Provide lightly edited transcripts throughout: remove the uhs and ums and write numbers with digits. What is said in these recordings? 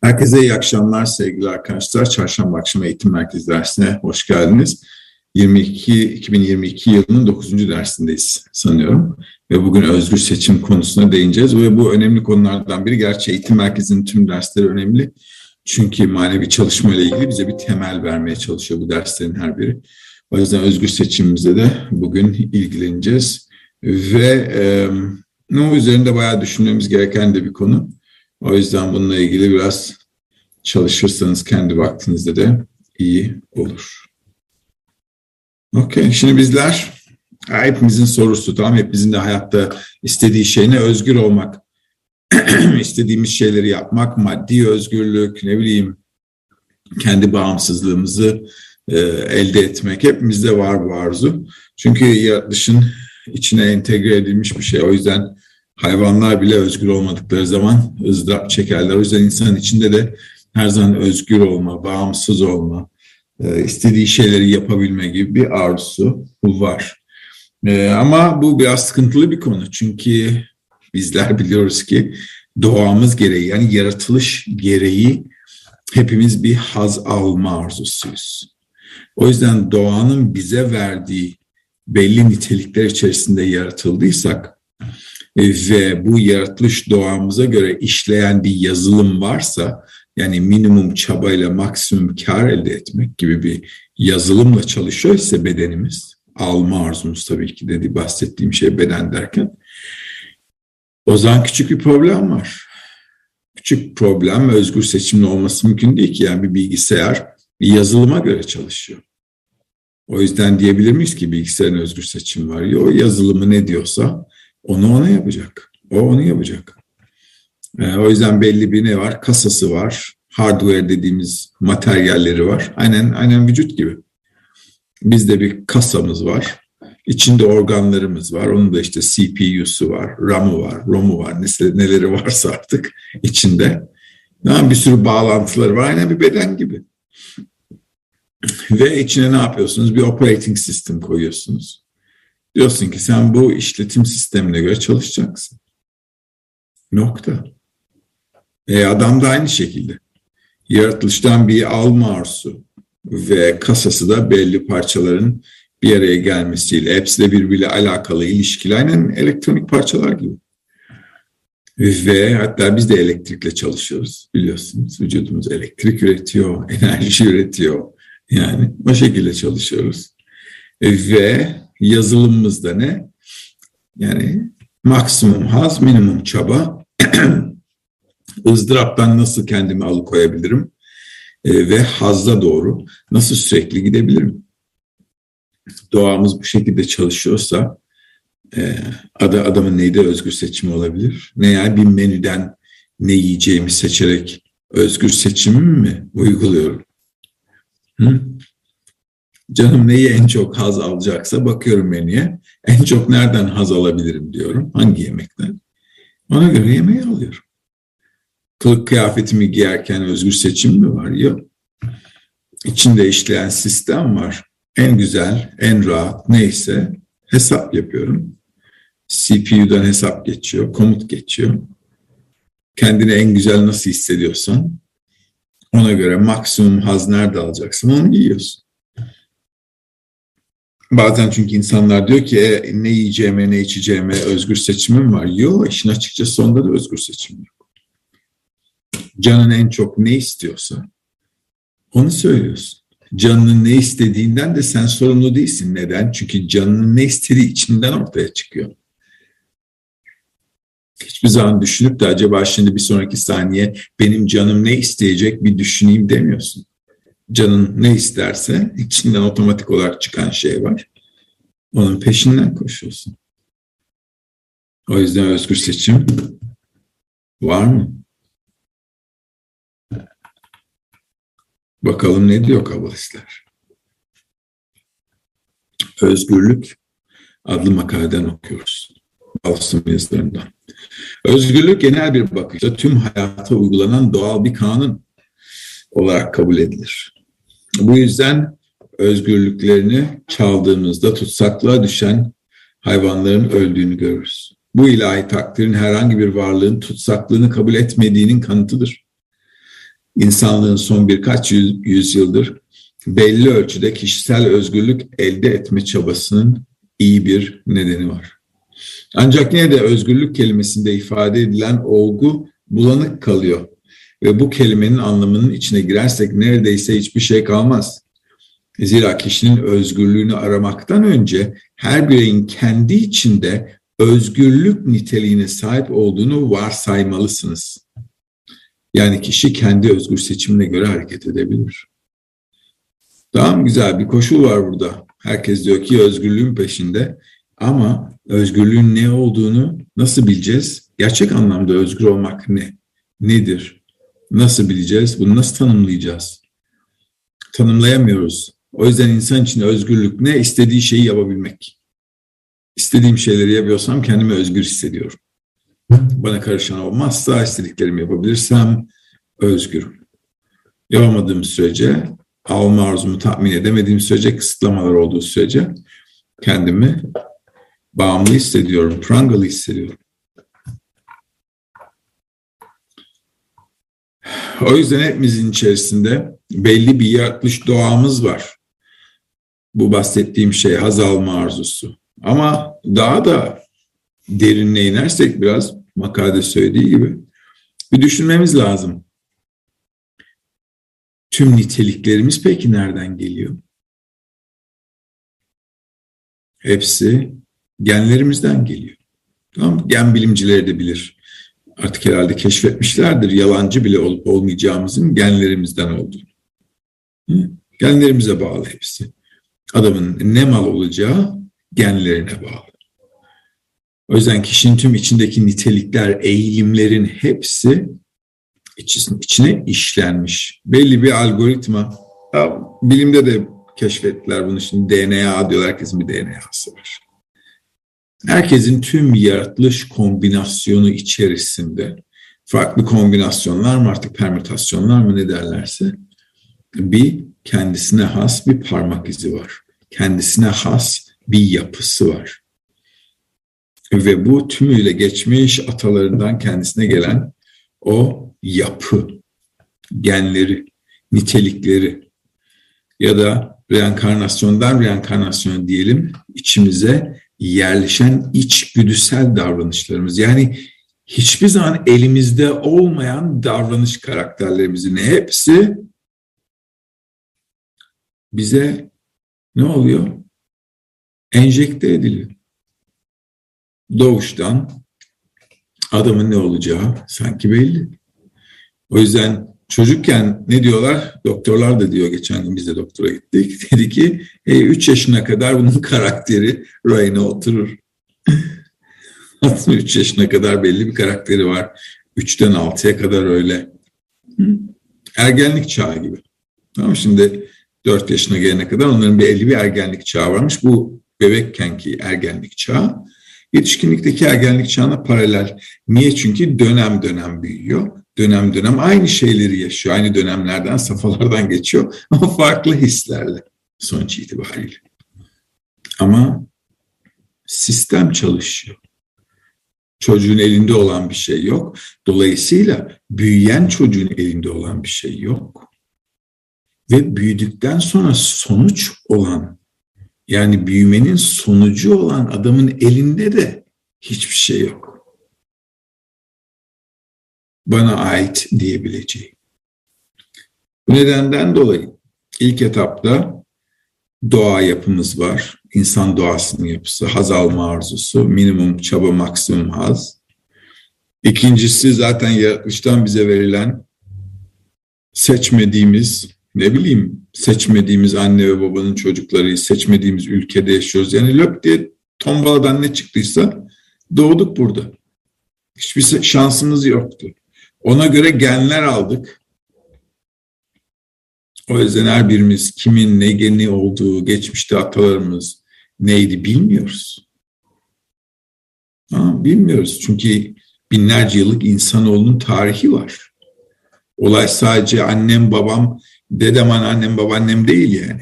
Herkese iyi akşamlar sevgili arkadaşlar. Çarşamba akşamı eğitim merkezi dersine hoş geldiniz. 2022 yılının 9. dersindeyiz sanıyorum. Ve bugün özgür seçim konusuna değineceğiz. Ve bu önemli konulardan biri. Gerçi eğitim merkezinin tüm dersleri önemli. Çünkü manevi çalışma ile ilgili bize bir temel vermeye çalışıyor bu derslerin her biri. O yüzden özgür seçimimizle de bugün ilgileneceğiz. Ve o üzerinde bayağı düşünmemiz gereken de bir konu. O yüzden bununla ilgili biraz çalışırsanız kendi vaktinizde de iyi olur. Okey, şimdi bizler hepimizin sorusu, tamam, hepimizin de hayatta istediği şey ne? Özgür olmak. İstediğimiz şeyleri yapmak, maddi özgürlük, ne bileyim, kendi bağımsızlığımızı elde etmek. Hepimizde var bu arzu. Çünkü yaratılışın içine entegre edilmiş bir şey. O yüzden hayvanlar bile özgür olmadıkları zaman ızdırap çekerler. O yüzden insanın içinde de her zaman özgür olma, bağımsız olma, istediği şeyleri yapabilme gibi bir arzusu var. Ama bu biraz sıkıntılı bir konu. Çünkü bizler biliyoruz ki doğamız gereği, yani yaratılış gereği hepimiz bir haz alma arzusuyuz. O yüzden doğanın bize verdiği belli nitelikler içerisinde yaratıldıysak ve bu yaratılış doğamıza göre işleyen bir yazılım varsa, yani minimum çabayla maksimum kar elde etmek gibi bir yazılımla çalışıyor ise bedenimiz, alma arzumuz tabii ki dedi bahsettiğim şey beden derken, o zaman küçük bir problem var. Küçük problem ve özgür seçimli olması mümkün değil ki. Yani bir bilgisayar bir yazılıma göre çalışıyor. O yüzden diyebilir miyiz ki bilgisayarın özgür seçimi var? O yazılımı ne diyorsa onu yapacak. O onu yapacak. O yüzden belli bir ne var? Kasası var. Hardware dediğimiz materyalleri var. Aynen vücut gibi. Bizde bir kasamız var. İçinde organlarımız var. Onun da işte CPU'su var, RAM'ı var, ROM'u var. Neleri varsa artık içinde. Bir sürü bağlantıları var. Aynen bir beden gibi. Ve içine ne yapıyorsunuz? Bir operating system koyuyorsunuz. Diyorsun ki sen bu işletim sistemine göre çalışacaksın. Nokta. Adam da aynı şekilde. Yaratılıştan bir alma arzusu ve kasası da belli parçaların bir araya gelmesiyle, hepsi de birbiriyle alakalı, ilişkili, aynen elektronik parçalar gibi. Ve hatta biz de elektrikle çalışıyoruz, biliyorsunuz. Vücudumuz elektrik üretiyor, enerji üretiyor. Yani o şekilde çalışıyoruz. Ve yazılımımızda ne? Yani maksimum haz, minimum çaba. ızdıraptan nasıl kendimi alıkoyabilirim? Ve hazza doğru nasıl sürekli gidebilirim? Doğamız bu şekilde çalışıyorsa adamın neyde özgür seçimi olabilir? Ne, yani bir menüden ne yiyeceğimi seçerek özgür seçimimi mi uyguluyorum? Canım neyi en çok haz alacaksa bakıyorum menüye. En çok nereden haz alabilirim diyorum. Hangi yemekten? Ona göre yemeği alıyorum. Kılık kıyafetimi giyerken özgür seçim mi var? Yok. İçinde işleyen sistem var. En güzel, en rahat neyse hesap yapıyorum. CPU'dan hesap geçiyor, komut geçiyor. Kendini en güzel nasıl hissediyorsan ona göre maksimum haz nerede alacaksın onu giyiyorsun. Bazen çünkü insanlar diyor ki ne yiyeceğime ne içeceğime özgür seçimim var. Yok, işin açıkçası onda da özgür seçim yok. Canın en çok ne istiyorsa onu söylüyorsun. Canının ne istediğinden de sen sorumlu değilsin. Neden? Çünkü canının ne istediği içinden ortaya çıkıyor. Hiçbir zaman düşünüp de acaba şimdi bir sonraki saniye benim canım ne isteyecek bir düşüneyim demiyorsun. Canın ne isterse içinden otomatik olarak çıkan şey var. Onun peşinden koşuyorsun. O yüzden özgür seçim var mı? Bakalım ne diyor kabalistler. Özgürlük adlı makaleden okuyoruz. Alstom yazılarından. Özgürlük genel bir bakışla tüm hayata uygulanan doğal bir kanun olarak kabul edilir. Bu yüzden özgürlüklerini çaldığımızda tutsaklığa düşen hayvanların öldüğünü görürüz. Bu ilahi takdirin herhangi bir varlığın tutsaklığını kabul etmediğinin kanıtıdır. İnsanlığın son birkaç yüzyıldır belli ölçüde kişisel özgürlük elde etme çabasının iyi bir nedeni var. Ancak yine de özgürlük kelimesinde ifade edilen olgu bulanık kalıyor. Ve bu kelimenin anlamının içine girersek neredeyse hiçbir şey kalmaz. Zira kişinin özgürlüğünü aramaktan önce her bireyin kendi içinde özgürlük niteliğine sahip olduğunu varsaymalısınız. Yani kişi kendi özgür seçimine göre hareket edebilir. Tamam, güzel bir koşul var burada. Herkes diyor ki özgürlüğün peşinde. Ama özgürlüğün ne olduğunu nasıl bileceğiz? Gerçek anlamda özgür olmak ne? Nedir? Nasıl bileceğiz? Bunu nasıl tanımlayacağız? Tanımlayamıyoruz. O yüzden insan için özgürlük ne? İstediği şeyi yapabilmek. İstediğim şeyleri yapıyorsam kendimi özgür hissediyorum. Bana karışan olmazsa istediklerimi yapabilirsem özgürüm. Yapamadığım sürece, alma arzumu tatmin edemediğim sürece, kısıtlamalar olduğu sürece kendimi bağımlı hissediyorum, prangalı hissediyorum. O yüzden hepimizin içerisinde belli bir yaratılış doğamız var. Bu bahsettiğim şey haz alma arzusu. Ama daha da derinine inersek biraz makalede söylediği gibi bir düşünmemiz lazım. Tüm niteliklerimiz peki nereden geliyor? Hepsi genlerimizden geliyor. Tamam, gen bilimcileri de bilir. Artık herhalde keşfetmişlerdir yalancı bile olup olmayacağımızın genlerimizden olduğunu. Genlerimize bağlı hepsi. Adamın ne mal olacağı genlerine bağlı. O yüzden kişinin tüm içindeki nitelikler, eğilimlerin hepsi içine işlenmiş. Belli bir algoritma. Bilimde de keşfettiler bunu, şimdi DNA diyorlar, herkesin bir DNA'sı var. Herkesin tüm yaratılış kombinasyonu içerisinde farklı kombinasyonlar mı artık permütasyonlar mı ne derlerse bir kendisine has bir parmak izi var. Kendisine has bir yapısı var. Ve bu tümüyle geçmiş atalarından kendisine gelen o yapı, genleri, nitelikleri ya da reenkarnasyondan reenkarnasyona diyelim içimize yerleşen içgüdüsel davranışlarımız. Yani hiçbir zaman elimizde olmayan davranış karakterlerimizin hepsi bize ne oluyor? Enjekte ediliyor. Doğuştan adamın ne olacağı sanki belli. O yüzden çocukken ne diyorlar? Doktorlar da diyor, geçen gün biz de doktora gittik. Dedi ki 3 yaşına kadar bunun karakteri rayına oturur. Aslında 3 yaşına kadar belli bir karakteri var. 3'ten 6'ya kadar öyle. Ergenlik çağı gibi. Tamam, şimdi 4 yaşına gelene kadar onların belli bir ergenlik çağı varmış. Bu bebekkenki ergenlik çağı yetişkinlikteki ergenlik çağına paralel. Niye? Çünkü dönem dönem büyüyor. Dönem dönem aynı şeyleri yaşıyor. Aynı dönemlerden, safhalardan geçiyor. Ama farklı hislerle sonuç itibariyle. Ama sistem çalışıyor. Çocuğun elinde olan bir şey yok. Dolayısıyla büyüyen çocuğun elinde olan bir şey yok. Ve büyüdükten sonra sonuç olan, yani büyümenin sonucu olan adamın elinde de hiçbir şey yok. Bana ait diyebileceği. Bu nedenden dolayı ilk etapta doğa yapımız var. İnsan doğasının yapısı, haz alma arzusu, minimum çaba, maksimum haz. İkincisi zaten yaratılıştan bize verilen seçmediğimiz, seçmediğimiz anne ve babanın çocukları, seçmediğimiz ülkede yaşıyoruz. Yani löp diye tombaladan ne çıktıysa doğduk burada. Hiçbir şansımız yoktu. Ona göre genler aldık. O yüzden her birimiz kimin ne geni olduğu, geçmişte atalarımız neydi bilmiyoruz. Bilmiyoruz çünkü binlerce yıllık insanoğlunun tarihi var. Olay sadece annem, babam, dedem, anneannem, babaannem değil yani.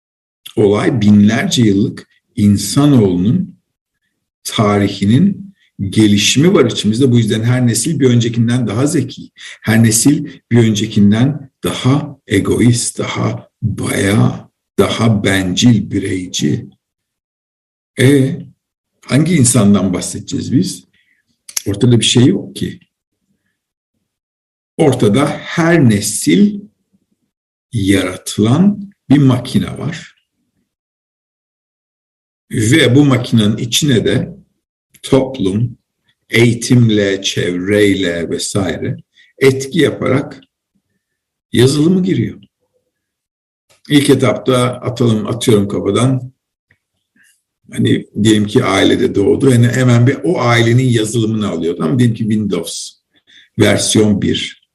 Olay binlerce yıllık insanoğlunun tarihinin gelişimi var içimizde. Bu yüzden her nesil bir öncekinden daha zeki. Her nesil bir öncekinden daha egoist, daha bayağı, daha bencil, bireyci. Hangi insandan bahsedeceğiz biz? Ortada bir şey yok ki. Ortada her nesil yaratılan bir makine var. Ve bu makinenin içine de toplum, eğitimle, çevreyle vesaire etki yaparak yazılımı giriyor. İlk etapta atıyorum kafadan, hani diyelim ki ailede doğdu, yani hemen bir o ailenin yazılımını alıyor. Tamam, diyelim ki Windows versiyon 1.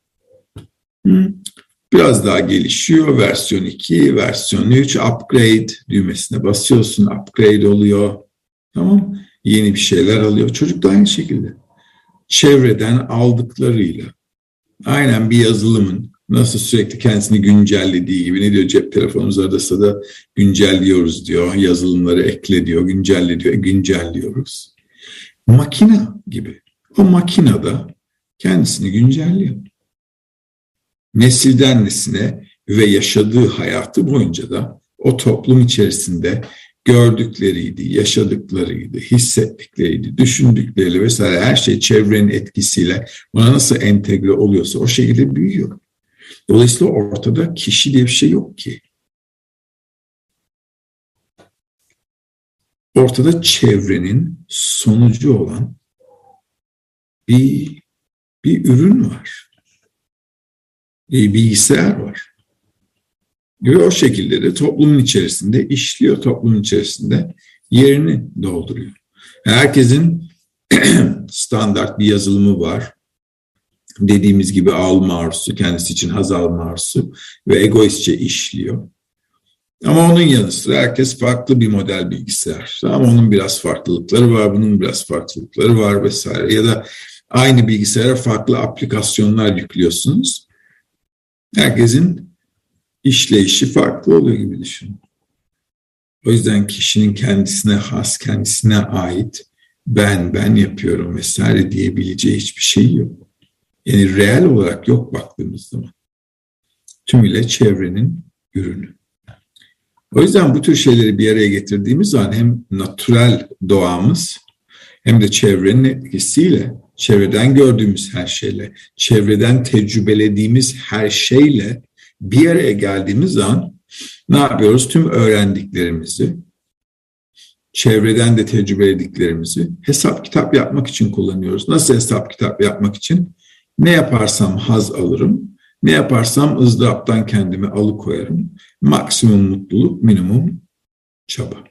Biraz daha gelişiyor. Versiyon 2, versiyon 3, upgrade düğmesine basıyorsun. Upgrade oluyor. Tamam. Yeni bir şeyler alıyor. Çocuk da aynı şekilde. Çevreden aldıklarıyla aynen bir yazılımın nasıl sürekli kendisini güncellediği gibi, ne diyor, cep telefonumuz arada da güncelliyoruz diyor. Yazılımları ekle diyor, güncelle diyor. Güncelliyoruz. Makina gibi. O makina da kendisini güncelliyor. Nesilden nesile ve yaşadığı hayatı boyunca da o toplum içerisinde gördükleriydi, yaşadıklarıydı, hissettikleriydi, düşündükleriyle vesaire, her şey çevrenin etkisiyle buna nasıl entegre oluyorsa o şekilde büyüyor. Dolayısıyla ortada kişi diye bir şey yok ki. Ortada çevrenin sonucu olan bir ürün var. Bir bilgisayar var. Ve o şekilde de toplumun içerisinde işliyor, toplumun içerisinde yerini dolduruyor. Herkesin standart bir yazılımı var. Dediğimiz gibi alma arzusu, kendisi için haz alma arzusu ve egoistçe işliyor. Ama onun yanı sıra herkes farklı bir model bilgisayar. Ama onun biraz farklılıkları var, bunun biraz farklılıkları var vesaire. Ya da aynı bilgisayara farklı aplikasyonlar yüklüyorsunuz. Herkesin işleyişi farklı oluyor gibi düşünün. O yüzden kişinin kendisine has, kendisine ait ben yapıyorum vesaire diyebileceği hiçbir şey yok. Yani reel olarak yok baktığımız zaman. Tümüyle çevrenin ürünü. O yüzden bu tür şeyleri bir araya getirdiğimiz zaman hem natürel doğamız hem de çevrenin etkisiyle, çevreden gördüğümüz her şeyle, çevreden tecrübelediğimiz her şeyle bir araya geldiğimiz zaman ne yapıyoruz? Tüm öğrendiklerimizi, çevreden de tecrübelediklerimizi hesap kitap yapmak için kullanıyoruz. Nasıl hesap kitap yapmak için? Ne yaparsam haz alırım, ne yaparsam ızdıraptan kendimi alıkoyarım. Maksimum mutluluk, minimum çaba.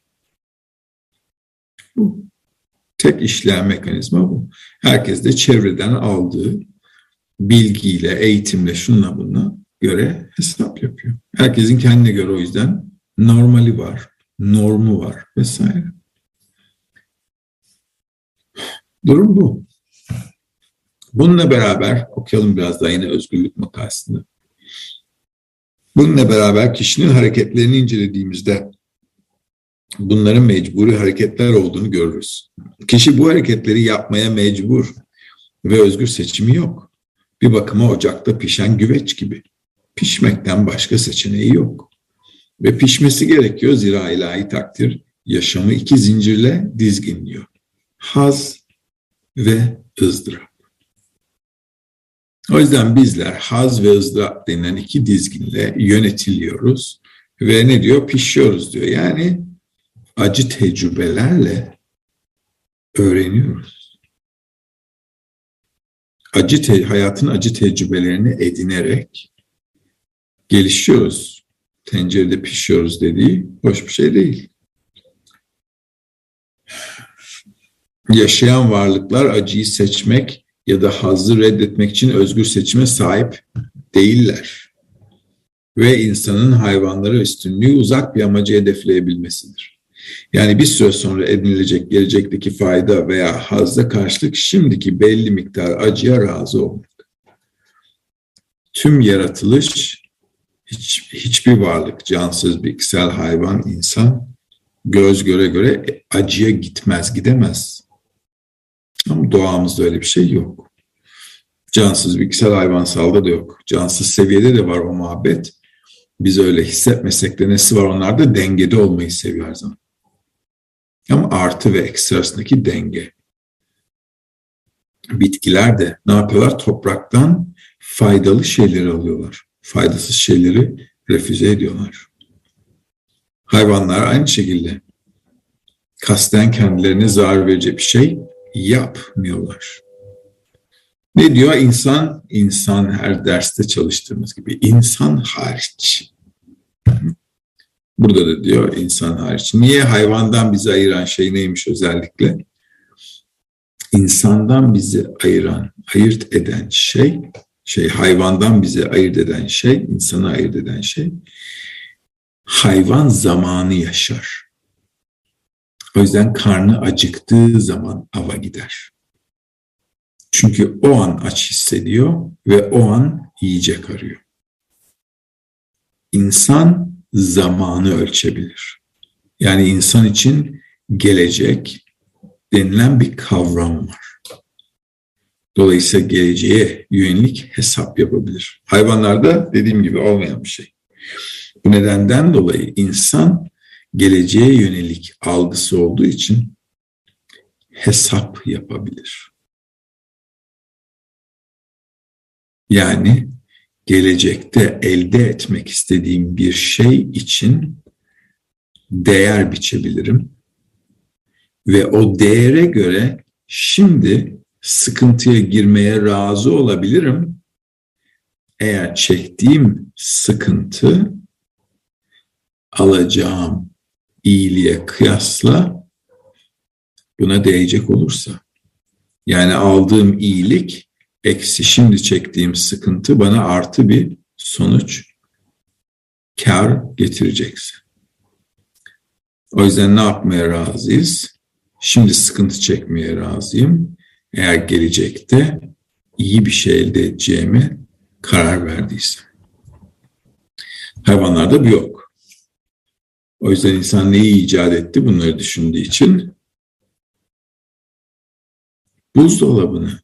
Bu. Tek işleyen mekanizma bu. Herkes de çevreden aldığı bilgiyle, eğitimle, şunla bununla göre hesap yapıyor. Herkesin kendine göre o yüzden normali var, normu var vesaire. Durum bu. Bununla beraber okuyalım biraz daha yine özgürlük makalesinde. Bununla beraber kişinin hareketlerini incelediğimizde bunların mecburi hareketler olduğunu görürüz. Kişi bu hareketleri yapmaya mecbur ve özgür seçimi yok. Bir bakıma ocakta pişen güveç gibi. Pişmekten başka seçeneği yok. Ve pişmesi gerekiyor, zira ilahi takdir yaşamı iki zincirle dizginliyor. Haz ve ızdırap. O yüzden bizler haz ve ızdırap denilen iki dizginle yönetiliyoruz ve ne diyor? Pişiyoruz diyor. Yani acı tecrübelerle öğreniyoruz. Hayatın acı tecrübelerini edinerek gelişiyoruz. Tencerede pişiyoruz dediği hoş bir şey değil. Yaşayan varlıklar acıyı seçmek ya da hazzı reddetmek için özgür seçime sahip değiller. Ve insanın hayvanlara üstünlüğü uzak bir amacı hedefleyebilmesidir. Yani bir süre sonra edinilecek gelecekteki fayda veya hazza karşılık şimdiki belli miktar acıya razı olmak. Tüm yaratılış, hiçbir varlık, cansız, bitkisel, hayvan, insan göz göre göre acıya gidemez. Ama doğamızda öyle bir şey yok. Cansız bitkisel hayvansalda da yok. Cansız seviyede de var o muhabbet. Biz öyle hissetmesek de nesi var, onlar da dengede olmayı seviyor her zaman. Ama artı ve eksi arasındaki denge. Bitkiler de ne yapıyorlar? Topraktan faydalı şeyleri alıyorlar. Faydasız şeyleri refüze ediyorlar. Hayvanlar aynı şekilde kasten kendilerine zarar verecek bir şey yapmıyorlar. Ne diyor? İnsan her derste çalıştığımız gibi insan hariç. Burada da diyor insan hariç. Niye? Hayvandan bizi ayıran şey neymiş özellikle? İnsandan bizi ayırt eden şey, hayvandan bizi ayırt eden şey, insanı ayırt eden şey, hayvan zamanı yaşar. O yüzden karnı acıktığı zaman ava gider. Çünkü o an aç hissediyor ve o an yiyecek arıyor. İnsan zamanı ölçebilir. Yani insan için gelecek denilen bir kavram var. Dolayısıyla geleceğe yönelik hesap yapabilir. Hayvanlarda dediğim gibi olmayan bir şey. Bu nedenden dolayı insan geleceğe yönelik algısı olduğu için hesap yapabilir. Yani gelecekte elde etmek istediğim bir şey için değer biçebilirim ve o değere göre şimdi sıkıntıya girmeye razı olabilirim eğer çektiğim sıkıntı alacağım iyiliğe kıyasla buna değecek olursa. Yani aldığım iyilik eksi şimdi çektiğim sıkıntı bana artı bir sonuç, kar getirecekse. O yüzden ne yapmaya razıyız? Şimdi sıkıntı çekmeye razıyım. Eğer gelecekte iyi bir şey elde edeceğime karar verdiysem. Hayvanlarda bu yok. O yüzden insan neyi icat etti bunları düşündüğü için? Buzdolabını.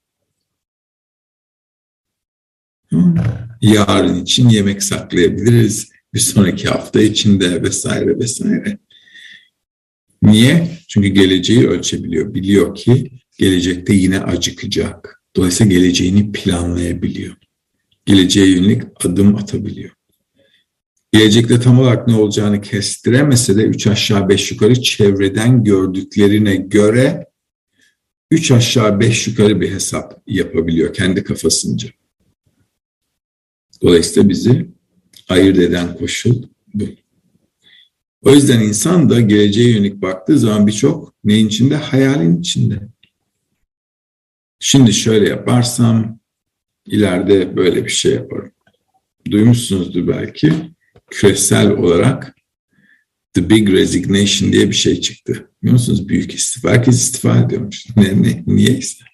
Yarın için yemek saklayabiliriz. Bir sonraki hafta içinde vesaire vesaire. Niye? Çünkü geleceği ölçebiliyor. Biliyor ki gelecekte yine acıkacak. Dolayısıyla geleceğini planlayabiliyor. Geleceğe yönelik adım atabiliyor. Gelecekte tam olarak ne olacağını kestiremese de 3 aşağı 5 yukarı çevreden gördüklerine göre 3 aşağı 5 yukarı bir hesap yapabiliyor kendi kafasınca. Dolayısıyla bizi ayırt eden koşul bu. O yüzden insan da geleceğe yönelik baktığı zaman birçok neyin içinde? Hayalin içinde. Şimdi şöyle yaparsam ileride böyle bir şey yaparım. Duymuşsunuzdur belki. Küresel olarak The Big Resignation diye bir şey çıktı. Biliyor musunuz? Büyük istifa. Herkes istifa ediyormuş. Niyeyse.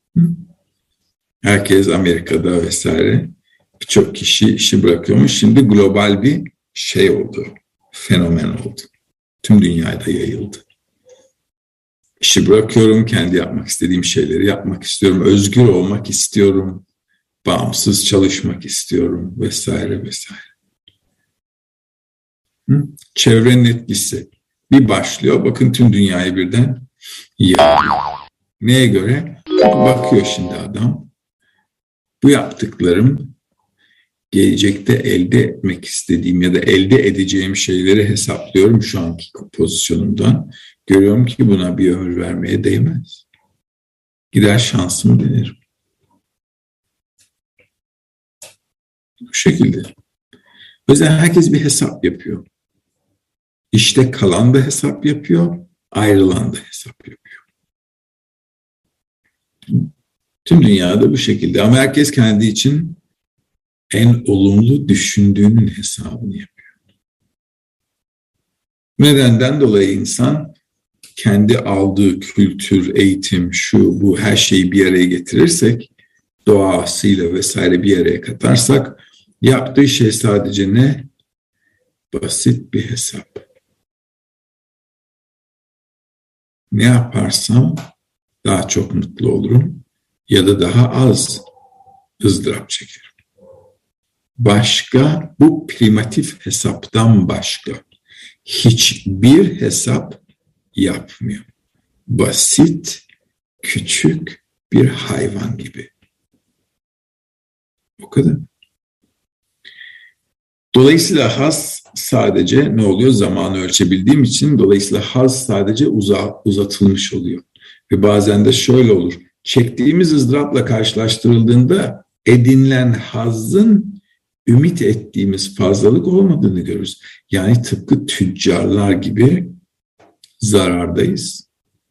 Herkes Amerika'da vesaire birçok kişi işi bırakıyormuş. Şimdi global bir şey oldu. Fenomen oldu. Tüm dünyada yayıldı. İşi bırakıyorum, kendi yapmak istediğim şeyleri yapmak istiyorum, özgür olmak istiyorum, bağımsız çalışmak istiyorum vesaire vesaire. Çevrenin etkisi bir başlıyor. Bakın tüm dünyayı birden yayıyor. Neye göre? Bakıyor şimdi adam. Bu yaptıklarım gelecekte elde etmek istediğim ya da elde edeceğim şeyleri hesaplıyorum şu anki pozisyonumdan. Görüyorum ki buna bir ömür vermeye değmez. Gider şansımı denerim. Bu şekilde. O yüzden herkes bir hesap yapıyor. İşte kalan da hesap yapıyor, ayrılan da hesap yapıyor. Tüm dünyada bu şekilde ama herkes kendi için en olumlu düşündüğünün hesabını yapıyor. Bu nedenden dolayı insan kendi aldığı kültür, eğitim, şu, bu her şeyi bir araya getirirsek, doğasıyla vesaire bir araya katarsak, yaptığı şey sadece ne? Basit bir hesap. Ne yaparsam daha çok mutlu olurum ya da daha az ızdırap çekerim. Başka, bu primitif hesaptan başka hiçbir hesap yapmıyor. Basit, küçük bir hayvan gibi. O kadar. Dolayısıyla haz sadece ne oluyor? Zamanı ölçebildiğim için dolayısıyla haz sadece uzatılmış oluyor. Ve bazen de şöyle olur. Çektiğimiz ızdırapla karşılaştırıldığında edinilen hazzın ümit ettiğimiz fazlalık olmadığını görürüz. Yani tıpkı tüccarlar gibi zarardayız.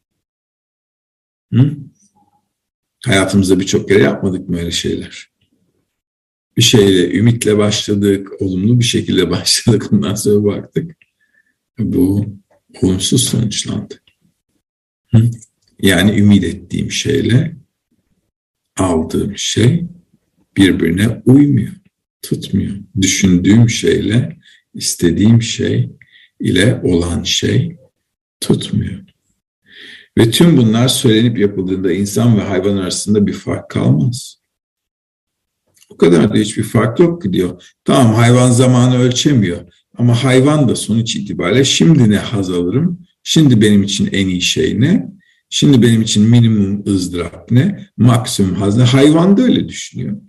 Hı? Hayatımızda birçok kere yapmadık mı öyle şeyler? Bir şeyle, ümitle başladık, olumlu bir şekilde başladık, ondan sonra baktık. Bu olumsuz sonuçlandı. Hı? Yani ümit ettiğim şeyle aldığım şey birbirine uymuyor, tutmuyor. Düşündüğüm şeyle istediğim şey ile olan şey tutmuyor. Ve tüm bunlar söylenip yapıldığında insan ve hayvan arasında bir fark kalmaz. O kadar da hiçbir fark yok ki diyor. Tamam, hayvan zamanı ölçemiyor ama hayvan da sonuç itibariyle şimdi ne haz alırım, şimdi benim için en iyi şey ne, şimdi benim için minimum ızdırap ne, maksimum haz ne, hayvan da öyle düşünüyor.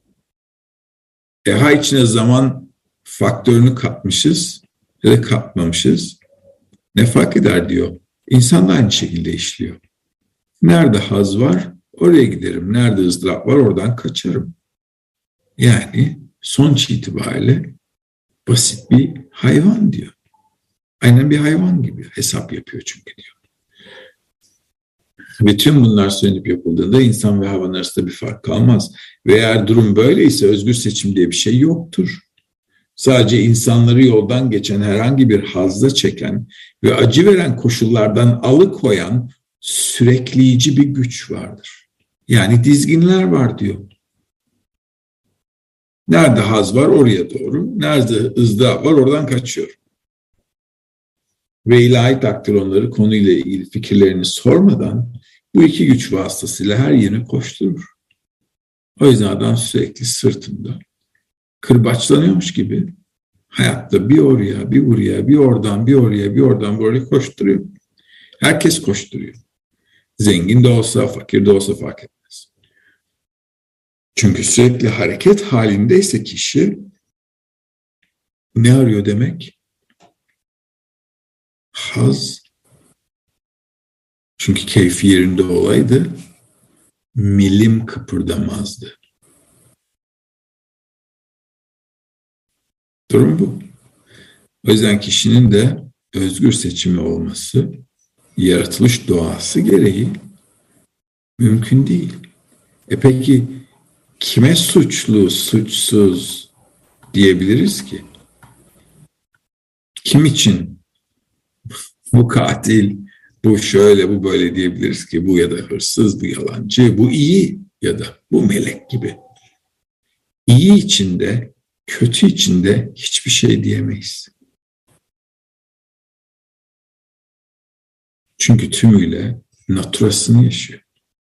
Ha içine zaman faktörünü katmışız ya da katmamışız, ne fark eder diyor. İnsan da aynı şekilde işliyor. Nerede haz var oraya giderim, nerede ızdırap var oradan kaçarım. Yani sonuç itibariyle basit bir hayvan diyor. Aynen bir hayvan gibi hesap yapıyor çünkü diyor. Ve tüm bunlar söylenip yapıldığında insan ve hayvan arasında bir fark kalmaz. Ve eğer durum böyleyse özgür seçim diye bir şey yoktur. Sadece insanları yoldan geçen herhangi bir hazza çeken ve acı veren koşullardan alıkoyan sürekleyici bir güç vardır. Yani dizginler var diyor. Nerede haz var oraya doğru, nerede ızdırap var oradan kaçıyor. Ve ilahi takdir onları konuyla ilgili fikirlerini sormadan bu iki güç vasıtasıyla her yerine koşturur. O yüzden adam sürekli sırtında kırbaçlanıyormuş gibi hayatta bir oraya, bir buraya, bir oradan, bir oraya, bir oradan, buraya koşturuyor. Herkes koşturuyor. Zengin de olsa, fakir de olsa fark etmez. Çünkü sürekli hareket halindeyse kişi ne arıyor demek? Haz. Çünkü keyfi yerinde olaydı, milim kıpırdamazdı. Durum bu. O yüzden kişinin de özgür seçimi olması, yaratılış doğası gereği mümkün değil. Peki kime suçlu, suçsuz diyebiliriz ki? Kim için bu katil, bu şöyle, bu böyle diyebiliriz ki? Bu ya da hırsız, bu yalancı, bu iyi ya da bu melek gibi. İyi içinde, kötü içinde hiçbir şey diyemeyiz. Çünkü tümüyle naturasını yaşıyor.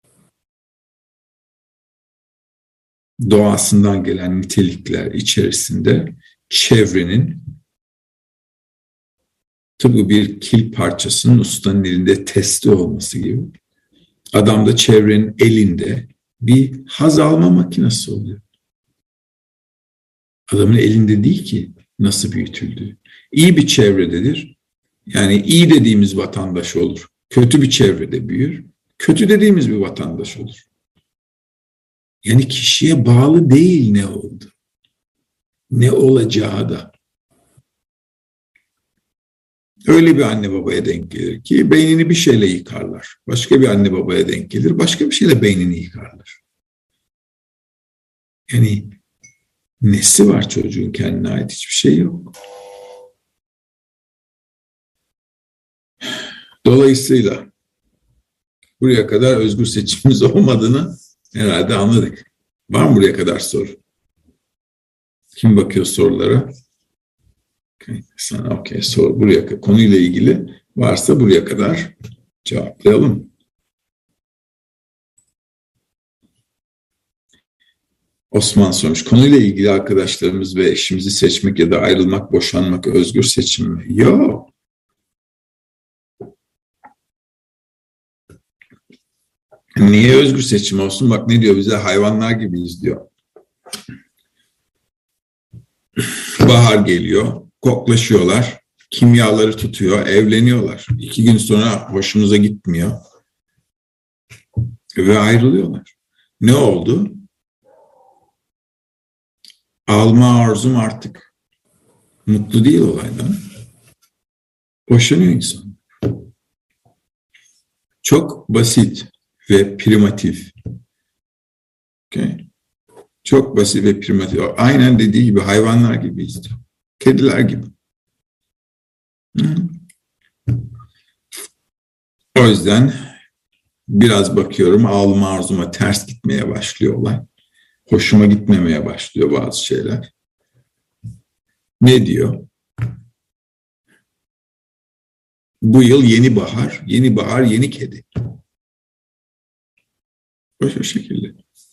Doğasından gelen nitelikler içerisinde çevrenin tıpkı bir kil parçasının ustanın elinde testi olması gibi adam da çevrenin elinde bir haz alma makinesi oluyor. Adamın elinde değil ki nasıl büyütüldüğü. İyi bir çevrededir. Yani iyi dediğimiz vatandaş olur. Kötü bir çevrede büyür. Kötü dediğimiz bir vatandaş olur. Yani kişiye bağlı değil ne oldu. Ne olacağı da. Öyle bir anne babaya denk gelir ki beynini bir şeyle yıkarlar. Başka bir anne babaya denk gelir, başka bir şeyle beynini yıkarlar. Yani nesi var çocuğun, kendine ait hiçbir şey yok. Dolayısıyla buraya kadar özgür seçimimiz olmadığını herhalde anladık. Var mı buraya kadar soru? Kim bakıyor sorulara? Sana soru buraya, konuyla ilgili varsa buraya kadar cevaplayalım. Osman sormuş. Konuyla ilgili arkadaşlarımız ve eşimizi seçmek ya da ayrılmak, boşanmak özgür seçim mi? Yok. Niye özgür seçim olsun? Bak ne diyor bize? Hayvanlar gibiyiz diyor. Bahar geliyor, koklaşıyorlar, kimyaları tutuyor, evleniyorlar. 2 gün sonra hoşumuza gitmiyor ve ayrılıyorlar. Ne oldu? Alma arzum artık. Mutlu değil olaydan. Boşanıyor insan. Çok basit ve primitif. Okay? Çok basit ve primitif. Aynen dediği gibi hayvanlar gibiyiz diyor. Kediler gibi. O yüzden biraz bakıyorum alma arzuma ters gitmeye başlıyor olay. Hoşuma gitmemeye başlıyor bazı şeyler. Ne diyor? Bu yıl yeni bahar, yeni bahar, yeni kedi. Böyle şekilde.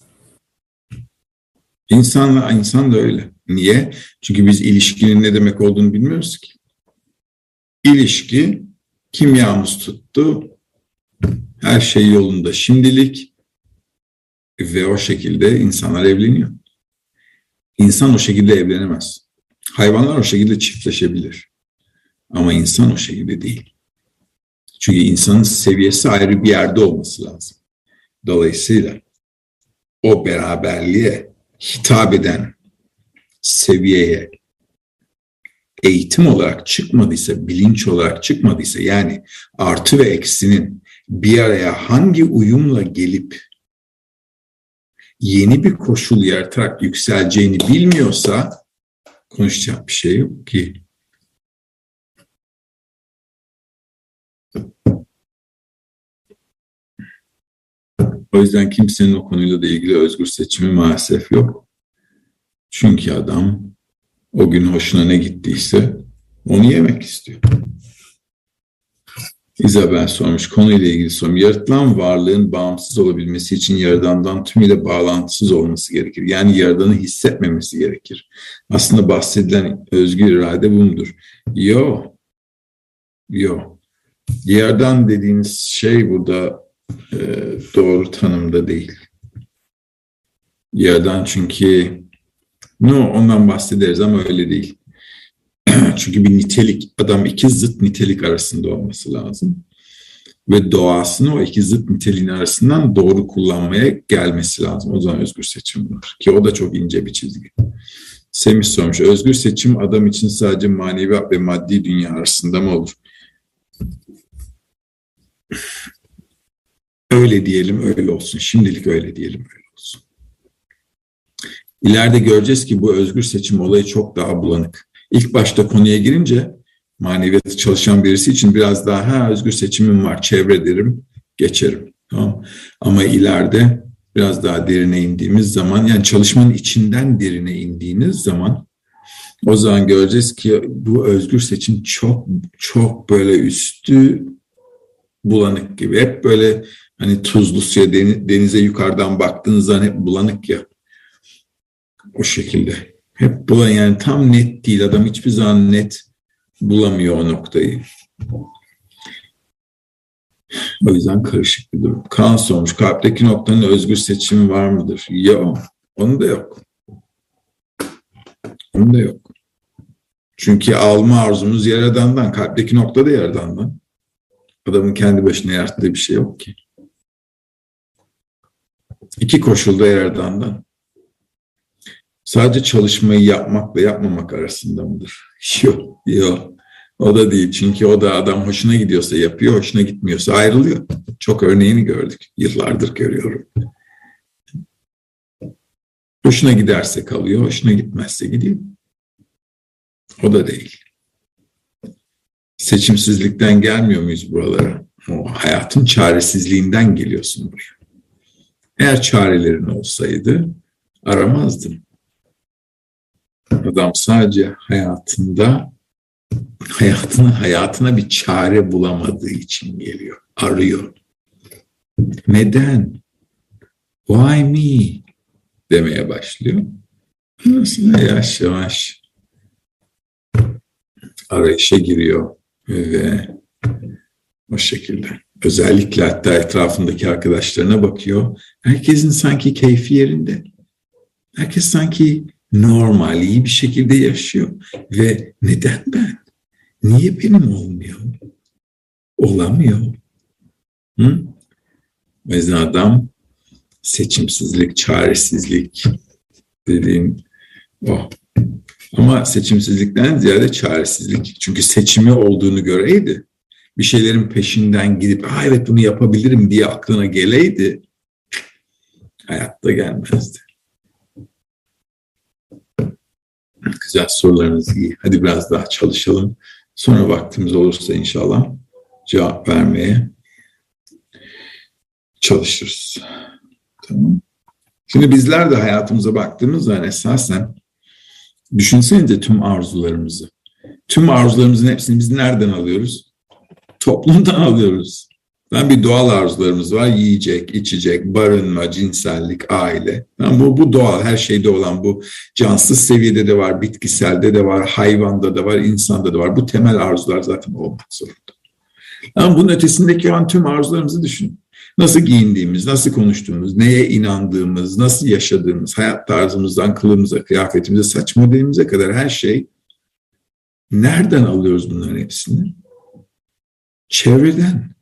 İnsan da öyle. Niye? Çünkü biz ilişkinin ne demek olduğunu bilmiyoruz ki. İlişki, kimyamız tuttu, her şey yolunda şimdilik ve o şekilde insanlar evleniyor. İnsan o şekilde evlenemez. Hayvanlar o şekilde çiftleşebilir. Ama insan o şekilde değil. Çünkü insanın seviyesi ayrı bir yerde olması lazım. Dolayısıyla o beraberliğe hitap eden seviyeye eğitim olarak çıkmadıysa, bilinç olarak çıkmadıysa, yani artı ve eksinin bir araya hangi uyumla gelip yeni bir koşul yaratarak yükseleceğini bilmiyorsa konuşacak bir şey yok ki. O yüzden kimsenin o konuyla da ilgili özgür seçimi maalesef yok. Çünkü adam o gün hoşuna ne gittiyse onu yemek istiyor. İzabel sormuş, konuyla ilgili sorum. Yaratılan varlığın bağımsız olabilmesi için Yaradan'dan tümüyle bağlantısız olması gerekir. Yani Yaradan'ı hissetmemesi gerekir. Aslında bahsedilen özgür irade bu mudur? Yok. Yaradan dediğiniz şey burada doğru tanımda değil. Yaradan çünkü ondan bahsederiz ama öyle değil. Çünkü bir nitelik, adam iki zıt nitelik arasında olması lazım. Ve doğasını o iki zıt niteliğin arasından doğru kullanmaya gelmesi lazım. O zaman özgür seçim var. Ki o da çok ince bir çizgi. Semih sormuş, özgür seçim adam için sadece manevi ve maddi dünya arasında mı olur? Öyle diyelim, öyle olsun. Şimdilik öyle diyelim, öyle olsun. İleride göreceğiz ki bu özgür seçim olayı çok daha bulanık. İlk başta konuya girince maneviyatı çalışan birisi için biraz daha özgür seçimim var, çevre derim, geçerim. Tamam. Ama ileride biraz daha derine indiğimiz zaman, yani çalışmanın içinden derine indiğiniz zaman o zaman göreceğiz ki bu özgür seçim çok çok böyle üstü bulanık gibi. Hep böyle hani tuzlu suya, denize yukarıdan baktığınız zaman hep bulanık ya. O şekilde. Hep bulanık, yani tam net değil. Adam hiçbir zaman net bulamıyor o noktayı. O yüzden karışık bir durum. Kaan sormuş, kalpteki noktanın özgür seçimi var mıdır? Yok. Onun da yok. Onun da yok. Çünkü alma arzumuz Yaradan'dan. Kalpteki nokta da Yaradan'dan. Adamın kendi başına yarattığı bir şey yok ki. İki koşulda Yaradan'dan. Sadece çalışmayı yapmakla yapmamak arasında mıdır? Yok. O da değil. Çünkü o da adam hoşuna gidiyorsa yapıyor, hoşuna gitmiyorsa ayrılıyor. Çok örneğini gördük. Yıllardır görüyorum. Hoşuna giderse kalıyor, hoşuna gitmezse gidiyor. O da değil. Seçimsizlikten gelmiyor muyuz buralara? O hayatın çaresizliğinden geliyorsun buraya. Eğer çarelerin olsaydı aramazdım. Adam sadece hayatına bir çare bulamadığı için geliyor. Arıyor. Neden? Why me? demeye başlıyor. Aslında yavaş yavaş arayışa giriyor ve o şekilde. Özellikle hatta etrafındaki arkadaşlarına bakıyor. Herkesin sanki keyfi yerinde. Herkes sanki normal, iyi bir şekilde yaşıyor. Ve neden ben? Niye benim olmuyor? Olamıyor. Hı? O yüzden adam seçimsizlik, çaresizlik dediğin o. Ama seçimsizlikten ziyade çaresizlik. Çünkü seçimi olduğunu göreydi, bir şeylerin peşinden gidip evet bunu yapabilirim diye aklına geleydi, hayatta gelmezdi. Güzel, sorularınız iyi. Hadi biraz daha çalışalım. Sonra vaktimiz olursa inşallah cevap vermeye çalışırız. Tamam. Şimdi bizler de hayatımıza baktığımız zaman esasen düşünsenize tüm arzularımızı. Tüm arzularımızın hepsini biz nereden alıyoruz? Toplumdan alıyoruz. Bir doğal arzularımız var. Yiyecek, içecek, barınma, cinsellik, aile. Bu doğal, her şeyde olan bu. Cansız seviyede de var, bitkiselde de var, hayvanda da var, insanda da var. Bu temel arzular zaten olmak zorunda. Ama bunun ötesindeki olan tüm arzularımızı düşünün. Nasıl giyindiğimiz, nasıl konuştuğumuz, neye inandığımız, nasıl yaşadığımız, hayat tarzımızdan kılığımıza, kıyafetimize, saç modelimize kadar her şey. Nereden alıyoruz bunların hepsini? Çevreden.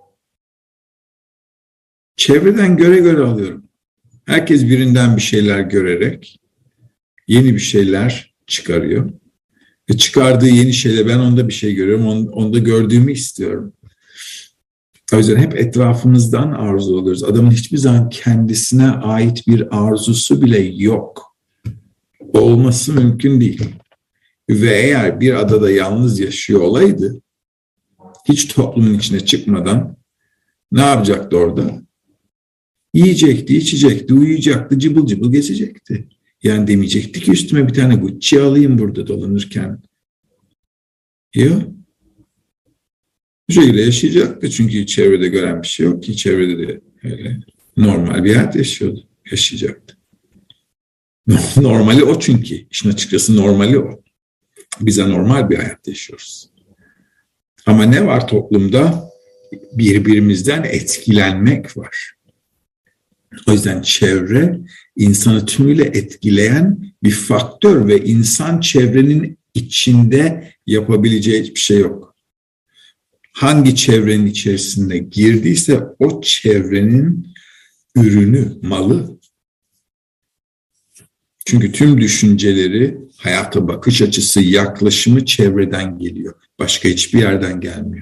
Çevreden göre alıyorum. Herkes birinden bir şeyler görerek yeni bir şeyler çıkarıyor. Ve çıkardığı yeni şeyle ben onda bir şey görüyorum, onda gördüğümü istiyorum. O yüzden hep etrafımızdan arzu alıyoruz. Adamın hiçbir zaman kendisine ait bir arzusu bile yok. Olması mümkün değil. Ve eğer bir adada yalnız yaşıyor olaydı, hiç toplumun içine çıkmadan ne yapacaktı orada? Yiyecekti, içecekti, uyuyacaktı, cıbıl cıbıl geçecekti. Yani demeyecekti ki üstüme bir tane Gucci alayım burada dolanırken. Yok. Bu şekilde yaşayacaktı çünkü çevrede gören bir şey yok ki. Çevrede de öyle normal bir hayat yaşıyordu, yaşayacaktı. Normali o çünkü. İşin açıkçası normali o. Biz anormal bir hayat yaşıyoruz. Ama ne var toplumda? Birbirimizden etkilenmek var. O yüzden çevre insanı tümüyle etkileyen bir faktör ve insan çevrenin içinde yapabileceği hiçbir şey yok. Hangi çevrenin içerisinde girdiyse o çevrenin ürünü, malı. Çünkü tüm düşünceleri, hayata bakış açısı, yaklaşımı çevreden geliyor. Başka hiçbir yerden gelmiyor.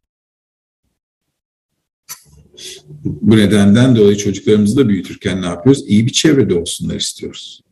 Bu nedenden dolayı çocuklarımızı da büyütürken ne yapıyoruz? İyi bir çevrede olsunlar istiyoruz.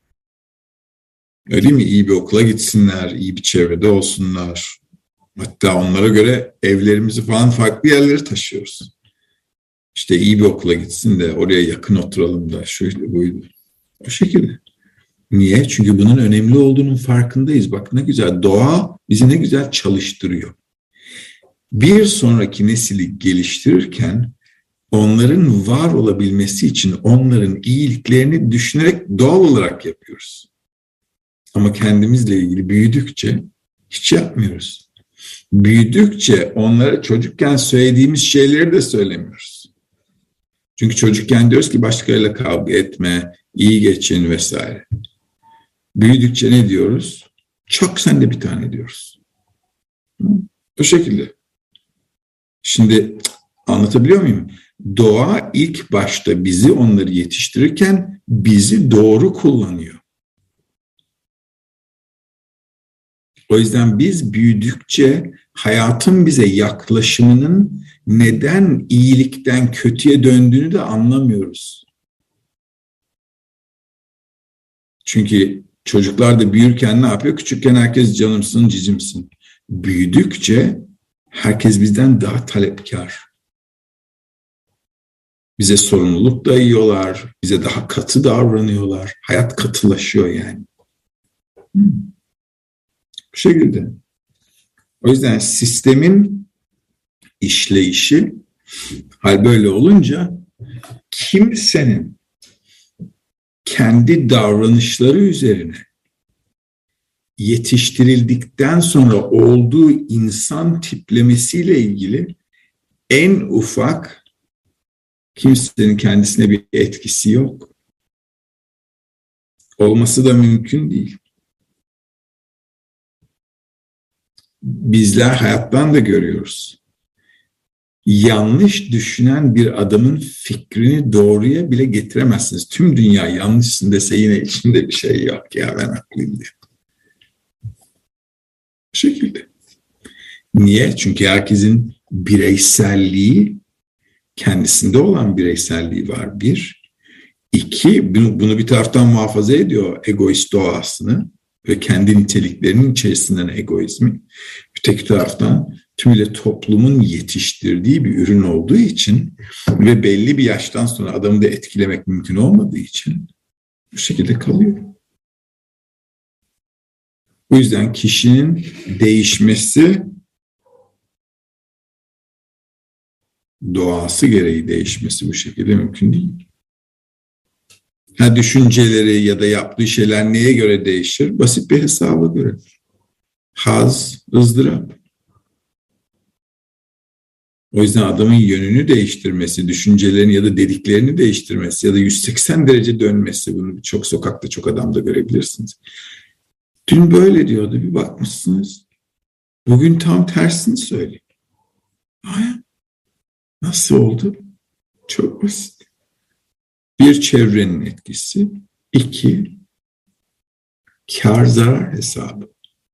Öyle mi? İyi bir okula gitsinler, iyi bir çevrede olsunlar. Hatta onlara göre evlerimizi falan farklı yerlere taşıyoruz. İşte iyi bir okula gitsin de oraya yakın oturalım da şöyle buydu. O şekilde. Niye? Çünkü bunun önemli olduğunun farkındayız. Bak ne güzel. Doğa bizi ne güzel çalıştırıyor. Bir sonraki nesili geliştirirken onların var olabilmesi için onların iyiliklerini düşünerek doğal olarak yapıyoruz. Ama kendimizle ilgili büyüdükçe hiç yapmıyoruz. Büyüdükçe onlara çocukken söylediğimiz şeyleri de söylemiyoruz. Çünkü çocukken diyoruz ki başkalarıyla kavga etme, iyi geçin vesaire. Büyüdükçe ne diyoruz? Çok sen de bir tane diyoruz. O şekilde. Şimdi anlatabiliyor muyum? Doğa ilk başta bizi onları yetiştirirken bizi doğru kullanıyor. O yüzden biz büyüdükçe hayatın bize yaklaşımının neden iyilikten kötüye döndüğünü de anlamıyoruz. Çünkü çocuklar da büyürken ne yapıyor? Küçükken herkes canımsın, cicimsin. Büyüdükçe herkes bizden daha talepkar. Bize sorumluluk dayıyorlar, bize daha katı davranıyorlar. Hayat katılaşıyor yani. Bu şekilde. O yüzden sistemin işleyişi hal böyle olunca kimsenin kendi davranışları üzerine yetiştirildikten sonra olduğu insan tiplemesiyle ilgili en ufak kimsenin kendisine bir etkisi yok. Olması da mümkün değil. Bizler hayattan da görüyoruz. Yanlış düşünen bir adamın fikrini doğruya bile getiremezsiniz. Tüm dünya yanlışsın dese yine içinde bir şey yok ya, ben haklıyım diyor. Bu şekilde. Niye? Çünkü herkesin bireyselliği, kendisinde olan bireyselliği var. Bir. İki, bunu bir taraftan muhafaza ediyor egoist doğasını ve kendi niteliklerinin içerisinden egoizmi. Öteki taraftan tümüyle toplumun yetiştirdiği bir ürün olduğu için ve belli bir yaştan sonra adamı da etkilemek mümkün olmadığı için bu şekilde kalıyor. O yüzden kişinin değişmesi, doğası gereği değişmesi bu şekilde mümkün değil. Düşünceleri ya da yaptığı şeyler neye göre değişir? Basit bir hesaba göre. Haz, ızdırap. O yüzden adamın yönünü değiştirmesi, düşüncelerini ya da dediklerini değiştirmesi ya da 180 derece dönmesi, bunu birçok sokakta çok adamda görebilirsiniz. Dün böyle diyordu, bir bakmışsınız. Bugün tam tersini söylüyor. Nasıl oldu? Çok basit. Bir, çevrenin etkisi. İki, kar zarar hesabı.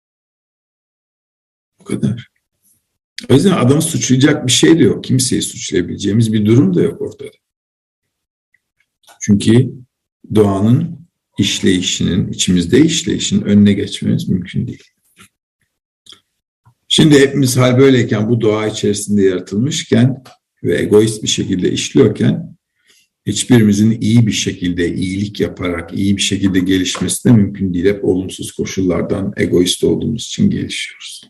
Bu kadar. O yüzden adamı suçlayacak bir şey de yok. Kimseyi suçlayabileceğimiz bir durum da yok ortada. Çünkü doğanın işleyişinin, içimizde işleyişinin önüne geçmemiz mümkün değil. Şimdi hepimiz hal böyleyken, bu doğa içerisinde yaratılmışken ve egoist bir şekilde işliyorken, hiçbirimizin iyi bir şekilde iyilik yaparak, iyi bir şekilde gelişmesi de mümkün değil. Hep olumsuz koşullardan egoist olduğumuz için gelişiyoruz.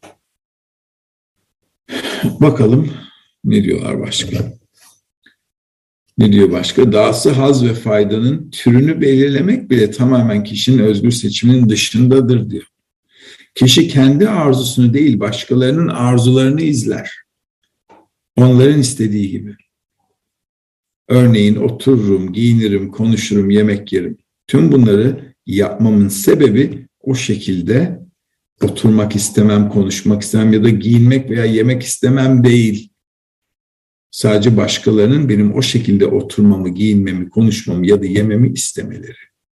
Bakalım ne diyorlar başka? Ne diyor başka? Dahası haz ve faydanın türünü belirlemek bile tamamen kişinin özgür seçiminin dışındadır diyor. Kişi kendi arzusunu değil, başkalarının arzularını izler. Onların istediği gibi. Örneğin otururum, giyinirim, konuşurum, yemek yerim. Tüm bunları yapmamın sebebi o şekilde oturmak istemem, konuşmak istemem ya da giyinmek veya yemek istemem değil. Sadece başkalarının benim o şekilde oturmamı, giyinmemi, konuşmamı ya da yememi istemeleri.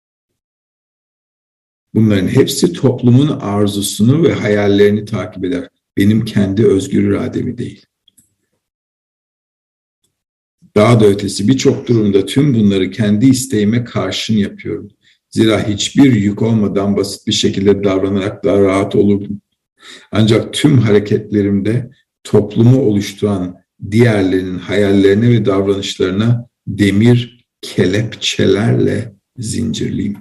Bunların hepsi toplumun arzusunu ve hayallerini takip eder. Benim kendi özgür irademi değil. Daha da ötesi, birçok durumda tüm bunları kendi isteğime karşın yapıyorum. Zira hiçbir yük olmadan basit bir şekilde davranarak daha rahat olurdum. Ancak tüm hareketlerimde toplumu oluşturan diğerlerinin hayallerine ve davranışlarına demir kelepçelerle zincirliyim.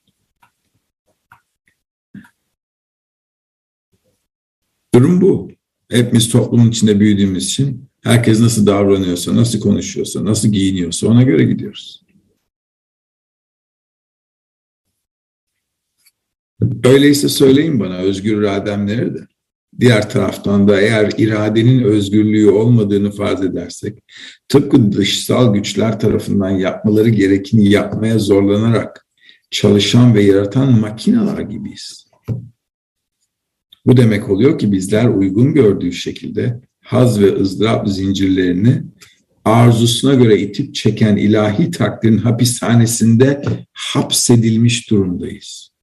Durum bu. Hepimiz toplumun içinde büyüdüğümüz için herkes nasıl davranıyorsa, nasıl konuşuyorsa, nasıl giyiniyorsa ona göre gidiyoruz. Öyleyse söyleyin bana, özgür iradem nerede? Diğer taraftan da eğer iradenin özgürlüğü olmadığını farz edersek, tıpkı dışsal güçler tarafından yapmaları gerekeni yapmaya zorlanarak çalışan ve yaratan makineler gibiyiz. Bu demek oluyor ki bizler uygun gördüğü şekilde haz ve ızdırap zincirlerini arzusuna göre itip çeken ilahi takdirin hapishanesinde hapsedilmiş durumdayız.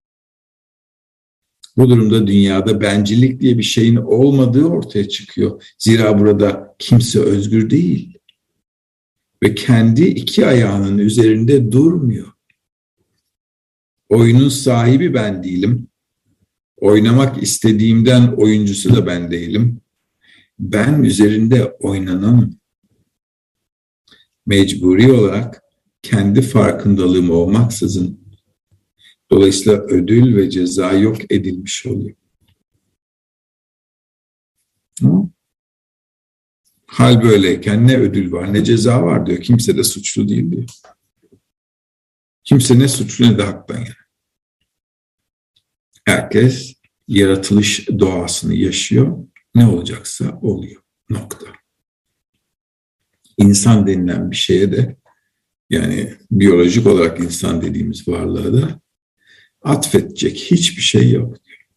Bu durumda dünyada bencillik diye bir şeyin olmadığı ortaya çıkıyor. Zira burada kimse özgür değil ve kendi iki ayağının üzerinde durmuyor. Oyunun sahibi ben değilim. Oynamak istediğimden oyuncusu da ben değilim. Ben üzerinde oynananım. Mecburi olarak kendi farkındalığım olmaksızın, dolayısıyla ödül ve ceza yok edilmiş oluyor. Hal böyleyken ne ödül var ne ceza var diyor. Kimse de suçlu değil diyor. Kimse ne suçlu ne de haktan yana. Herkes yaratılış doğasını yaşıyor. Ne olacaksa oluyor. Nokta. İnsan denilen bir şeye de, yani biyolojik olarak insan dediğimiz varlığa da atfedecek hiçbir şey yok.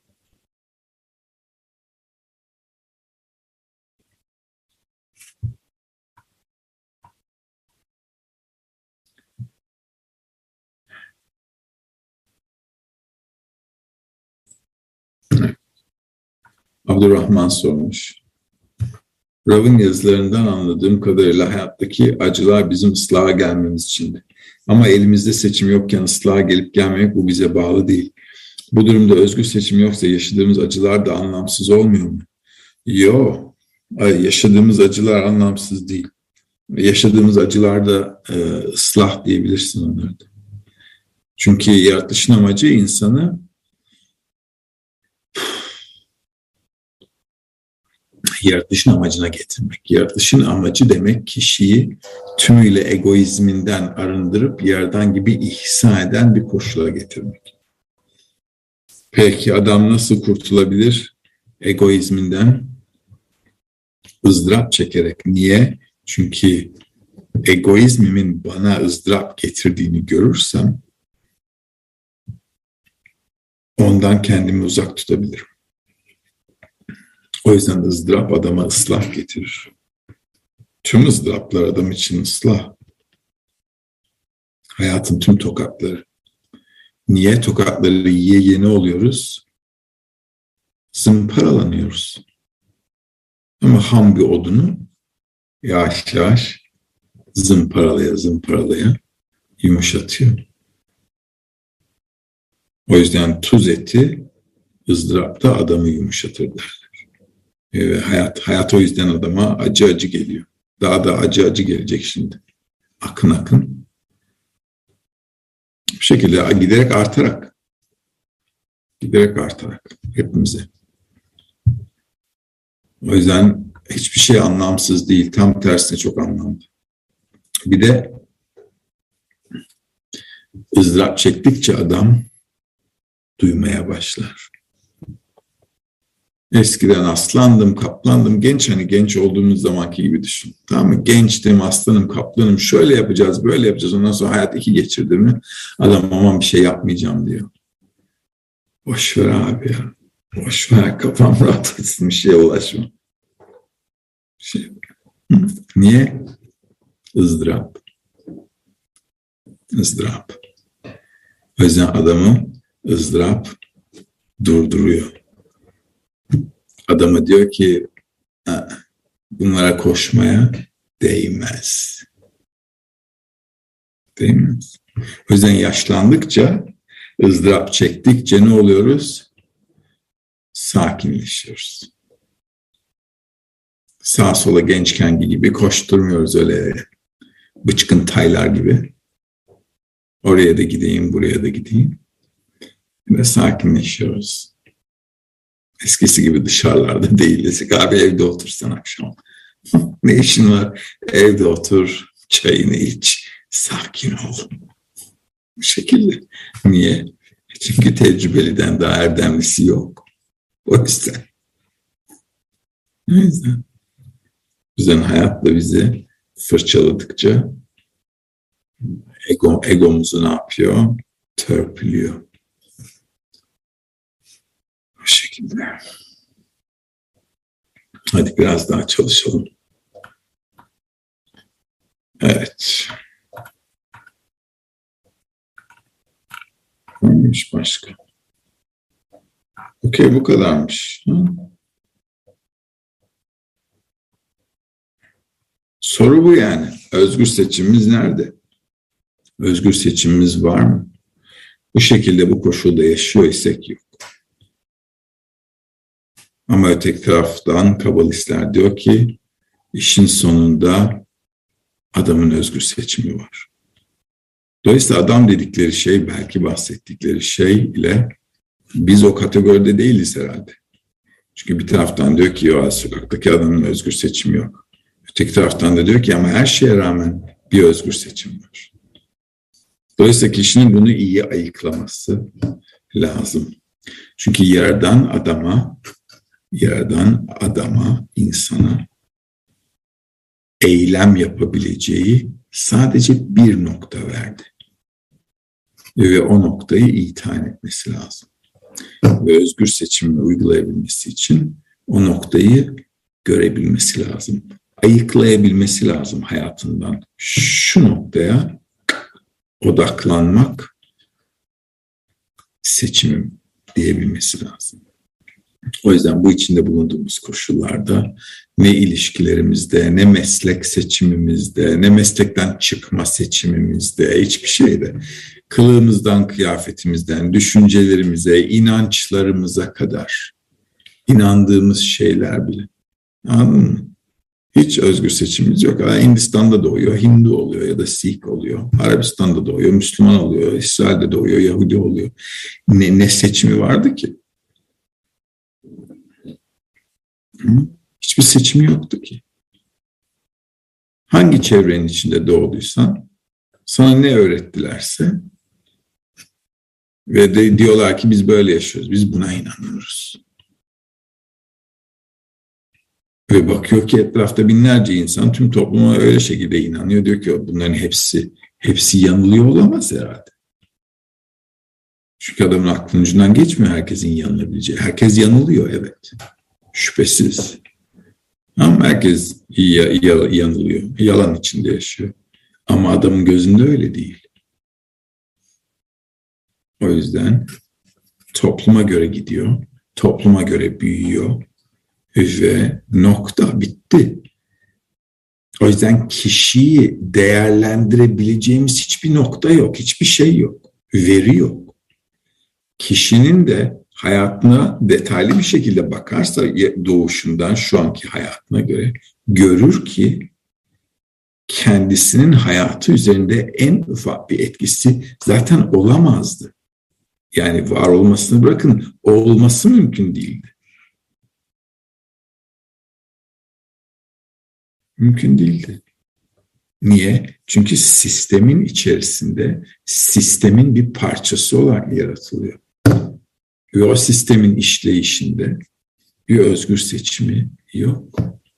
Abdurrahman sormuş. Rav'ın yazılarından anladığım kadarıyla hayattaki acılar bizim ıslaha gelmemiz içindi. Ama elimizde seçim yokken ıslaha gelip gelmemek bu bize bağlı değil. Bu durumda özgür seçim yoksa yaşadığımız acılar da anlamsız olmuyor mu? Yok. Yaşadığımız acılar anlamsız değil. Yaşadığımız acılar da ıslah diyebilirsin onları da. Çünkü yaratılışın amacı insanı yaratılışın amacına getirmek. Yaratılışın amacı demek kişiyi tümüyle egoizminden arındırıp yerden gibi ihsan eden bir koşula getirmek. Peki adam nasıl kurtulabilir egoizminden? ızdırap çekerek. Niye? Çünkü egoizmimin bana ızdırap getirdiğini görürsem ondan kendimi uzak tutabilirim. O yüzden ızdırap adama ıslah getirir. Tüm ızdıraplar adam için ıslah. Hayatın tüm tokatları. Niye tokatları yiye ne oluyoruz? Zımparalanıyoruz. Ama ham bir odunu yavaş yavaş zımparalaya yumuşatıyor. O yüzden tuz eti ızdırapta adamı yumuşatır derler. Hayat o yüzden adama acı geliyor. Daha da acı gelecek şimdi. Akın. Bu şekilde giderek artarak hepimize. O yüzden hiçbir şey anlamsız değil. Tam tersine çok anlamlı. Bir de ızdırap çektikçe adam duymaya başlar. Eskiden aslandım, kaplandım. Genç olduğumuz zamanki gibi düşün. Tamam mı? Gençtim, aslanım, kaplanım. Şöyle yapacağız, böyle yapacağız. Ondan sonra hayat iki geçirdi mi? Adam aman bir şey yapmayacağım diyor. Boş ver abi ya. Boş ver, kafam rahat etsin, bir şeye ulaşma. Niye? ızdırap. O yüzden adamı ızdırap durduruyor. Adama diyor ki bunlara koşmaya değmez. O yüzden yaşlandıkça, ızdırap çektikçe ne oluyoruz? Sakinleşiyoruz. Sağa sola gençken gibi koşturmuyoruz öyle bıçkın taylar gibi. Oraya da gideyim, buraya da gideyim. Ve sakinleşiyoruz. Eskisi gibi dışarılarda değiliz. Abi evde otursan akşam. Ne işin var? Evde otur, çayını iç, sakin ol. Bu şekilde. Niye? Çünkü tecrübeliden daha erdemlisi yok. O yüzden. O yüzden hayat da bizi fırçaladıkça egomuzu ne yapıyor? Törpülüyor. Bu şekilde. Hadi biraz daha çalışalım. Evet. Neymiş başka? Okey, bu kadarmış. Soru bu yani. Özgür seçimimiz nerede? Özgür seçimimiz var mı? Bu şekilde bu koşulda yaşıyor isek yok. Ama öteki taraftan kabalistler diyor ki işin sonunda adamın özgür seçimi var. Dolayısıyla adam dedikleri şey, belki bahsettikleri şey ile biz o kategoride değiliz herhalde. Çünkü bir taraftan diyor ki ya sokaktaki adamın özgür seçimi yok. Öteki taraftan da diyor ki ama her şeye rağmen bir özgür seçim var. Dolayısıyla kişinin bunu iyi ayıklaması lazım. Çünkü yerden adama, insana eylem yapabileceği sadece bir nokta verdi. Ve o noktayı iyi tayin etmesi lazım. Ve özgür seçimini uygulayabilmesi için o noktayı görebilmesi lazım. Ayıklayabilmesi lazım hayatından. Şu noktaya odaklanmak seçimim diyebilmesi lazım. O yüzden bu içinde bulunduğumuz koşullarda ne ilişkilerimizde, ne meslek seçimimizde, ne meslekten çıkma seçimimizde, hiçbir şeyde, kılığımızdan, kıyafetimizden, düşüncelerimize, inançlarımıza kadar, inandığımız şeyler bile. Anladın mı? Hiç özgür seçimimiz yok. Hindistan'da doğuyor, Hindu oluyor ya da Sikh oluyor. Arabistan'da doğuyor, Müslüman oluyor. İsrail'de doğuyor, Yahudi oluyor. Ne seçimi vardı ki? Hiçbir seçimi yoktu ki. Hangi çevrenin içinde doğduysan, sana ne öğrettilerse ve de diyorlar ki biz böyle yaşıyoruz, biz buna inanıyoruz. Ve bakıyor ki etrafta binlerce insan tüm topluma öyle şekilde inanıyor. Diyor ki bunların hepsi yanılıyor olamaz herhalde. Çünkü adamın aklının ucundan geçmiyor herkesin yanılabileceği. Herkes yanılıyor, evet. Şüphesiz. Ama herkes yanılıyor. Yalan içinde yaşıyor. Ama adamın gözünde öyle değil. O yüzden topluma göre gidiyor. Topluma göre büyüyor. Ve nokta bitti. O yüzden kişiyi değerlendirebileceğimiz hiçbir nokta yok. Hiçbir şey yok. Veri yok. Kişinin de hayatına detaylı bir şekilde bakarsa doğuşundan şu anki hayatına göre görür ki kendisinin hayatı üzerinde en ufak bir etkisi zaten olamazdı. Yani var olmasını bırakın, olması mümkün değildi. Mümkün değildi. Niye? Çünkü sistemin içerisinde, sistemin bir parçası olarak yaratılıyor. Ve o sistemin işleyişinde bir özgür seçimi yok.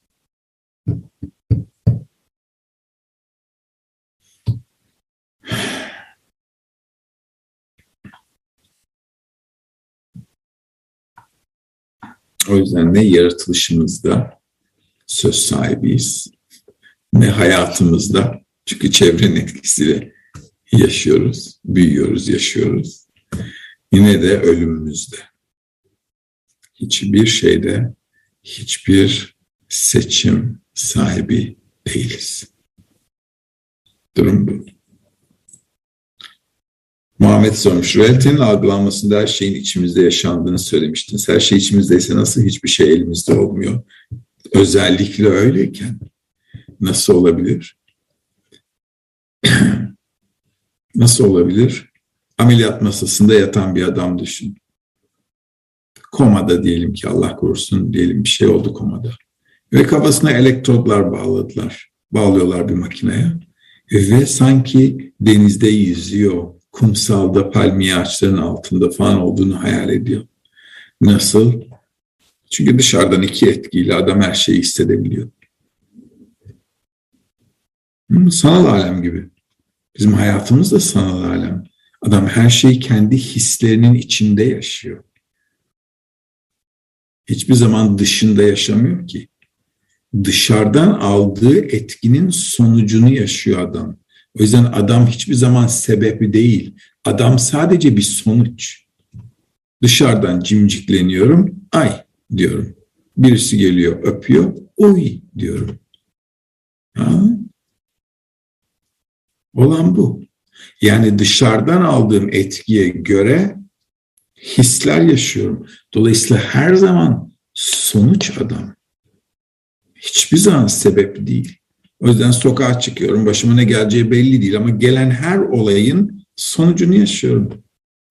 O yüzden ne yaratılışımızda söz sahibiyiz, ne hayatımızda, çünkü çevrenin etkisiyle yaşıyoruz, büyüyoruz, yaşıyoruz. Yine de ölümümüzde. Hiçbir şeyde, hiçbir seçim sahibi değiliz. Durum bu. Muhammed sormuş, realitenin algılanmasında her şeyin içimizde yaşandığını söylemiştiniz. Her şey içimizdeyse nasıl hiçbir şey elimizde olmuyor? Özellikle öyleyken nasıl olabilir? Nasıl olabilir? Ameliyat masasında yatan bir adam düşün. Komada diyelim ki, Allah korusun, diyelim bir şey oldu komada. Ve kafasına elektrodlar bağladılar. Bağlıyorlar bir makineye. Ve sanki denizde yüzüyor, kumsalda palmiye ağaçlarının altında falan olduğunu hayal ediyor. Nasıl? Çünkü dışarıdan iki etkiyle adam her şeyi hissedebiliyor. Sanal alem gibi. Bizim hayatımız da sanal alem. Adam her şeyi kendi hislerinin içinde yaşıyor. Hiçbir zaman dışında yaşamıyor ki. Dışarıdan aldığı etkinin sonucunu yaşıyor adam. O yüzden adam hiçbir zaman sebebi değil. Adam sadece bir sonuç. Dışarıdan cimcikleniyorum, ay diyorum. Birisi geliyor, öpüyor, oy diyorum. Ha? Olan bu. Yani dışarıdan aldığım etkiye göre hisler yaşıyorum. Dolayısıyla her zaman sonuç adam. Hiçbir zaman sebep değil. O yüzden sokağa çıkıyorum, başıma ne geleceği belli değil ama gelen her olayın sonucunu yaşıyorum.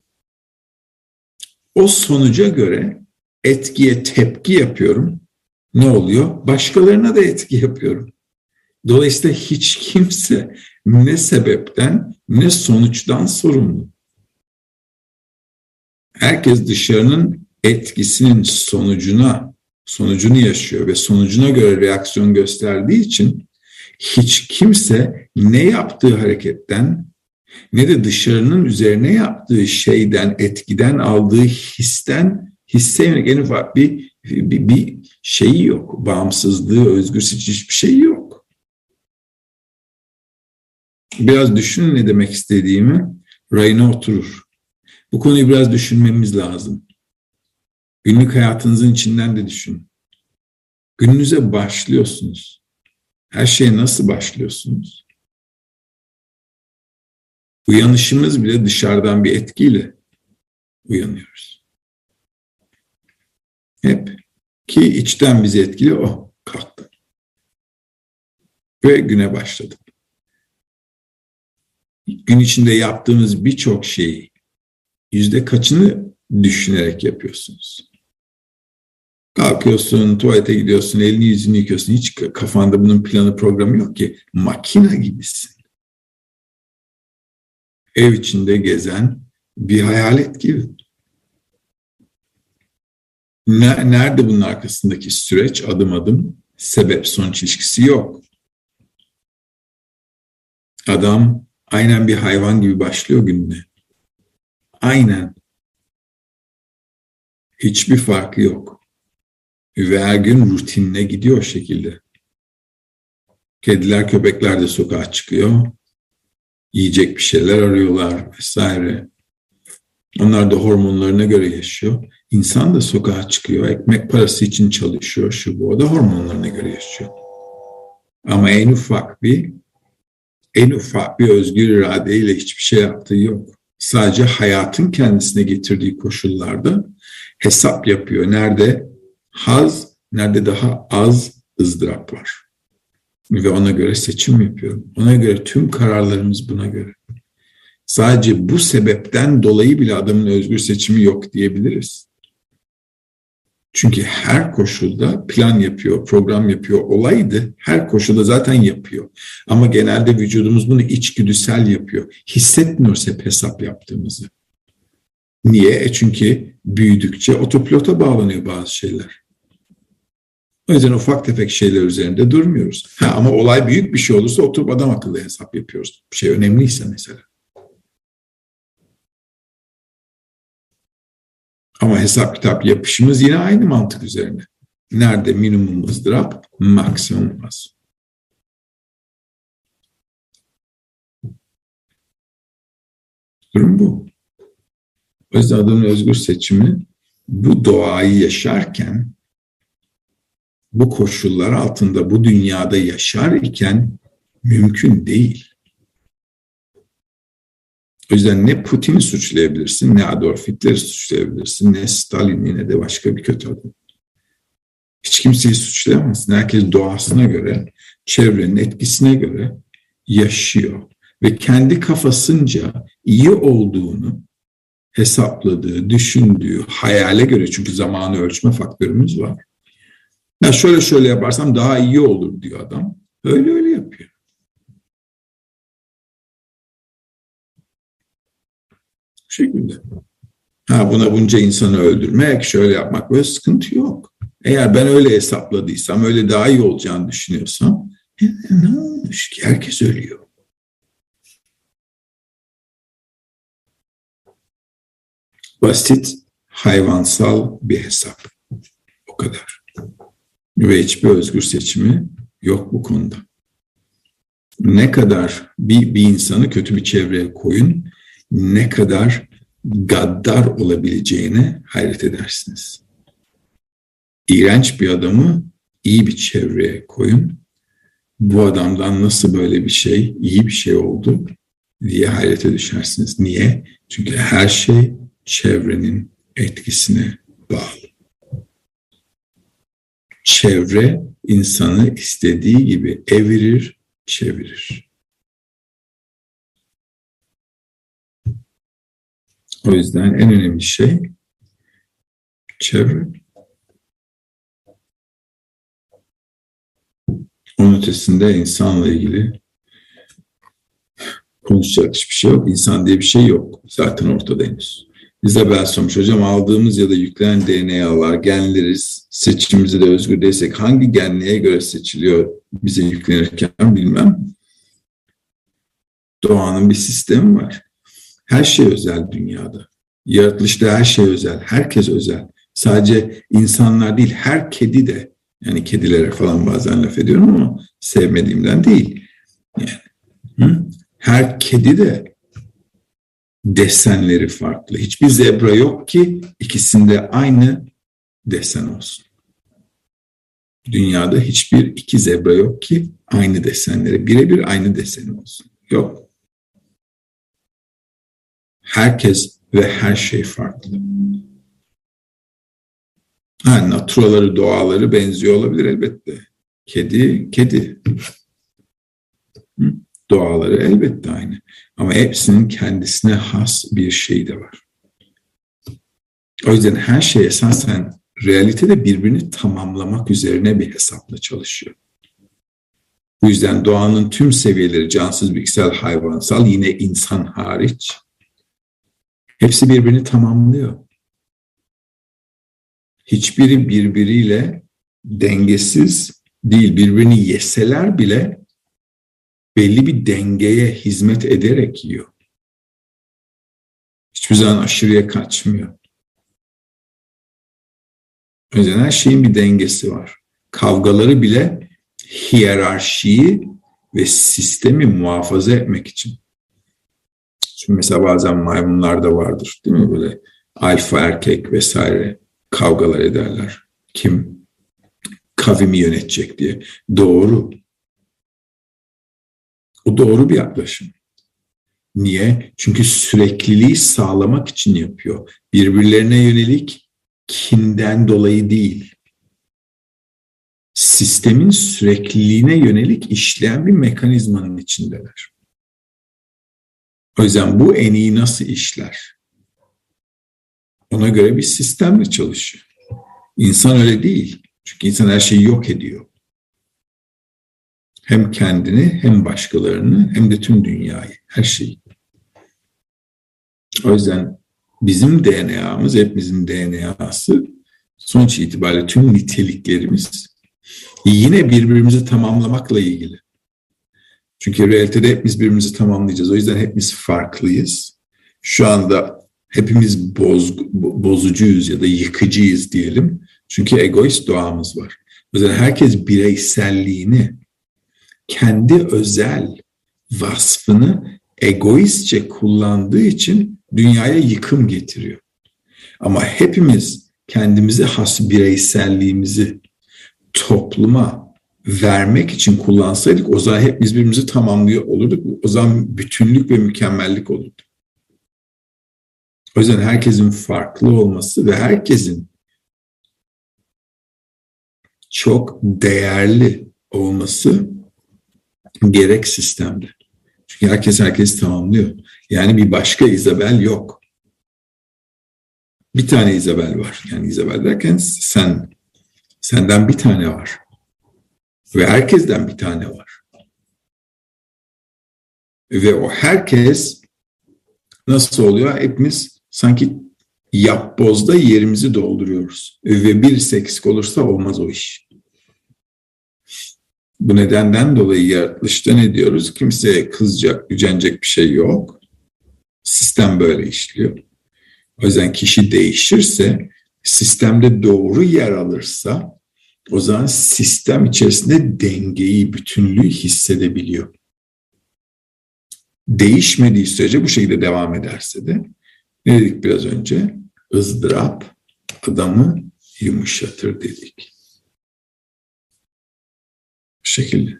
O sonuca göre etkiye tepki yapıyorum. Ne oluyor? Başkalarına da etki yapıyorum. Dolayısıyla hiç kimse ne sebepten ne sonuçtan sorumlu. Herkes dışarının etkisinin sonucunu yaşıyor ve sonucuna göre reaksiyon gösterdiği için hiç kimse ne yaptığı hareketten ne de dışarının üzerine yaptığı şeyden, etkiden aldığı hisse yönelik en ufak bir şeyi yok. Bağımsızlığı, özgür seçici hiçbir şey yok. Biraz düşünün ne demek istediğimi, rayına oturur. Bu konuyu biraz düşünmemiz lazım. Günlük hayatınızın içinden de düşünün. Gününüze başlıyorsunuz. Her şeye nasıl başlıyorsunuz? Uyanışımız bile dışarıdan bir etkiyle uyanıyoruz. Hep ki içten bizi etkili kalktım. Ve güne başladım. Gün içinde yaptığımız birçok şeyi %kaçını düşünerek yapıyorsunuz? Kalkıyorsun, tuvalete gidiyorsun, elini yüzünü yıkıyorsun. Hiç kafanda bunun planı programı yok ki. Makine gibisin. Ev içinde gezen bir hayalet gibi. Nerede bunun arkasındaki süreç, adım adım, sebep sonuç ilişkisi yok. Adam aynen bir hayvan gibi başlıyor gününe. Aynen. Hiçbir farkı yok. Ve her gün rutinine gidiyor o şekilde. Kediler, köpekler de sokağa çıkıyor. Yiyecek bir şeyler arıyorlar vesaire. Onlar da hormonlarına göre yaşıyor. İnsan da sokağa çıkıyor. Ekmek parası için çalışıyor. Şu bu. O da hormonlarına göre yaşıyor. Ama en ufak bir özgür iradeyle hiçbir şey yaptığı yok. Sadece hayatın kendisine getirdiği koşullarda hesap yapıyor. Nerede haz, nerede daha az ızdırap var. Ve ona göre seçim yapıyorum. Ona göre tüm kararlarımız buna göre. Sadece bu sebepten dolayı bile adamın özgür seçimi yok diyebiliriz. Çünkü her koşulda plan yapıyor, program yapıyor olaydı. Her koşulda zaten yapıyor. Ama genelde vücudumuz bunu içgüdüsel yapıyor. Hissetmiyoruz hep hesap yaptığımızı. Niye? Çünkü büyüdükçe otopilota bağlanıyor bazı şeyler. O yüzden ufak tefek şeyler üzerinde durmuyoruz. Ama olay büyük bir şey olursa oturup adam akıllı hesap yapıyoruz. Bir şey önemliyse mesela. Ama hesap kitap yapışımız yine aynı mantık üzerine. Nerede minimum ızdırap, maksimum haz. Durum bu. O yüzden adamın özgür seçimi bu doğayı yaşarken, bu koşullar altında, bu dünyada yaşar iken mümkün değil. O yüzden ne Putin'i suçlayabilirsin, ne Adolf Hitler'i suçlayabilirsin, ne Stalin'i ne de başka bir kötü adam. Hiç kimseyi suçlayamazsın. Herkes doğasına göre, çevrenin etkisine göre yaşıyor. Ve kendi kafasınca iyi olduğunu hesapladığı, düşündüğü, hayale göre, çünkü zamanı ölçme faktörümüz var. Ya şöyle yaparsam daha iyi olur diyor adam. Öyle yapıyor. Bu şekilde. Buna bunca insanı öldürmek, şöyle yapmak, böyle sıkıntı yok. Eğer ben öyle hesapladıysam, öyle daha iyi olacağını düşünüyorsam, ne olmuş ki? Herkes ölüyor. Basit, hayvansal bir hesap. O kadar. Ve hiçbir özgür seçimi yok bu konuda. Ne kadar bir insanı kötü bir çevreye koyun, ne kadar gaddar olabileceğine hayret edersiniz. İğrenç bir adamı iyi bir çevreye koyun, bu adamdan nasıl böyle bir şey, iyi bir şey oldu diye hayrete düşersiniz. Niye? Çünkü her şey çevrenin etkisine bağlı. Çevre insanı istediği gibi evirir, çevirir. O yüzden en önemli şey çevre. Onun ötesinde insanla ilgili Konuşacak hiçbir şey yok. İnsan diye bir şey yok. Zaten ortada henüz. İzabel sormuş, hocam aldığımız ya da yüklenen DNA'lar, genleriz, seçimimizi de özgür değilsek hangi genliğe göre seçiliyor bize yüklenirken bilmem. Doğanın bir sistemi var. Her şey özel dünyada. Yaratılışta her şey özel. Herkes özel. Sadece insanlar değil, her kedi de, yani kedilere falan bazen laf ediyorum ama sevmediğimden değil. Yani, her kedi de desenleri farklı. Hiçbir zebra yok ki ikisinde aynı desen olsun. Dünyada hiçbir iki zebra yok ki aynı desenleri, birebir aynı deseni olsun. Yok. Herkes ve her şey farklı. Naturaları, doğaları benziyor olabilir elbette. Kedi. Doğaları elbette aynı. Ama hepsinin kendisine has bir şeyi de var. O yüzden her şey esasen realitede birbirini tamamlamak üzerine bir hesapla çalışıyor. Bu yüzden doğanın tüm seviyeleri, cansız, bitkisel, hayvansal, yine insan hariç, hepsi birbirini tamamlıyor. Hiçbiri birbiriyle dengesiz değil. Birbirini yeseler bile belli bir dengeye hizmet ederek yiyor. Hiçbir zaman aşırıya kaçmıyor. O yüzden her şeyin bir dengesi var. Kavgaları bile hiyerarşiyi ve sistemi muhafaza etmek için. Şimdi mesela bazen maymunlarda vardır, değil mi? Böyle alfa erkek vesaire kavgalar ederler. Kim kavimi yönetecek diye. Doğru. O doğru bir yaklaşım. Niye? Çünkü sürekliliği sağlamak için yapıyor. Birbirlerine yönelik kinden dolayı değil. Sistemin sürekliliğine yönelik işleyen bir mekanizmanın içindeler. O yüzden bu en iyi nasıl işler? Ona göre bir sistemle çalışıyor. İnsan öyle değil. Çünkü insan her şeyi yok ediyor. Hem kendini, hem başkalarını, hem de tüm dünyayı, her şeyi. O yüzden bizim DNA'mız, hepimizin DNA'sı, sonuç itibariyle tüm niteliklerimiz yine birbirimizi tamamlamakla ilgili. Çünkü realitede hepimiz birbirimizi tamamlayacağız. O yüzden hepimiz farklıyız. Şu anda hepimiz bozucuyuz ya da yıkıcıyız diyelim. Çünkü egoist doğamız var. O yüzden herkes bireyselliğini, kendi özel vasfını egoistçe kullandığı için dünyaya yıkım getiriyor. Ama hepimiz kendimize has bireyselliğimizi topluma vermek için kullansaydık, o zaman hepimiz birbirimizi tamamlıyor olurduk. O zaman bütünlük ve mükemmellik olurdu. O yüzden herkesin farklı olması ve herkesin çok değerli olması gerek sistemde. Çünkü herkes herkesi tamamlıyor. Yani bir başka İzabel yok. Bir tane İzabel var. Yani İzabel derken senden bir tane var. Ve herkesten bir tane var. Ve o herkes nasıl oluyor? Hepimiz sanki yapbozda yerimizi dolduruyoruz. Ve birisi eksik olursa olmaz o iş. Bu nedenden dolayı yaratılışta ne diyoruz? Kimseye kızacak, gücenecek bir şey yok. Sistem böyle işliyor. O yüzden kişi değişirse, sistemde doğru yer alırsa, o zaman sistem içerisinde dengeyi, bütünlüğü hissedebiliyor. Değişmediği sürece bu şekilde devam ederse de, ne dedik biraz önce? ızdırap adamı yumuşatır dedik. Bu şekilde.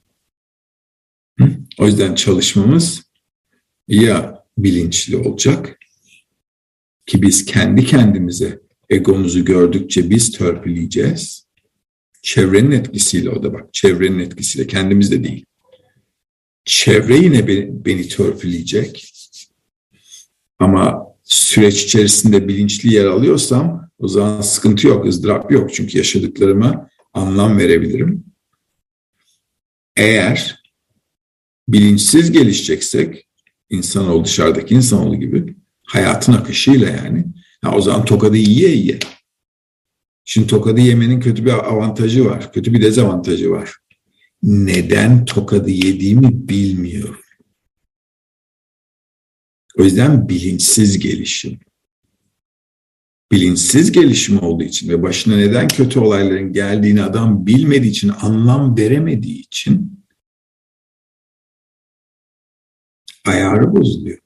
O yüzden çalışmamız ya bilinçli olacak ki biz kendi kendimize egomuzu gördükçe biz törpüleyeceğiz. Çevrenin etkisiyle, o da bak, çevrenin etkisiyle, kendimiz de değil. Çevre yine beni törpüleyecek. Ama süreç içerisinde bilinçli yer alıyorsam o zaman sıkıntı yok, ızdırap yok. Çünkü yaşadıklarıma anlam verebilirim. Eğer bilinçsiz gelişeceksek İnsanoğlu dışarıdaki insanoğlu gibi hayatın akışıyla yani. Ha, o zaman tokadı yiye. Şimdi tokadı yemenin kötü bir avantajı var. Kötü bir dezavantajı var. Neden tokadı yediğimi bilmiyorum. O yüzden bilinçsiz gelişim. Bilinçsiz gelişim olduğu için ve başına neden kötü olayların geldiğini adam bilmediği için, anlam veremediği için ayarı bozuluyor.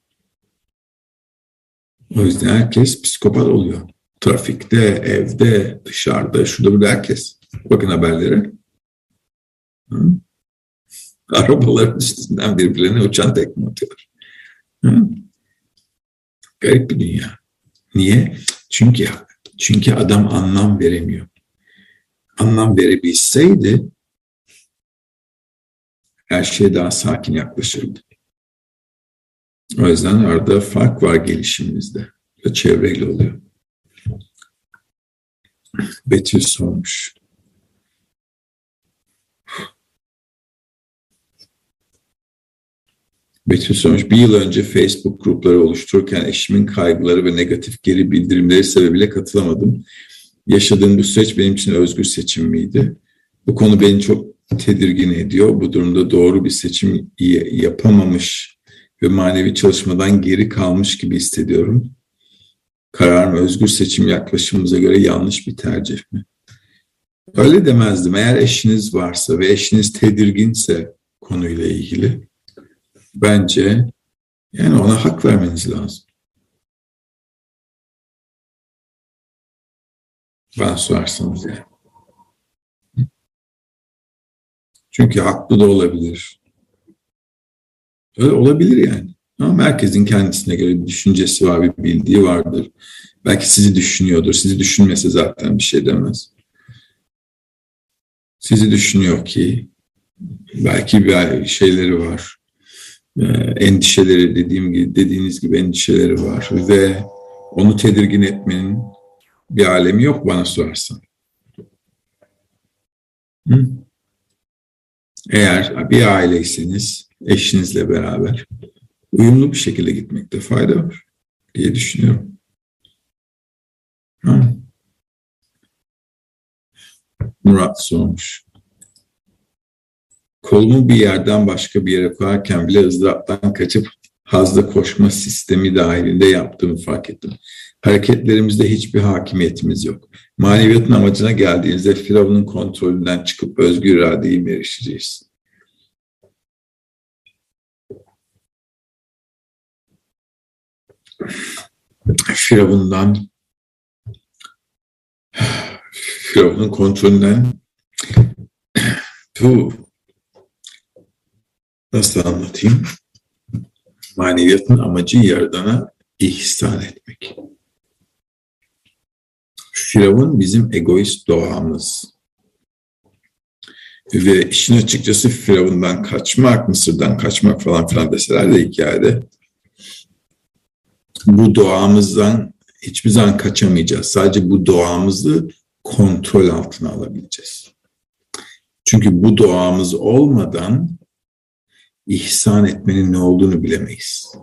O yüzden herkes psikopat oluyor. Trafikte, evde, dışarıda, şurada burada herkes. Bakın haberlere. Hı? Arabaların üstünden birbirlerine uçan tekme atıyorlar. Hı? Garip bir dünya. Niye? Çünkü adam anlam veremiyor. Anlam verebilseydi her şey daha sakin yaklaşırdı. O yüzden arada fark var gelişimimizde. Çevreyle oluyor. Betül sormuş. Betül sormuş. Bir yıl önce Facebook grupları oluştururken eşimin kaygıları ve negatif geri bildirimleri sebebiyle katılamadım. Yaşadığım bu süreç benim için özgür seçim miydi? Bu konu beni çok tedirgin ediyor. Bu durumda doğru bir seçim yapamamış ve manevi çalışmadan geri kalmış gibi hissediyorum. Kararım özgür seçim yaklaşımımıza göre yanlış bir tercih mi? Öyle demezdim. Eğer eşiniz varsa ve eşiniz tedirginse konuyla ilgili bence yani ona hak vermeniz lazım. Bana sorarsanız yani. Çünkü haklı da olabilir. Öyle olabilir yani. Ama herkesin kendisine göre bir düşüncesi var, bir bildiği vardır. Belki sizi düşünüyordur. Sizi düşünmese zaten bir şey demez. Sizi düşünüyor ki belki bir şeyleri var. Endişeleri dediğiniz gibi endişeleri var ve onu tedirgin etmenin bir alemi yok bana sorarsan. Hı? Eğer bir aileyseniz eşinizle beraber uyumlu bir şekilde gitmekte fayda var diye düşünüyorum. Hı? Murat sormuş. Kolumu bir yerden başka bir yere koyarken bile ızdıraptan kaçıp hazda koşma sistemi dahilinde yaptığımı fark ettim. Hareketlerimizde hiçbir hakimiyetimiz yok. Maneviyatın amacına geldiğinizde Firavun'un kontrolünden çıkıp özgür iradeyi mi erişeceğiz? Firavun'un kontrolünden nasıl anlatayım? Maneviyatın amacı Yaradan'a ihsan etmek. Firavun bizim egoist doğamız. Ve işin açıkçası Firavun'dan kaçmak, Mısır'dan kaçmak falan filan deseler de hikayede bu doğamızdan hiçbir zaman kaçamayacağız. Sadece bu doğamızı kontrol altına alabileceğiz. Çünkü bu doğamız olmadan ihsan etmenin ne olduğunu bilemeyiz.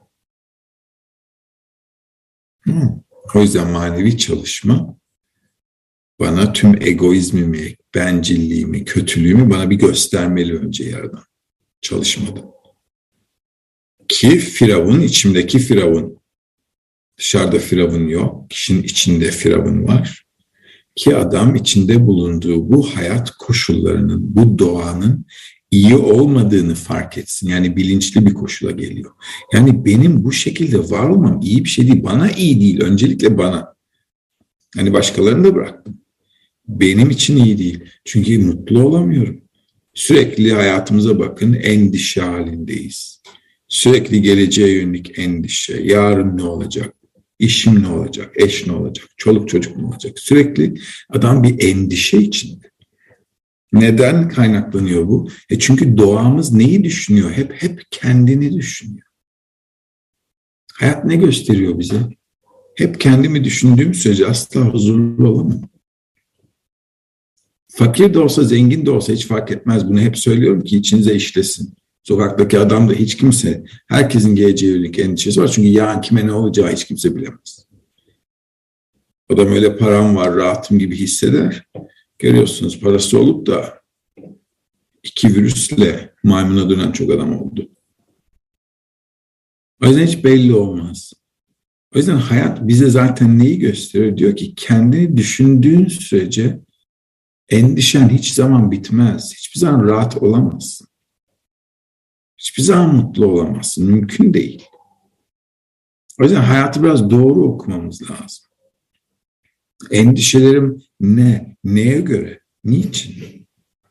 O yüzden manevi çalışma bana tüm egoizmimi, bencilliğimi, kötülüğümü bana bir göstermeli önce Yaradan. Çalışmadı. Ki Firavun, içimdeki Firavun. Dışarıda Firavun yok. Kişinin içinde Firavun var. Ki adam içinde bulunduğu bu hayat koşullarının, bu doğanın iyi olmadığını fark etsin. Yani bilinçli bir koşula geliyor. Yani benim bu şekilde var olmam iyi bir şey değil. Bana iyi değil. Öncelikle bana. Yani başkalarını da bıraktım. Benim için iyi değil. Çünkü mutlu olamıyorum. Sürekli hayatımıza bakın, endişe halindeyiz. Sürekli geleceğe yönelik endişe. Yarın ne olacak? İşim ne olacak? Eş ne olacak? Çoluk çocuk ne olacak? Sürekli adam bir endişe içinde. Neden kaynaklanıyor bu? Çünkü doğamız neyi düşünüyor? Hep kendini düşünüyor. Hayat ne gösteriyor bize? Hep kendimi düşündüğüm sürece asla huzurlu olamam. Fakir de olsa, zengin de olsa hiç fark etmez. Bunu hep söylüyorum ki içinize işlesin. Sokaktaki adam da hiç kimse, herkesin geleceğe yönelik endişesi var. Çünkü yarın kime ne olacağı hiç kimse bilemez. Adam öyle param var, rahatım gibi hisseder. Görüyorsunuz parası olup da 2 virüsle maymuna dönen çok adam oldu. O yüzden hiç belli olmaz. O yüzden hayat bize zaten neyi gösteriyor? Diyor ki kendini düşündüğün sürece endişen hiçbir zaman bitmez. Hiçbir zaman rahat olamazsın. Hiçbir zaman mutlu olamazsın. Mümkün değil. O yüzden hayatı biraz doğru okumamız lazım. Endişelerim ne? Neye göre? Niçin?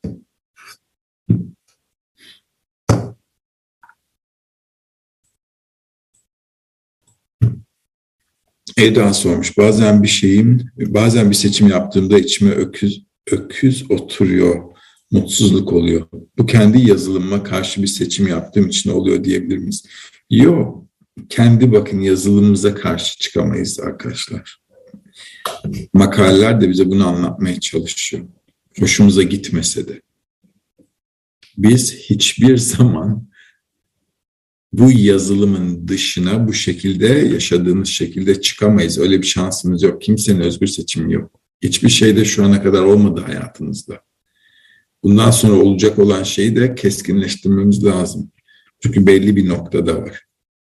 Eda sormuş. Bazen bir seçim yaptığımda içime öküz oturuyor. Mutsuzluk oluyor. Bu kendi yazılımıma karşı bir seçim yaptığım için oluyor diyebilir miyiz? Yok. Bakın yazılımımıza karşı çıkamayız arkadaşlar. Makaleler de bize bunu anlatmaya çalışıyor. Hoşumuza gitmese de. Biz hiçbir zaman bu yazılımın dışına bu şekilde yaşadığımız şekilde çıkamayız. Öyle bir şansımız yok. Kimsenin özgür seçimi yok. Hiçbir şey de şu ana kadar olmadı hayatınızda. Bundan sonra olacak olan şeyi de keskinleştirmemiz lazım. Çünkü belli bir noktada var.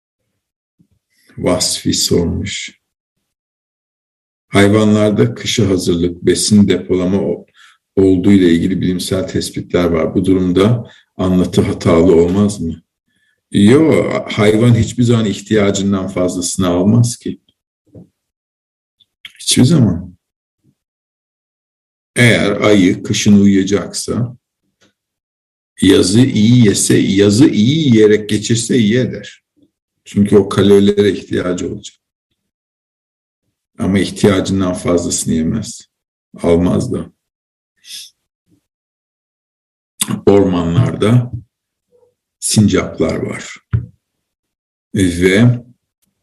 Vasfi sormuş. Hayvanlarda kışa hazırlık, besin depolama olduğu ile ilgili bilimsel tespitler var. Bu durumda anlatı hatalı olmaz mı? Yok, hayvan hiçbir zaman ihtiyacından fazlasını almaz ki. Hiçbir zaman. Eğer ayı kışın uyuyacaksa, yazı iyi yiyerek geçirse iyi eder. Çünkü o kalorilere ihtiyacı olacak. Ama ihtiyacından fazlasını yemez. Almaz da. Ormanlarda sincaplar var. Ve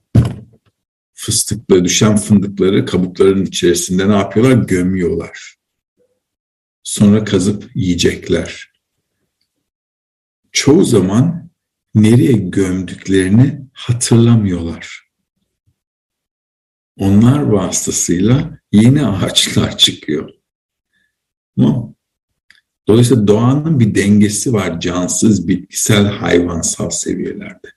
düşen fındıkları kabukların içerisinde ne yapıyorlar? Gömüyorlar. Sonra kazıp yiyecekler. Çoğu zaman nereye gömdüklerini hatırlamıyorlar. Onlar vasıtasıyla yeni ağaçlar çıkıyor. Tamam. Dolayısıyla doğanın bir dengesi var cansız, bitkisel, hayvansal seviyelerde.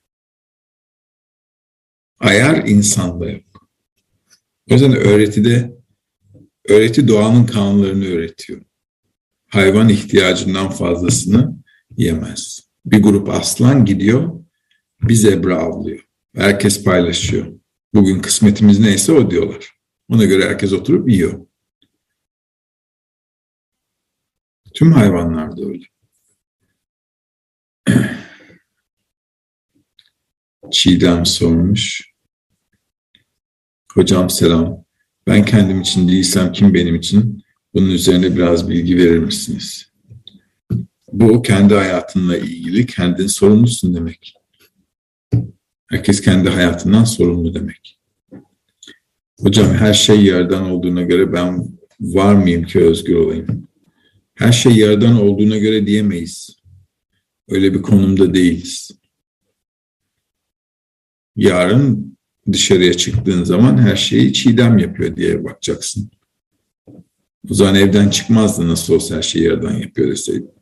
Ayar insanda yok. O yüzden öğreti doğanın kanunlarını öğretiyor. Hayvan ihtiyacından fazlasını yemez. Bir grup aslan gidiyor, bir zebra avlıyor. Herkes paylaşıyor. Bugün kısmetimiz neyse o diyorlar. Ona göre herkes oturup yiyor. Tüm hayvanlar da öyle. Çiğdem sormuş. Hocam selam. Ben kendim için değilsem kim benim için? Bunun üzerine biraz bilgi verir misiniz? Bu kendi hayatınla ilgili, kendin sorumlusun demek. Herkes kendi hayatından sorumlu demek. Hocam her şey yerden olduğuna göre ben var mıyım ki özgür olayım? Her şey yerden olduğuna göre diyemeyiz. Öyle bir konumda değiliz. Yarın dışarıya çıktığın zaman her şeyi Çiğdem yapıyor diye bakacaksın. O zaman evden çıkmazdın nasıl olsa her şeyi yerden yapıyor deseydin.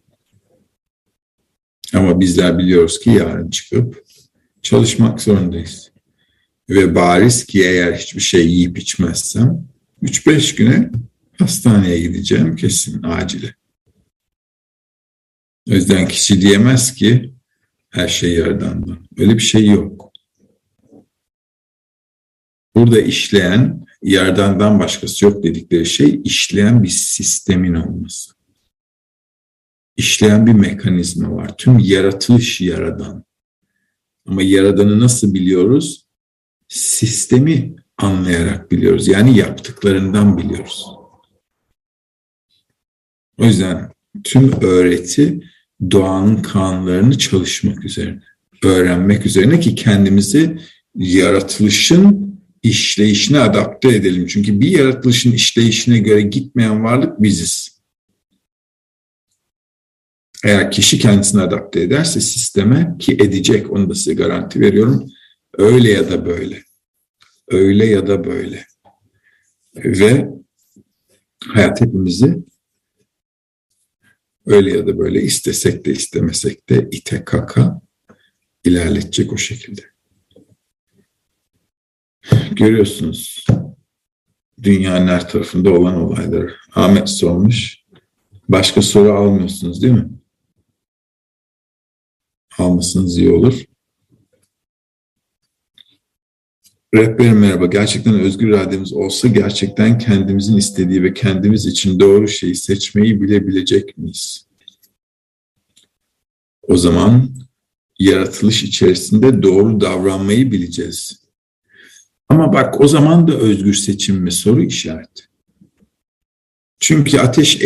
Ama bizler biliyoruz ki yarın çıkıp çalışmak zorundayız. Ve bariz ki eğer hiçbir şey yiyip içmezsem 3-5 güne hastaneye gideceğim kesin acile. O yüzden kişi diyemez ki her şey yerden. Öyle bir şey yok. Burada işleyen yerdandan başkası yok dedikleri şey işleyen bir sistemin olması. İşleyen bir mekanizma var. Tüm yaratılış yaradan. Ama yaradanı nasıl biliyoruz? Sistemi anlayarak biliyoruz. Yani yaptıklarından biliyoruz. O yüzden tüm öğreti doğanın kanunlarını çalışmak üzerine, öğrenmek üzerine ki kendimizi yaratılışın işleyişine adapte edelim. Çünkü bir yaratılışın işleyişine göre gitmeyen varlık biziz. Eğer kişi kendisini adapte ederse sisteme, ki edecek, onu da size garanti veriyorum, öyle ya da böyle, öyle ya da böyle ve hayat hepimizi öyle ya da böyle, istesek de istemesek de ite kaka ilerletecek o şekilde. Görüyorsunuz dünyanın her tarafında olan olayları. Ahmet sormuş. Başka soru almıyorsunuz değil mi? Almasanız iyi olur. Rehberim merhaba. Gerçekten özgür irademiz olsa gerçekten kendimizin istediği ve kendimiz için doğru şeyi seçmeyi bilebilecek miyiz? O zaman yaratılış içerisinde doğru davranmayı bileceğiz. Ama bak, o zaman da özgür seçim mi? Soru işareti. Çünkü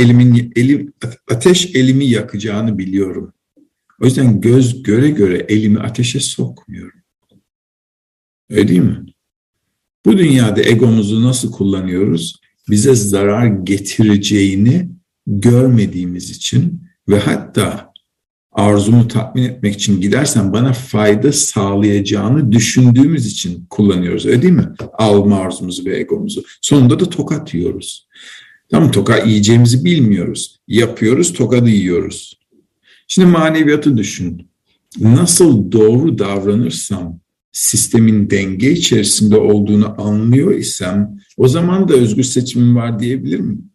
ateş elimi yakacağını biliyorum. O yüzden göz göre göre elimi ateşe sokmuyorum. Öyle değil mi? Bu dünyada egomuzu nasıl kullanıyoruz? Bize zarar getireceğini görmediğimiz için ve hatta arzumu tatmin etmek için gidersen bana fayda sağlayacağını düşündüğümüz için kullanıyoruz. Öyle değil mi? Alma arzumuzu ve egomuzu. Sonunda da tokat yiyoruz. Tamam, tokat yiyeceğimizi bilmiyoruz. Yapıyoruz, tokadı yiyoruz. Şimdi maneviyatı düşün. Nasıl doğru davranırsam sistemin denge içerisinde olduğunu anlıyor isem o zaman da özgür seçimim var diyebilir miyim?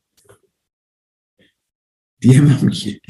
Diyemem ki.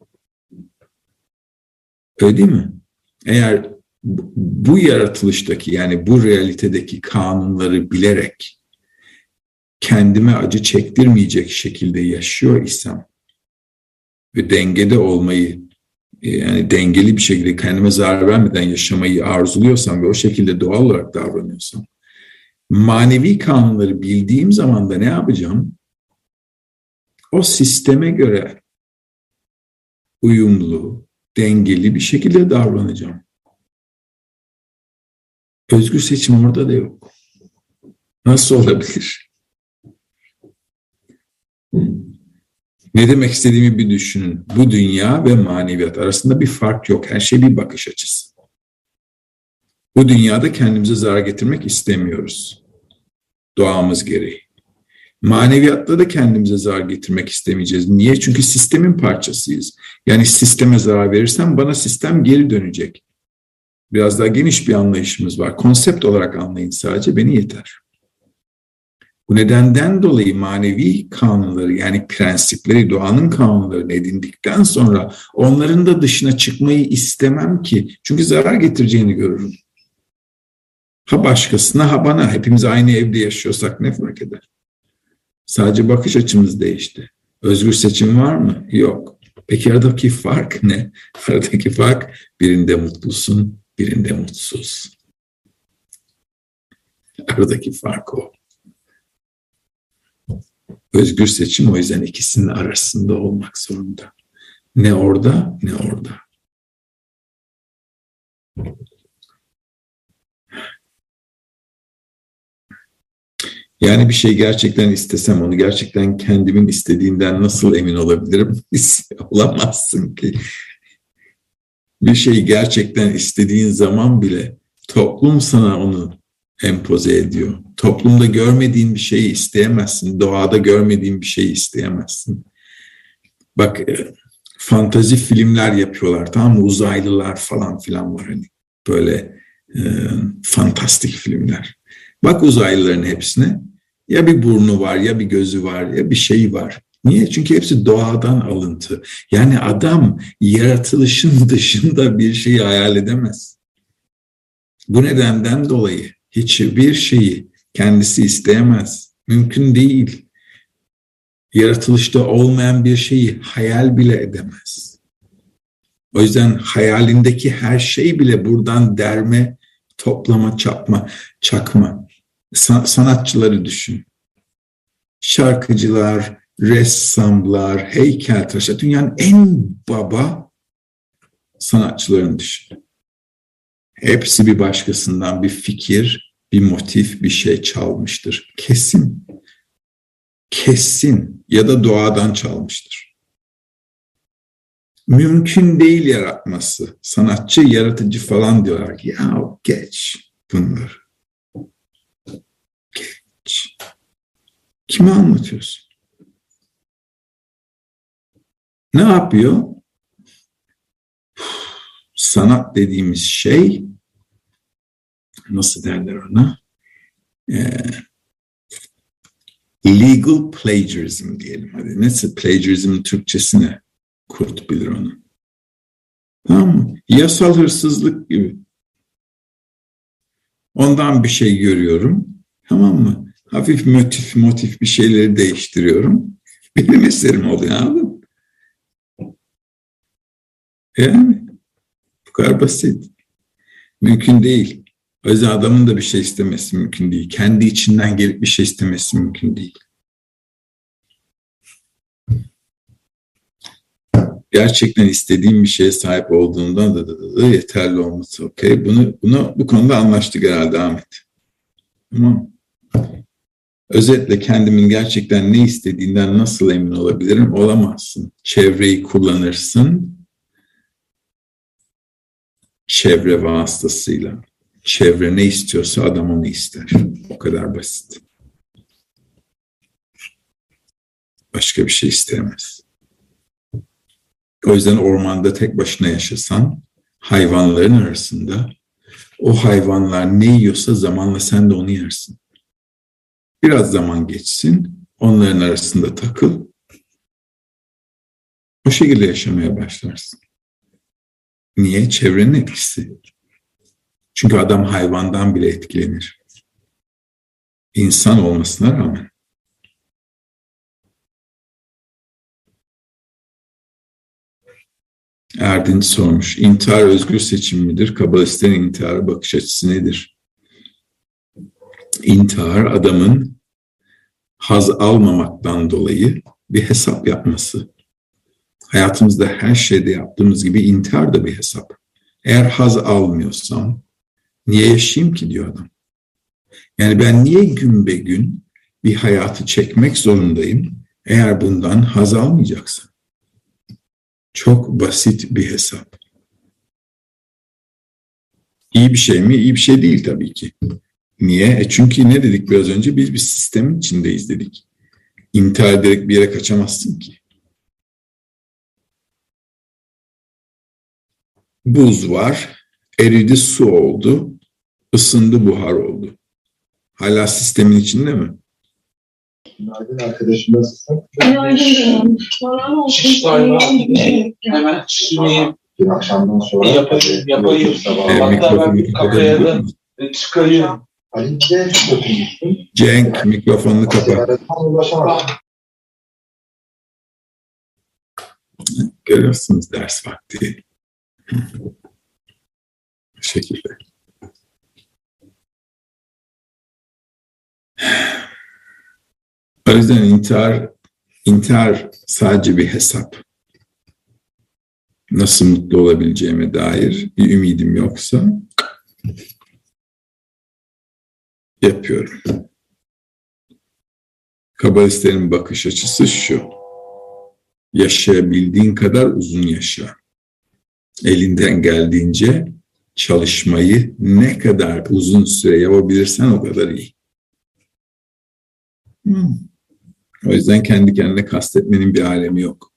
Öyle değil mi? Eğer bu yaratılıştaki, yani bu realitedeki kanunları bilerek kendime acı çektirmeyecek şekilde yaşıyor isem ve dengede olmayı, yani dengeli bir şekilde kendime zarar vermeden yaşamayı arzuluyorsam ve o şekilde doğal olarak davranıyorsam, manevi kanunları bildiğim zaman da ne yapacağım? O sisteme göre uyumlu, dengeli bir şekilde davranacağım. Özgür seçim orada da yok. Nasıl olabilir? Ne demek istediğimi bir düşünün. Bu dünya ve maneviyat arasında bir fark yok. Her şey bir bakış açısı. Bu dünyada kendimize zarar getirmek istemiyoruz. Doğamız gereği. Maneviyatta da kendimize zarar getirmek istemeyeceğiz. Niye? Çünkü sistemin parçasıyız. Yani sisteme zarar verirsem bana sistem geri dönecek. Biraz daha geniş bir anlayışımız var. Konsept olarak anlayın sadece, beni yeter. Bu nedenden dolayı manevi kanunları, yani prensipleri, doğanın kanunlarını edindikten sonra onların da dışına çıkmayı istemem ki. Çünkü zarar getireceğini görürüm. Ha başkasına ha bana. Hepimiz aynı evde yaşıyorsak ne fark eder? Sadece bakış açımız değişti. Özgür seçim var mı? Yok. Peki aradaki fark ne? Aradaki fark, birinde mutlusun, birinde mutsuz. Aradaki fark o. Özgür seçim o yüzden ikisinin arasında olmak zorunda. Ne orada ne orada. Yani bir şey gerçekten istesem onu gerçekten kendimin istediğinden nasıl emin olabilirim? Olamazsın ki. Bir şeyi gerçekten istediğin zaman bile toplum sana onu empoze ediyor. Toplumda görmediğin bir şeyi isteyemezsin. Doğada görmediğin bir şeyi isteyemezsin. Bak, fantazi filmler yapıyorlar, tamam mı? Uzaylılar falan filan var hani. Böyle fantastik filmler. Bak uzaylıların hepsine. Ya bir burnu var, ya bir gözü var, ya bir şeyi var. Niye? Çünkü hepsi doğadan alıntı. Yani adam yaratılışın dışında bir şeyi hayal edemez. Bu nedenden dolayı hiçbir şeyi kendisi isteyemez. Mümkün değil. Yaratılışta olmayan bir şeyi hayal bile edemez. O yüzden hayalindeki her şey bile buradan derme, toplama, çakma. Sanatçıları düşün. Şarkıcılar, ressamlar, heykeltıraşlar, dünyanın en baba sanatçılarını düşün. Hepsi bir başkasından bir fikir, bir motif, bir şey çalmıştır. Kesin. Kesin. Ya da doğadan çalmıştır. mümkün değil yaratması. Sanatçı, yaratıcı falan diyorlar ki ya geç bunları. Geç. Kime anlatıyorsun? Ne yapıyor? Sanat dediğimiz şey, nasıl derler ona? Legal plagiarism diyelim. Hadi. Nasıl plagiarism'in Türkçesi ne? Kurt bilir onu. Tamam mı? Yasal hırsızlık gibi. Ondan bir şey görüyorum. Tamam mı? Hafif motif bir şeyleri değiştiriyorum. Benim eserim oluyor, anladın mı? Yani bu kadar basit. Mümkün değil. O yüzden adamın da bir şey istemesi mümkün değil. Kendi içinden gelip bir şey istemesi mümkün değil. Gerçekten istediğim bir şeye sahip olduğundan da yeterli olması okey. Bu konuda anlaştık herhalde Ahmet. Tamam. Özetle kendimin gerçekten ne istediğinden nasıl emin olabilirim? Olamazsın. Çevreyi kullanırsın. Çevre vasıtasıyla. Çevre ne istiyorsa adam onu ister. O kadar basit. Başka bir şey isteyemez. O yüzden ormanda tek başına yaşasan, hayvanların arasında o hayvanlar ne yiyorsa zamanla sen de onu yersin. Biraz zaman geçsin, onların arasında takıl. O şekilde yaşamaya başlarsın. Niye? Çevrenin etkisi. Çünkü adam hayvandan bile etkilenir. İnsan olmasına rağmen. Erdinç sormuş. İntihar özgür seçim midir? Kabalistlerin intihara bakış açısı nedir? İntihar adamın haz almamaktan dolayı bir hesap yapması. Hayatımızda her şeyde yaptığımız gibi intihar da bir hesap. Eğer haz almıyorsam niye yaşayayım ki diyor adam. Yani ben niye gün be gün bir hayatı çekmek zorundayım eğer bundan haz almayacaksam? Çok basit bir hesap. İyi bir şey mi? İyi bir şey değil tabii ki. Niye? Çünkü ne dedik biraz önce? Biz bir sistemin içindeyiz dedik. İntihar ederek bir yere kaçamazsın ki. Buz var, eridi su oldu, ısındı buhar oldu. Hala sistemin içinde mi? Günaydın arkadaşım, nasılsın? Günaydın. Hemen çizmeyi bir akşamdan sonra yapayım. Hatta ben kafaya da çıkarıyorum. Ali Cenk götürmüştüm. Cenk mikrofonunu kapat. Ulaşamadım. Görüyorsunuz ders vakti. Bu şekilde. O yüzden intihar sadece bir hesap. Nasıl mutlu olabileceğime dair bir ümidim yoksa yapıyorum. Kabalistlerin bakış açısı şu. Yaşayabildiğin kadar uzun yaşa. Elinden geldiğince çalışmayı ne kadar uzun süre yapabilirsen o kadar iyi. O yüzden kendi kendine kastetmenin bir alemi yok.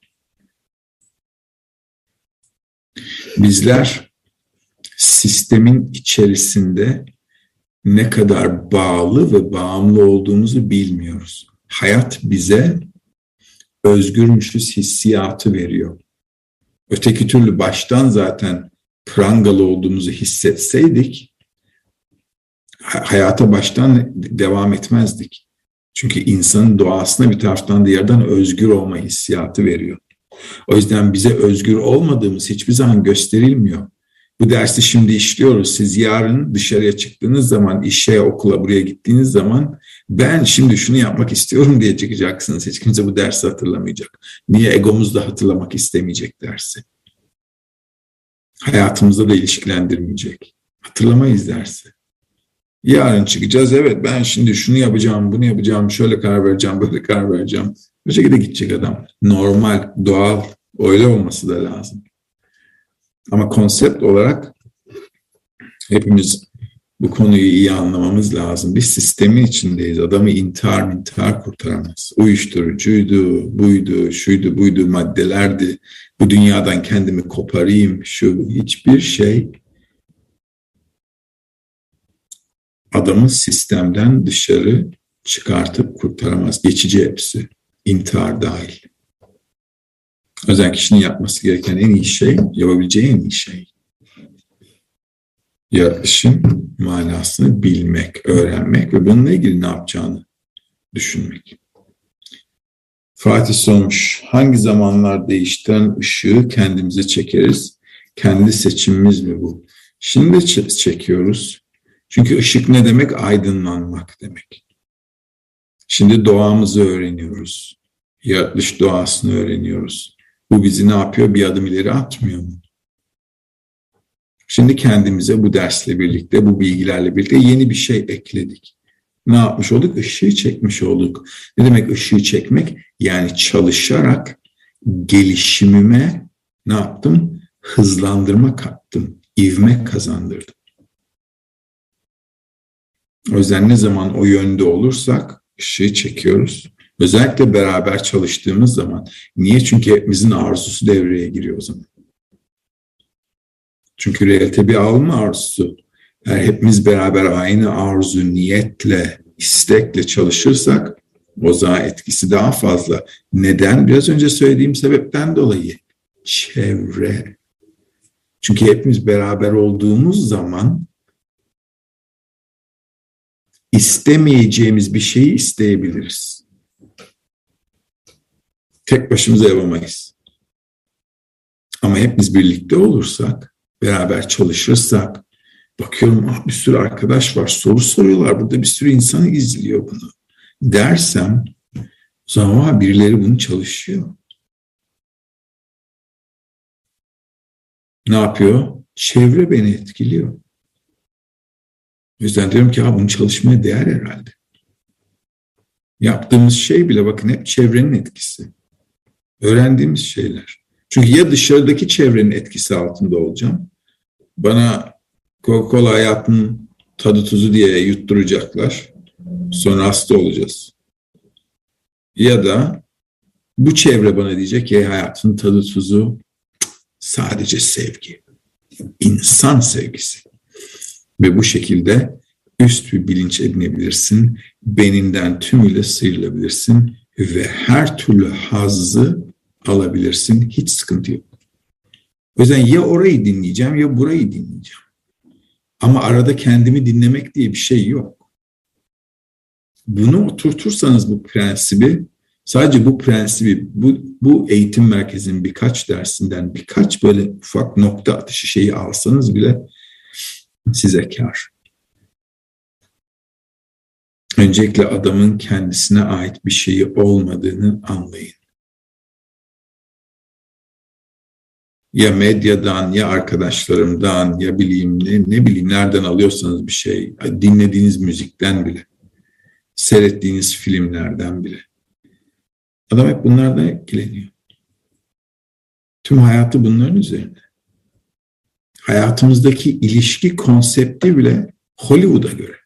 Bizler sistemin içerisinde ne kadar bağlı ve bağımlı olduğumuzu bilmiyoruz. Hayat bize özgürmüşüz hissiyatı veriyor. Öteki türlü baştan zaten prangalı olduğumuzu hissetseydik hayata baştan devam etmezdik. Çünkü insanın doğasına bir taraftan diğerden özgür olma hissiyatı veriyor. O yüzden bize özgür olmadığımız hiçbir zaman gösterilmiyor. Bu dersi şimdi işliyoruz. Siz yarın dışarıya çıktığınız zaman, işe, okula, buraya gittiğiniz zaman ben şimdi şunu yapmak istiyorum diye çıkacaksınız. Hiç kimse bu dersi hatırlamayacak. Niye? Egomuz da hatırlamak istemeyecek dersi. Hayatımızda da ilişkilendirmeyecek. Hatırlamayız dersi. Yarın çıkacağız. Evet ben şimdi şunu yapacağım, bunu yapacağım, şöyle karar vereceğim, böyle karar vereceğim. Bu şekilde gidecek adam. Normal, doğal, öyle olması da lazım. Ama konsept olarak hepimiz bu konuyu iyi anlamamız lazım. Bir sistemin içindeyiz. Adamı intihar kurtaramaz. Uyuşturucuydu, buydu, şuydu, buydu, maddelerdi. Bu dünyadan kendimi koparayım. Hiçbir şey adamı sistemden dışarı çıkartıp kurtaramaz. Geçici hepsi. İntihar dahil. O yüzden kişinin yapması gereken en iyi şey, yapabileceği en iyi şey. Yaratılışın manasını bilmek, öğrenmek ve bununla ilgili ne yapacağını düşünmek. Fatih sormuş, hangi zamanlar değiştiren ışığı kendimize çekeriz? Kendi seçimimiz mi bu? Şimdi çekiyoruz. Çünkü ışık ne demek? Aydınlanmak demek. Şimdi doğamızı öğreniyoruz. Yaratılış doğasını öğreniyoruz. Bu bizi ne yapıyor? Bir adım ileri atmıyor mu? Şimdi kendimize bu dersle birlikte, bu bilgilerle birlikte yeni bir şey ekledik. Ne yapmış olduk? Işığı çekmiş olduk. Ne demek ışığı çekmek? Yani çalışarak gelişimime ne yaptım? Hızlandırma kattım, ivme kazandırdım. O yüzden ne zaman o yönde olursak ışığı çekiyoruz. Özellikle beraber çalıştığımız zaman. Niye? Çünkü hepimizin arzusu devreye giriyor o zaman. Çünkü realite bir alma arzusu. Eğer hepimiz beraber aynı arzu, niyetle, istekle çalışırsak o zaman etkisi daha fazla. Neden? Biraz önce söylediğim sebepten dolayı. Çevre. Çünkü hepimiz beraber olduğumuz zaman istemeyeceğimiz bir şeyi isteyebiliriz. Tek başımıza yapamayız. Ama hepimiz birlikte olursak, beraber çalışırsak, bakıyorum bir sürü arkadaş var, soru soruyorlar, burada bir sürü insan izliyor bunu dersem, o zaman birileri bunu çalışıyor. Ne yapıyor? Çevre beni etkiliyor. O yüzden diyorum ki bunu çalışmaya değer herhalde. Yaptığımız şey bile bakın hep çevrenin etkisi. Öğrendiğimiz şeyler. Çünkü ya dışarıdaki çevrenin etkisi altında olacağım. Bana Coca-Cola hayatının tadı tuzu diye yutturacaklar. Sonra hasta olacağız. Ya da bu çevre bana diyecek ki hayatın tadı tuzu sadece sevgi. İnsan sevgisi. Ve bu şekilde üst bir bilinç edinebilirsin. Beninden tümüyle sıyrılabilirsin. Ve her türlü hazzı alabilirsin. Hiç sıkıntı yok. O yüzden ya orayı dinleyeceğim ya burayı dinleyeceğim. Ama arada kendimi dinlemek diye bir şey yok. Bunu oturtursanız bu prensibi, sadece bu prensibi, bu eğitim merkezinin birkaç dersinden birkaç böyle ufak nokta atışı şeyi alsanız bile size kâr. Öncelikle adamın kendisine ait bir şeyi olmadığını anlayın. Ya medyadan, ya arkadaşlarımdan, ya ne bileyim nereden alıyorsanız bir şey, dinlediğiniz müzikten bile, seyrettiğiniz filmlerden bile. Adam hep bunlardan etkileniyor. Tüm hayatı bunların üzerine. Hayatımızdaki ilişki konsepti bile Hollywood'a göre.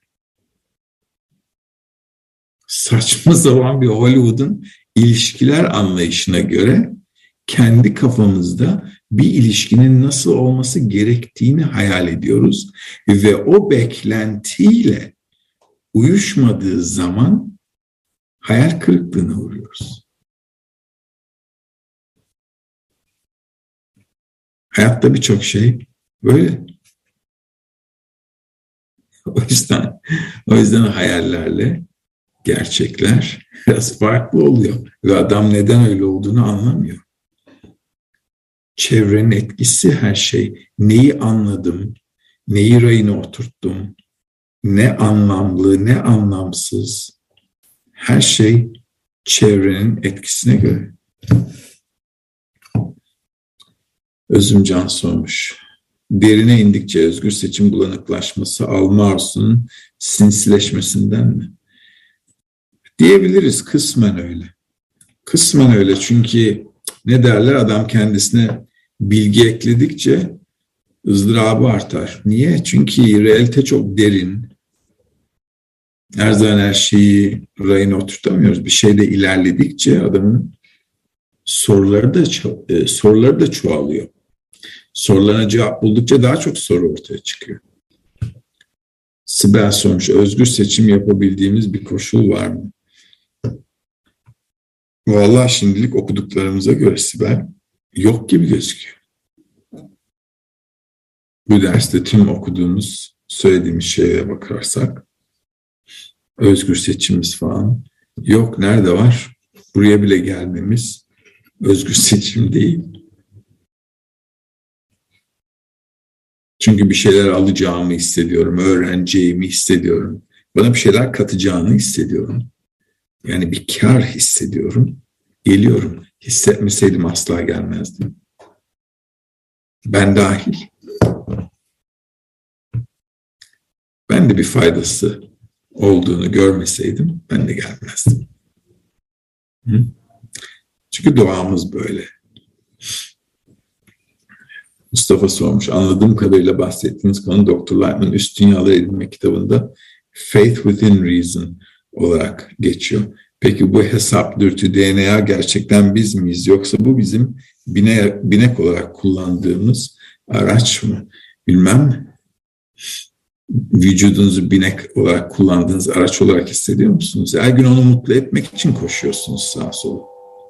Saçma sapan bir Hollywood'un ilişkiler anlayışına göre kendi kafamızda bir ilişkinin nasıl olması gerektiğini hayal ediyoruz ve o beklentiyle uyuşmadığı zaman hayal kırıklığına uğruyoruz. Hayatta birçok şey böyle. O yüzden hayallerle gerçekler biraz farklı oluyor ve adam neden öyle olduğunu anlamıyor. Çevrenin etkisi her şey. Neyi anladım, neyi rayına oturttum, ne anlamlı, ne anlamsız. Her şey çevrenin etkisine göre. Özümcan sormuş. Derine indikçe özgür seçim bulanıklaşması alma arzusunun sinsileşmesinden mi? Diyebiliriz, kısmen öyle. Kısmen öyle çünkü ne derler, adam kendisine bilgi ekledikçe ızdırabı artar. Niye? Çünkü realite çok derin. Her zaman her şeyi rayına oturtamıyoruz. Bir şeyde ilerledikçe adamın soruları da çoğalıyor. Sorularına cevap buldukça daha çok soru ortaya çıkıyor. Sibel sormuş, özgür seçim yapabildiğimiz bir koşul var mı? Vallahi şimdilik okuduklarımıza göre Sibel yok gibi gözüküyor. Bu derste tüm okuduğumuz, söylediğimiz şeye bakarsak özgür seçimimiz falan yok. Nerede var? Buraya bile gelmemiz özgür seçim değil. Çünkü bir şeyler alacağımı hissediyorum, öğreneceğimi hissediyorum. Bana bir şeyler katacağını hissediyorum. Yani bir kar hissediyorum. Geliyorum. Hissetmeseydim asla gelmezdim. Ben dahil. Ben de bir faydası olduğunu görmeseydim ben de gelmezdim. Hı? Çünkü doğamız böyle. Mustafa sormuş. Anladığım kadarıyla bahsettiğiniz konu Dr. Lightman'ın Üst Dünyaları Edinme kitabında Faith Within Reason olarak geçiyor. Peki bu hesap, dürtü, DNA gerçekten biz miyiz? Yoksa bu bizim binek olarak kullandığımız araç mı? Bilmem. Vücudunuzu binek olarak kullandığınız araç olarak hissediyor musunuz? Her gün onu mutlu etmek için koşuyorsunuz sağa sola.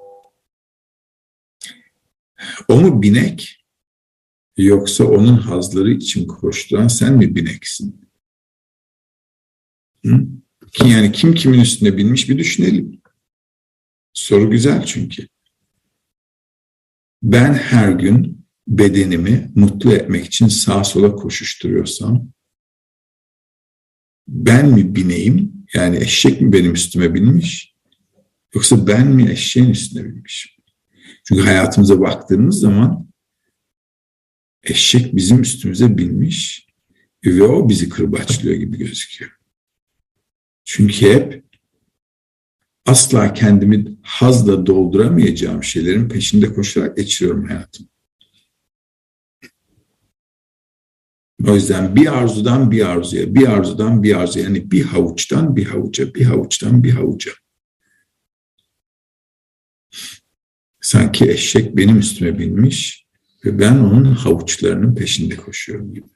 O mu binek? Yoksa onun hazları için koşturan sen mi bineksin? Hı? Yani kim kimin üstüne binmiş bir düşünelim. Soru güzel çünkü. Ben her gün bedenimi mutlu etmek için sağa sola koşuşturuyorsam ben mi bineyim? Yani eşek mi benim üstüme binmiş? Yoksa ben mi eşeğin üstüne binmişim? Çünkü hayatımıza baktığımız zaman eşek bizim üstümüze binmiş ve o bizi kırbaçlıyor gibi gözüküyor. Çünkü hep asla kendimi hazla dolduramayacağım şeylerin peşinde koşarak geçiriyorum hayatımı. O yüzden bir arzudan bir arzuya, bir arzudan bir arzuya, yani bir havuçtan bir havuca, bir havuçtan bir havuca. Sanki eşek benim üstüme binmiş ve ben onun havuçlarının peşinde koşuyorum gibi.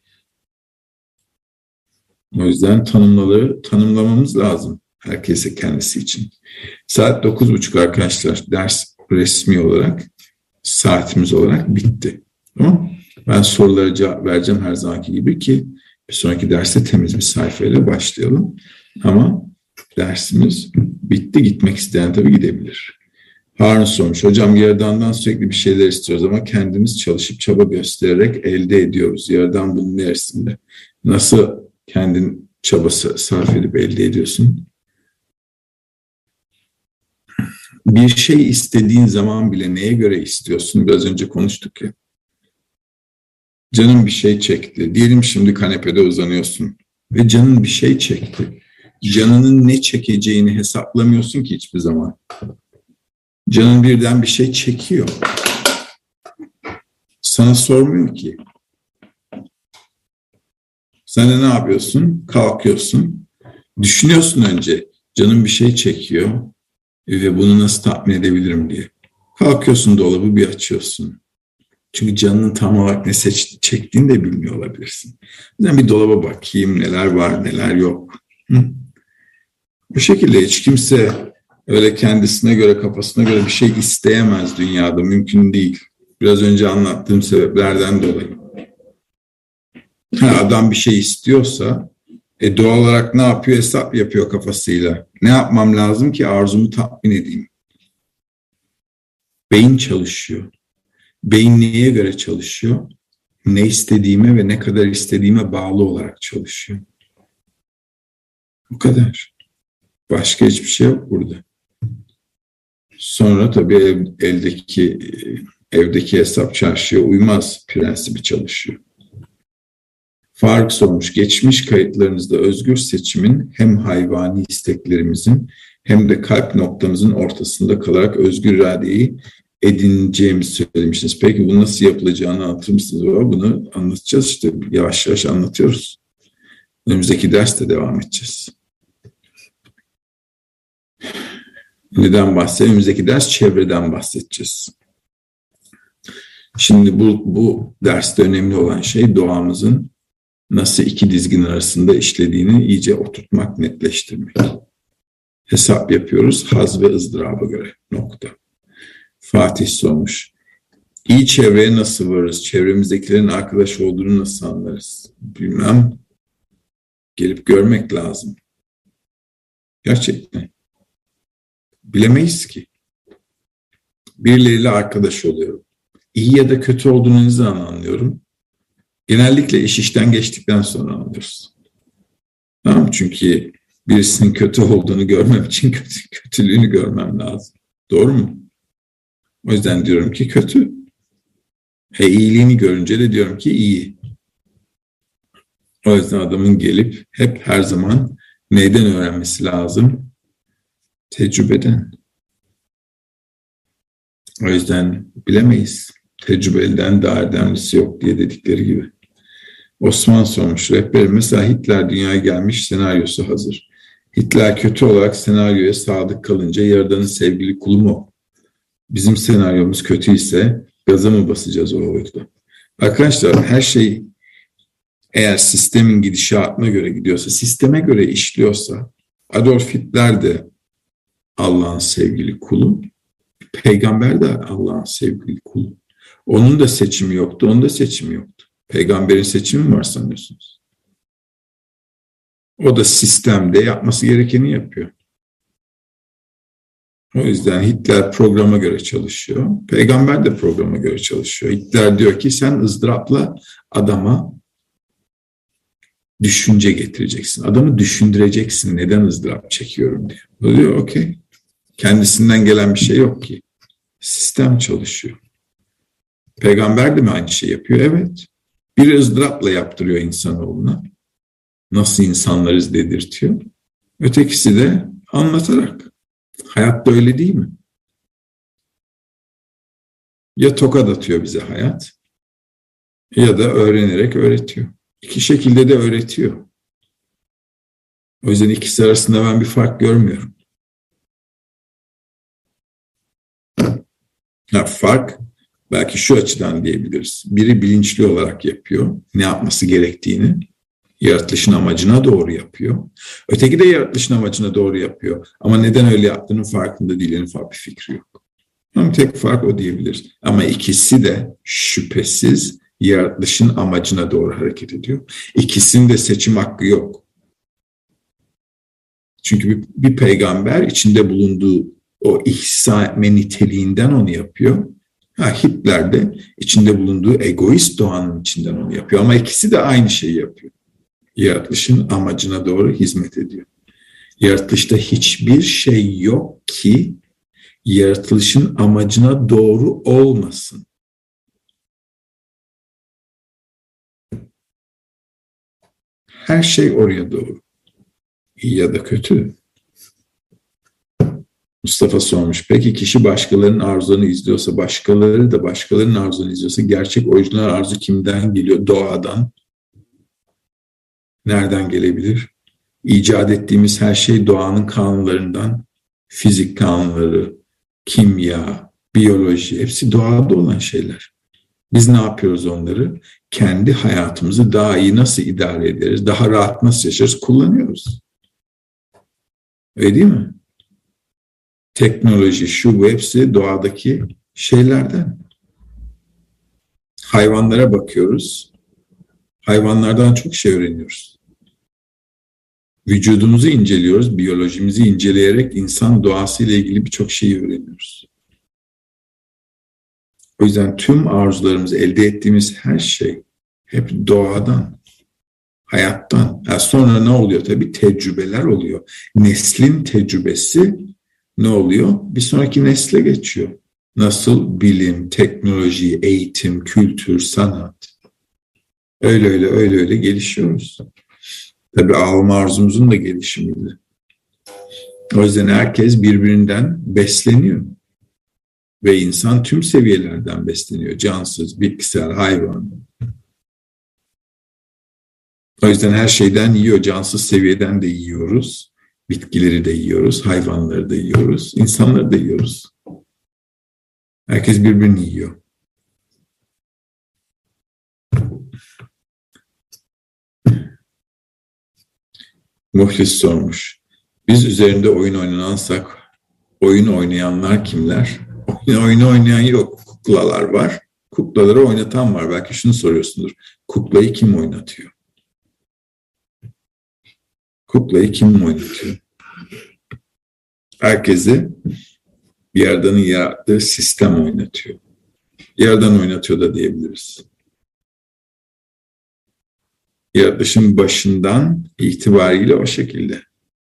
O yüzden tanımlamamız lazım herkese kendisi için. Saat 9.30 arkadaşlar, ders resmi olarak, saatimiz olarak bitti. Tamam mı? Ben sorulara cevap vereceğim her zamanki gibi ki bir sonraki derste temiz bir sayfayla başlayalım. Ama dersimiz bitti. Gitmek isteyen tabii gidebilir. Harun sormuş. Hocam Yaradan'dan sürekli bir şeyler istiyoruz ama kendimiz çalışıp çaba göstererek elde ediyoruz. Yaradan bunun neresinde? Nasıl kendin çabası sarf edip elde ediyorsun? Bir şey istediğin zaman bile neye göre istiyorsun? Biraz önce konuştuk ya. Canın bir şey çekti. Diyelim şimdi kanepede uzanıyorsun ve canın bir şey çekti. Canının ne çekeceğini hesaplamıyorsun ki hiçbir zaman. Canın birden bir şey çekiyor. Sana sormuyor ki. Sen de ne yapıyorsun? Kalkıyorsun. Düşünüyorsun önce. Canın bir şey çekiyor ve bunu nasıl tatmin edebilirim diye. Kalkıyorsun, dolabı bir açıyorsun. Çünkü canının tam olarak ne çektiğini de bilmiyor olabilirsin. Ben bir dolaba bakayım, neler var, neler yok. Bu şekilde hiç kimse öyle kendisine göre, kafasına göre bir şey isteyemez dünyada. Mümkün değil. Biraz önce anlattığım sebeplerden dolayı. Adam bir şey istiyorsa doğal olarak ne yapıyor? Hesap yapıyor kafasıyla. Ne yapmam lazım ki arzumu tatmin edeyim? Beyin çalışıyor. Beyin neye göre çalışıyor? Ne istediğime ve ne kadar istediğime bağlı olarak çalışıyor. Bu kadar. Başka hiçbir şey yok burada. Sonra tabii evdeki hesap çarşıya uymaz prensibi çalışıyor. Faruk sormuş. Geçmiş kayıtlarınızda özgür seçimin hem hayvani isteklerimizin hem de kalp noktamızın ortasında kalarak özgür iradeyi edineceğimizi söylemiştiniz. Peki bu nasıl yapılacağını anlatır mısınız? Bunu anlatacağız işte. Yavaş yavaş anlatıyoruz. Önümüzdeki derste devam edeceğiz. Neden bahsedeceğiz? Önümüzdeki ders çevreden bahsedeceğiz. Şimdi bu derste önemli olan şey doğamızın nasıl iki dizgin arasında işlediğini iyice oturtmak, netleştirmek. Hesap yapıyoruz haz ve ızdıraba göre. Nokta. Fatih sormuş. İyi çevreye nasıl varırız? Çevremizdekilerin arkadaş olduğunu nasıl anlarız? Bilmem. Gelip görmek lazım. Gerçekten. Bilemeyiz ki. Birileriyle arkadaş oluyorum. İyi ya da kötü olduğunu ne zaman anlıyorum? Genellikle iş işten geçtikten sonra anlıyoruz. Tamam, çünkü birisinin kötü olduğunu görmem için kötülüğünü görmem lazım. Doğru mu? O yüzden diyorum ki kötü. İyiliğini görünce de diyorum ki iyi. O yüzden adamın gelip hep her zaman neyden öğrenmesi lazım? Tecrübeden. O yüzden bilemeyiz. Tecrübeliden daha erdemlisi yok diye dedikleri gibi. Osman sormuş. Rehberim, mesela Hitler dünyaya gelmiş, senaryosu hazır. Hitler kötü olarak senaryoya sadık kalınca Yaradan'ın sevgili kulu mu? Bizim senaryomuz kötüyse gaza mı basacağız o oyunda? Arkadaşlar, her şey eğer sistemin gidişatına göre gidiyorsa, sisteme göre işliyorsa, Adolf Hitler de Allah'ın sevgili kulu, peygamber de Allah'ın sevgili kulu. Onun da seçimi yoktu, onun da seçimi yoktu. Peygamberin seçimi mi var sanıyorsunuz? O da sistemde yapması gerekeni yapıyor. O yüzden Hitler programa göre çalışıyor. Peygamber de programa göre çalışıyor. Hitler diyor ki sen ızdırapla adama düşünce getireceksin. Adamı düşündüreceksin. Neden ızdırap çekiyorum diyor. O diyor okey. Kendisinden gelen bir şey yok ki. Sistem çalışıyor. Peygamber de mi aynı şey yapıyor? Evet. Biri ızdırapla yaptırıyor insanoğluna. Nasıl insanlarız dedirtiyor. Ötekisi de anlatarak. Hayatta öyle değil mi? Ya tokat atıyor bize hayat ya da öğrenerek öğretiyor. İki şekilde de öğretiyor. O yüzden ikisi arasında ben bir fark görmüyorum. Fark belki şu açıdan diyebiliriz. Biri bilinçli olarak yapıyor ne yapması gerektiğini. Yaratılışın amacına doğru yapıyor. Öteki de yaratılışın amacına doğru yapıyor. Ama neden öyle yaptığının farkında değil. En ufak bir fikri yok. Ama tek fark o diyebiliriz. Ama ikisi de şüphesiz yaratılışın amacına doğru hareket ediyor. İkisinin de seçim hakkı yok. Çünkü bir peygamber içinde bulunduğu o ihsa etme niteliğinden onu yapıyor. Hitler de içinde bulunduğu egoist doğanın içinden onu yapıyor. Ama ikisi de aynı şeyi yapıyor. Yaratılışın amacına doğru hizmet ediyor. Yaratılışta hiçbir şey yok ki yaratılışın amacına doğru olmasın. Her şey oraya doğru. İyi ya da kötü. Mustafa sormuş. Peki kişi başkalarının arzularını izliyorsa, başkaları da başkalarının arzularını izliyorsa gerçek orijinal arzu kimden geliyor? Doğadan. Nereden gelebilir? İcat ettiğimiz her şey doğanın kanunlarından, fizik kanunları, kimya, biyoloji, hepsi doğada olan şeyler. Biz ne yapıyoruz onları? Kendi hayatımızı daha iyi nasıl idare ederiz, daha rahat nasıl yaşarız, kullanıyoruz. Öyle değil mi? Teknoloji, şu bu hepsi doğadaki şeylerden. Hayvanlara bakıyoruz. Hayvanlardan çok şey öğreniyoruz. Vücudumuzu inceliyoruz, biyolojimizi inceleyerek insan doğasıyla ilgili birçok şeyi öğreniyoruz. O yüzden tüm arzularımızı, elde ettiğimiz her şey hep doğadan, hayattan. Sonra ne oluyor? Tabii tecrübeler oluyor. Neslin tecrübesi ne oluyor? Bir sonraki nesle geçiyor. Nasıl? Bilim, teknoloji, eğitim, kültür, sanat. Öyle gelişiyoruz. Tabii alma arzumuzun da gelişimiyle. O yüzden herkes birbirinden besleniyor. Ve insan tüm seviyelerden besleniyor. Cansız, bitkisel, hayvan. O yüzden her şeyden yiyor. Cansız seviyeden de yiyoruz. Bitkileri de yiyoruz, hayvanları da yiyoruz, insanları da yiyoruz. Herkes birbirini yiyor. Muhlis sormuş. Biz üzerinde oyun oynanansak, oyun oynayanlar kimler? Oyun oynayan yok. Kuklalar var. Kuklaları oynatan var. Belki şunu soruyorsundur. Kuklayı kim oynatıyor? Kuklayı kim oynatıyor? Herkesi bir yerden yarattığı sistem oynatıyor. Yerden oynatıyor da diyebiliriz. Yaratılışın başından itibariyle o şekilde.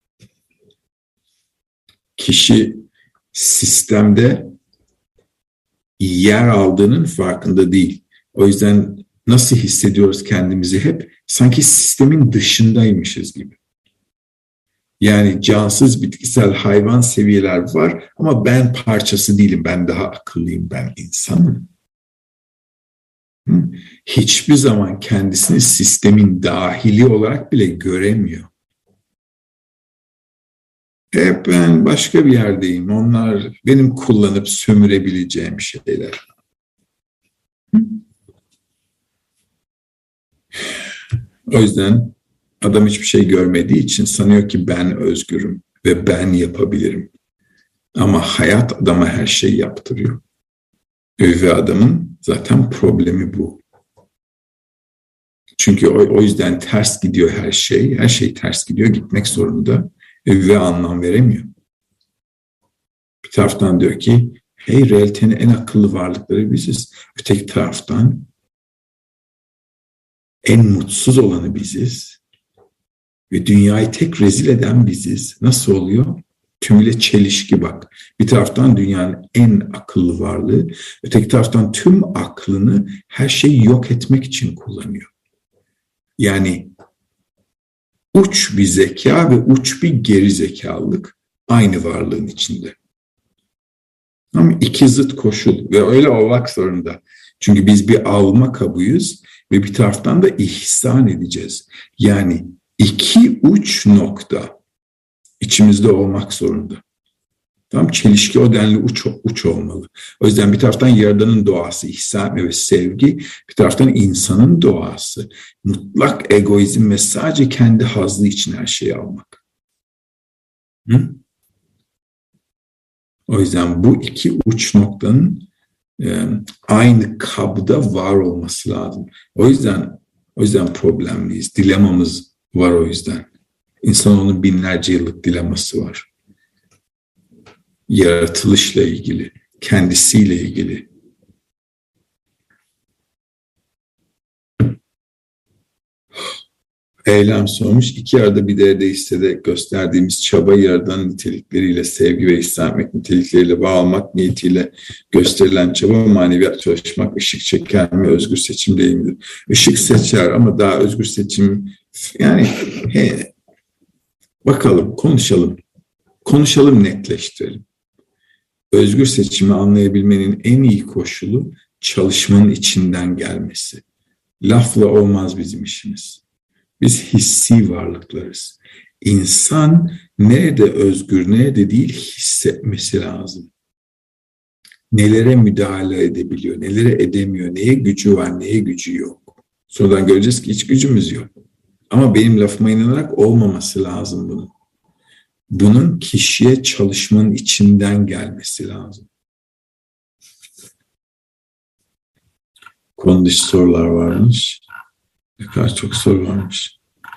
Kişi sistemde yer aldığının farkında değil. O yüzden nasıl hissediyoruz kendimizi hep? Sanki sistemin dışındaymışız gibi. Yani cansız, bitkisel, hayvan seviyeler var ama ben parçası değilim. Ben daha akıllıyım, ben insanım. Hiçbir zaman kendisini sistemin dahili olarak bile göremiyor. Hep ben başka bir yerdeyim. Onlar benim kullanıp sömürebileceğim şeyler. O yüzden adam hiçbir şey görmediği için sanıyor ki ben özgürüm ve ben yapabilirim. Ama hayat adama her şeyi yaptırıyor. Ve adamın zaten problemi bu. Çünkü o yüzden ters gidiyor her şey. Her şey ters gidiyor, gitmek zorunda. Ve anlam veremiyor. Bir taraftan diyor ki, hey, realitenin en akıllı varlıkları biziz. Öteki taraftan en mutsuz olanı biziz. Ve dünyayı tek rezil eden biziz. Nasıl oluyor? Tümüyle çelişki bak. Bir taraftan dünyanın en akıllı varlığı, öteki taraftan tüm aklını her şeyi yok etmek için kullanıyor. Yani uç bir zeka ve uç bir geri zekalılık aynı varlığın içinde. Ama iki zıt koşul ve öyle olmak zorunda. Çünkü biz bir alma kabıyız ve bir taraftan da ihsan edeceğiz. Yani iki uç nokta içimizde olmak zorunda. Tam çelişki o denli uç olmalı. O yüzden bir taraftan Yaradan'ın doğası, ihsan ve sevgi, bir taraftan insanın doğası, mutlak egoizm ve sadece kendi hazzı için her şeyi almak. Hı? O yüzden bu iki uç noktanın aynı kabda var olması lazım. O yüzden problemliyiz. Dilemamız var o yüzden. İnsanoğlunun binlerce yıllık dileması var. Yaratılışla ilgili, kendisiyle ilgili. Eylem sormuş. İki arada bir derede hissede gösterdiğimiz çaba Yaradan'ın nitelikleriyle, sevgi ve istemek nitelikleriyle bağlamak niyetiyle gösterilen çaba maneviyat çalışmak, ışık çeker mi, özgür seçim değil midir? Işık seçer ama daha özgür seçim yani bakalım, konuşalım, netleştirelim. Özgür seçimi anlayabilmenin en iyi koşulu çalışmanın içinden gelmesi. Lafla olmaz bizim işimiz. Biz hissi varlıklarız. İnsan nerede özgür, nerede değil hissetmesi lazım. Nelere müdahale edebiliyor, nelere edemiyor, neye gücü var, neye gücü yok. Sonradan göreceğiz ki hiç gücümüz yok. Ama benim lafıma inanarak olmaması lazım bunun. Bunun kişiye çalışmanın içinden gelmesi lazım. Konu dışı sorular varmış. Ne kadar çok soru varmış.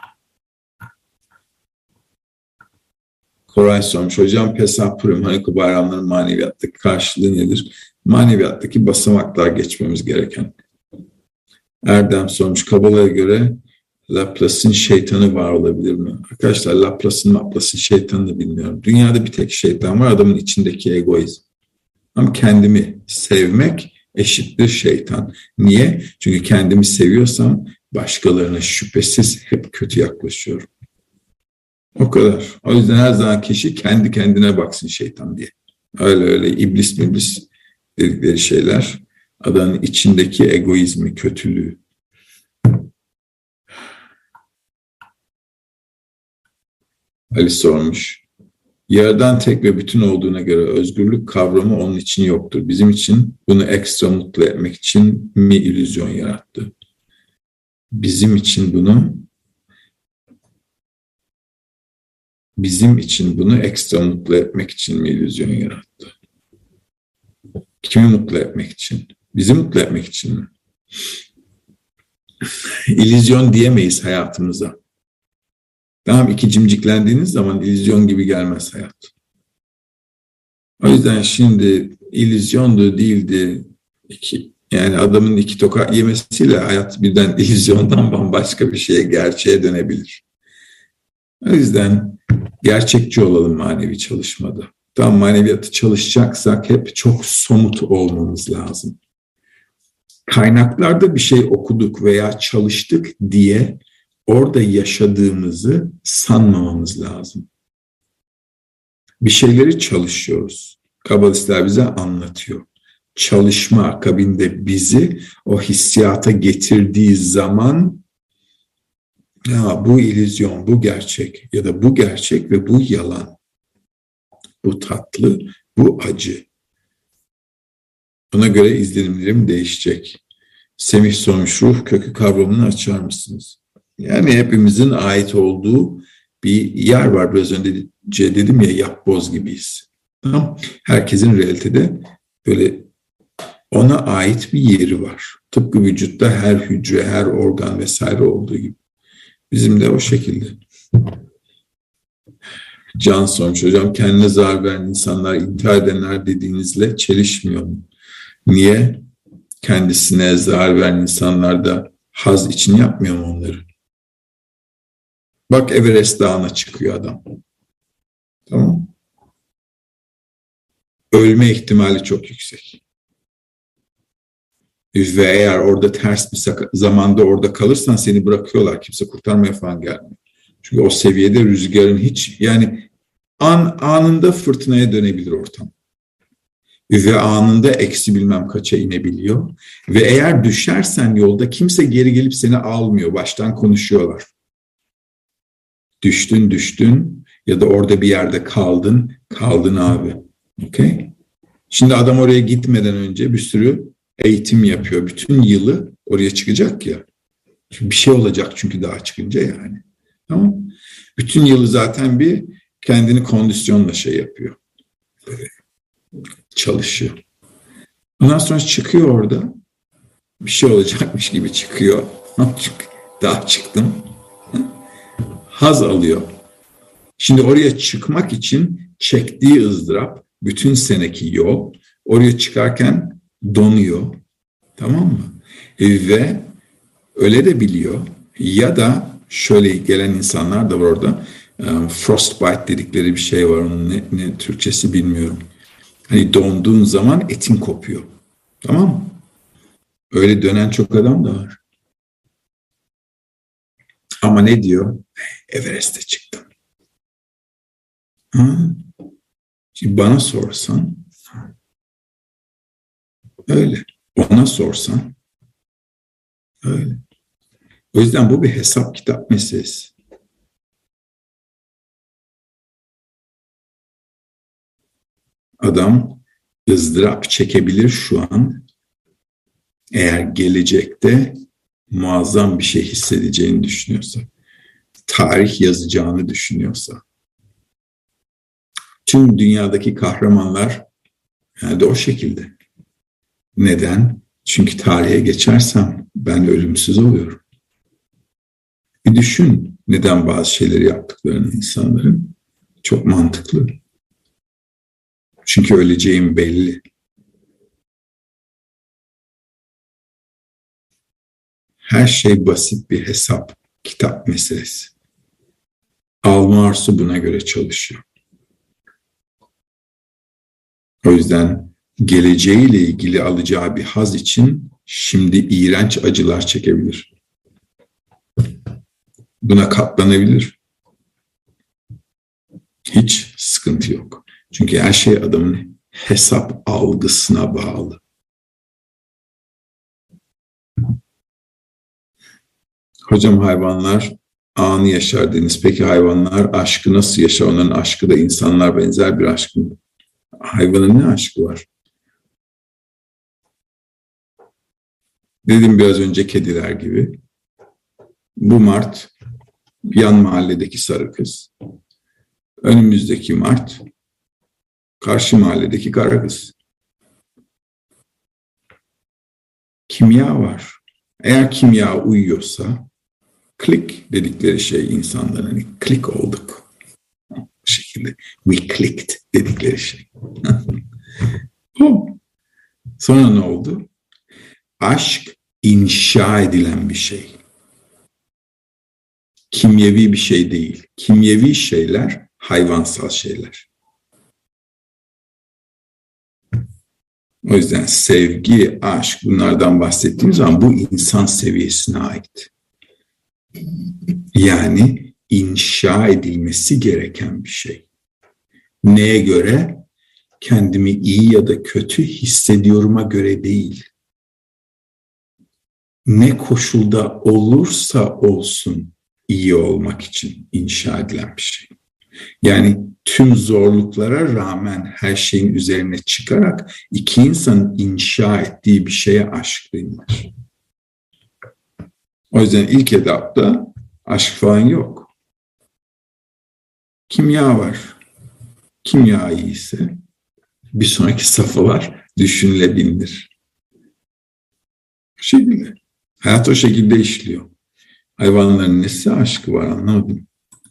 Koray sormuş. Hocam Pesah Purim, Hanuka bayramlarının maneviyattaki karşılığı nedir? Maneviyattaki basamaklar geçmemiz gereken. Erdem sormuş. Kabala'ya göre Laplace'in şeytanı var olabilir mi? Arkadaşlar Laplace'in şeytanını bilmiyorum. Dünyada bir tek şeytan var, adamın içindeki egoizm. Ama kendimi sevmek eşittir şeytan. Niye? Çünkü kendimi seviyorsam başkalarına şüphesiz hep kötü yaklaşıyorum. O kadar. O yüzden her zaman kişi kendi kendine baksın şeytan diye. Öyle iblis dedikleri şeyler adamın içindeki egoizmi, kötülüğü. Ali sormuş. Yaradan tek ve bütün olduğuna göre özgürlük kavramı onun için yoktur. Bizim için bunu ekstra mutlu etmek için mi illüzyon yarattı? Bizim için bunu ekstra mutlu etmek için mi illüzyon yarattı? Kimi mutlu etmek için? Bizi mutlu etmek için mi? İllüzyon diyemeyiz hayatımıza. Tamam, iki cimciklendiğiniz zaman illüzyon gibi gelmez hayat. O yüzden şimdi illüzyondu değildi. Yani adamın iki tokat yemesiyle hayat birden illüzyondan bambaşka bir şeye, gerçeğe dönebilir. O yüzden gerçekçi olalım manevi çalışmada. Tam maneviyatı çalışacaksak hep çok somut olmamız lazım. Kaynaklarda bir şey okuduk veya çalıştık diye orada yaşadığımızı sanmamamız lazım. Bir şeyleri çalışıyoruz. Kabalistler bize anlatıyor. Çalışma akabinde bizi o hissiyata getirdiği zaman ya bu illüzyon, bu gerçek ya da bu gerçek ve bu yalan. Bu tatlı, bu acı. Buna göre izlenimlerim değişecek. Semih sormuş, ruh kökü kavramını açar mısınız? Yani hepimizin ait olduğu bir yer var. Biraz önce dedim ya, yapboz gibiyiz. Tamam. Herkesin realitede böyle ona ait bir yeri var. Tıpkı vücutta her hücre, her organ vesaire olduğu gibi. Bizim de o şekilde. Can sormuş, hocam kendine zarar veren insanlar, intihar edenler dediğinizle çelişmiyor mu? Niye? Kendisine zarar veren insanlar da haz için yapmıyor mu onları? Bak Everest Dağı'na çıkıyor adam. Tamam. Ölme ihtimali çok yüksek. Ve eğer orada ters bir zamanda orada kalırsan seni bırakıyorlar. Kimse kurtarmaya falan gelmiyor. Çünkü o seviyede rüzgarın hiç, yani anında fırtınaya dönebilir ortam. Ve anında eksi bilmem kaça inebiliyor. Ve eğer düşersen yolda kimse geri gelip seni almıyor. Baştan konuşuyorlar. Düştün ya da orada bir yerde kaldın abi. Okay? Şimdi adam oraya gitmeden önce bir sürü eğitim yapıyor. Bütün yılı oraya çıkacak ya. Çünkü bir şey olacak çünkü daha çıkınca yani. Tamam. Bütün yılı zaten bir kendini kondisyonla şey yapıyor. Böyle çalışıyor. Ondan sonra çıkıyor orada. Bir şey olacakmış gibi çıkıyor. Daha çıktım. Haz alıyor. Şimdi oraya çıkmak için çektiği ızdırap, bütün seneki yol, oraya çıkarken donuyor. Tamam mı? Ve öyle de biliyor. Ya da şöyle gelen insanlar da var orada. Frostbite dedikleri bir şey var. Onun ne Türkçesi bilmiyorum. Hani donduğun zaman etin kopuyor. Tamam mı? Öyle dönen çok adam da var. Ama ne diyor? Everest'e çıktım. Şimdi bana sorsan öyle. Ona sorsan öyle. O yüzden bu bir hesap kitap meselesi. Adam ızdırap çekebilir şu an. Eğer gelecekte muazzam bir şey hissedeceğini düşünüyorsa, tarih yazacağını düşünüyorsa, tüm dünyadaki kahramanlar yani de o şekilde. Neden? Çünkü tarihe geçersem ben ölümsüz oluyorum. Bir düşün neden bazı şeyleri yaptıklarını insanların. Çok mantıklı. Çünkü öleceğim belli. Her şey basit bir hesap, kitap meselesi. Alma arzu buna göre çalışıyor. O yüzden geleceğiyle ilgili alacağı bir haz için şimdi iğrenç acılar çekebilir. Buna katlanabilir. Hiç sıkıntı yok. Çünkü her şey adamın hesap algısına bağlı. Hocam hayvanlar anı yaşar dediniz. Peki hayvanlar aşkı nasıl yaşar? Onların aşkı da insanlar benzer bir aşk mı? Hayvanın ne aşkı var? Dedim biraz önce kediler gibi. Bu Mart yan mahalledeki sarı kız. Önümüzdeki Mart karşı mahalledeki kara kız. Kimya var. Eğer kimya uyuyorsa klik dedikleri şey insanların hani klik olduk. Bu şekilde we clicked dedikleri şey. Sonra ne oldu? Aşk inşa edilen bir şey. Kimyevi bir şey değil. Kimyevi şeyler hayvansal şeyler. O yüzden sevgi, aşk bunlardan bahsettiğimiz zaman bu insan seviyesine ait. Yani inşa edilmesi gereken bir şey. Neye göre? Kendimi iyi ya da kötü hissediyorum'a göre değil. Ne koşulda olursa olsun iyi olmak için inşa edilen bir şey. Yani tüm zorluklara rağmen her şeyin üzerine çıkarak iki insanın inşa ettiği bir şeye aşk denir. O yüzden ilk etapta aşk falan yok. Kimya var. Kimya iyiyse bir sonraki safhalar düşünülebilir. Bu şekilde. Hayat o şekilde işliyor. Hayvanların nesi aşkı var anlamadım.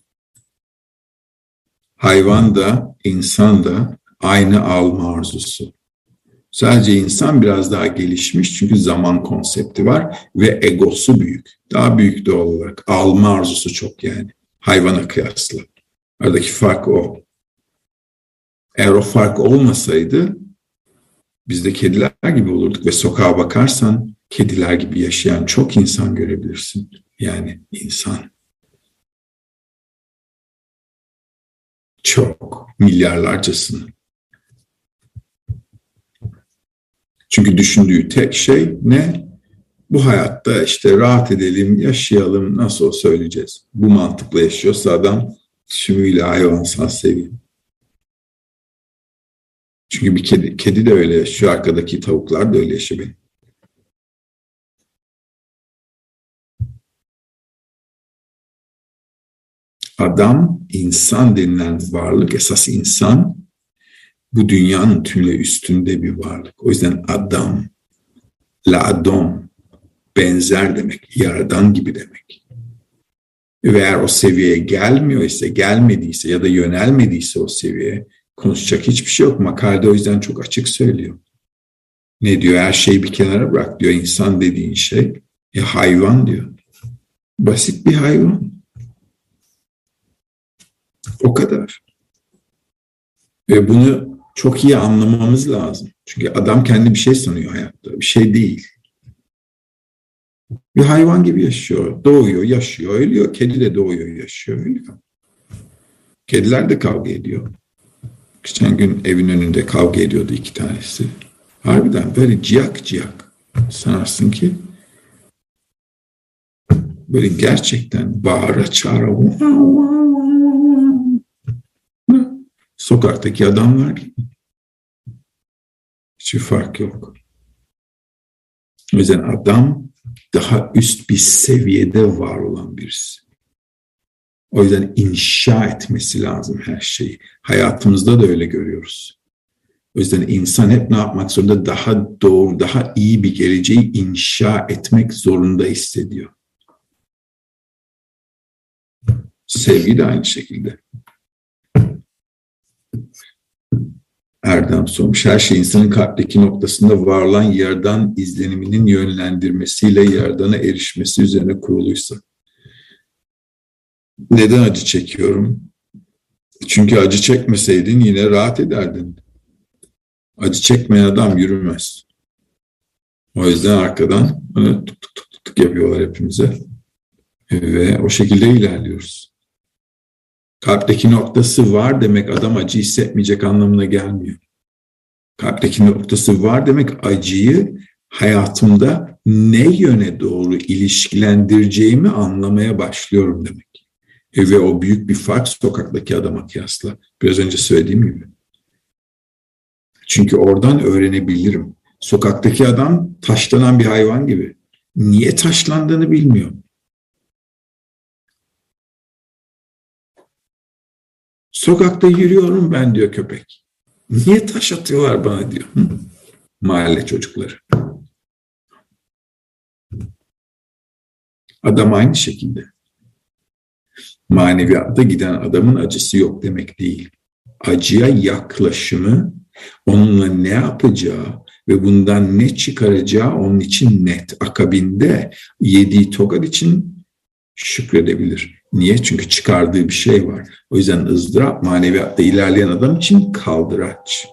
Hayvan da, insan da aynı alma arzusu. Sadece insan biraz daha gelişmiş çünkü zaman konsepti var ve egosu büyük. Daha büyük doğal olarak. Alma arzusu çok yani. Hayvana kıyasla. Aradaki fark o. Eğer o fark olmasaydı biz de kediler gibi olurduk ve sokağa bakarsan kediler gibi yaşayan çok insan görebilirsin. Yani insan. Çok. Milyarlarcasını. Çünkü düşündüğü tek şey ne? Bu hayatta işte rahat edelim, yaşayalım, nasıl söyleyeceğiz. Bu mantıkla yaşıyorsa adam tümüyle hayvansal seviye. Çünkü bir kedi de öyle yaşıyor, arkadaki tavuklar da öyle yaşıyor benim. Adam, insan denilen varlık, esas insan bu dünyanın tümüyle üstünde bir varlık. O yüzden adam, l'adam, benzer demek, yaradan gibi demek. Ve eğer o seviyeye gelmiyorsa, gelmediyse ya da yönelmediyse o seviyeye konuşacak hiçbir şey yok. Makalede o yüzden çok açık söylüyor. Ne diyor? Her şeyi bir kenara bırak diyor. İnsan dediğin şey hayvan diyor. Basit bir hayvan. O kadar. Ve bunu çok iyi anlamamız lazım. Çünkü adam kendi bir şey sanıyor hayatta. Bir şey değil. Bir hayvan gibi yaşıyor. Doğuyor, yaşıyor, ölüyor. Kedi de doğuyor, yaşıyor, ölüyor. Kediler de kavga ediyor. Geçen gün evin önünde kavga ediyordu iki tanesi. Harbiden böyle ciyak ciyak. Sanarsın ki böyle gerçekten bağıra çağıra sokaktaki adamlar gibi. Hiçbir fark yok. O yüzden adam daha üst bir seviyede var olan birisi. O yüzden inşa etmesi lazım her şeyi. Hayatımızda da öyle görüyoruz. O yüzden insan hep ne yapmak zorunda? Daha doğru, daha iyi bir geleceği inşa etmek zorunda hissediyor. Sevgi de aynı şekilde. Erdem sormuş. Her şey insanın kalpteki noktasında var olan yerden izleniminin yönlendirmesiyle yerdana erişmesi üzerine kuruluysa. Neden acı çekiyorum? Çünkü acı çekmeseydin yine rahat ederdin. Acı çekmeyen adam yürümez. O yüzden arkadan tık tık tık tık yapıyorlar hepimize. Ve o şekilde ilerliyoruz. Kalpteki noktası var demek adam acı hissetmeyecek anlamına gelmiyor. Kalpteki noktası var demek, acıyı hayatımda ne yöne doğru ilişkilendireceğimi anlamaya başlıyorum demek. Ve o büyük bir fark sokaktaki adama kıyasla. Biraz önce söylediğim gibi. Çünkü oradan öğrenebilirim. Sokaktaki adam taşlanan bir hayvan gibi. Niye taşlandığını bilmiyor. Sokakta yürüyorum ben diyor köpek. Niye taş atıyorlar bana diyor. Mahalle çocukları. Adam aynı şekilde. Maneviyatta giden adamın acısı yok demek değil. Acıya yaklaşımı, onunla ne yapacağı ve bundan ne çıkaracağı onun için net. Akabinde yediği tokat için şükredebilir. Niye? Çünkü çıkardığı bir şey var. O yüzden ızdırap maneviyatta ilerleyen adam için kaldıraç.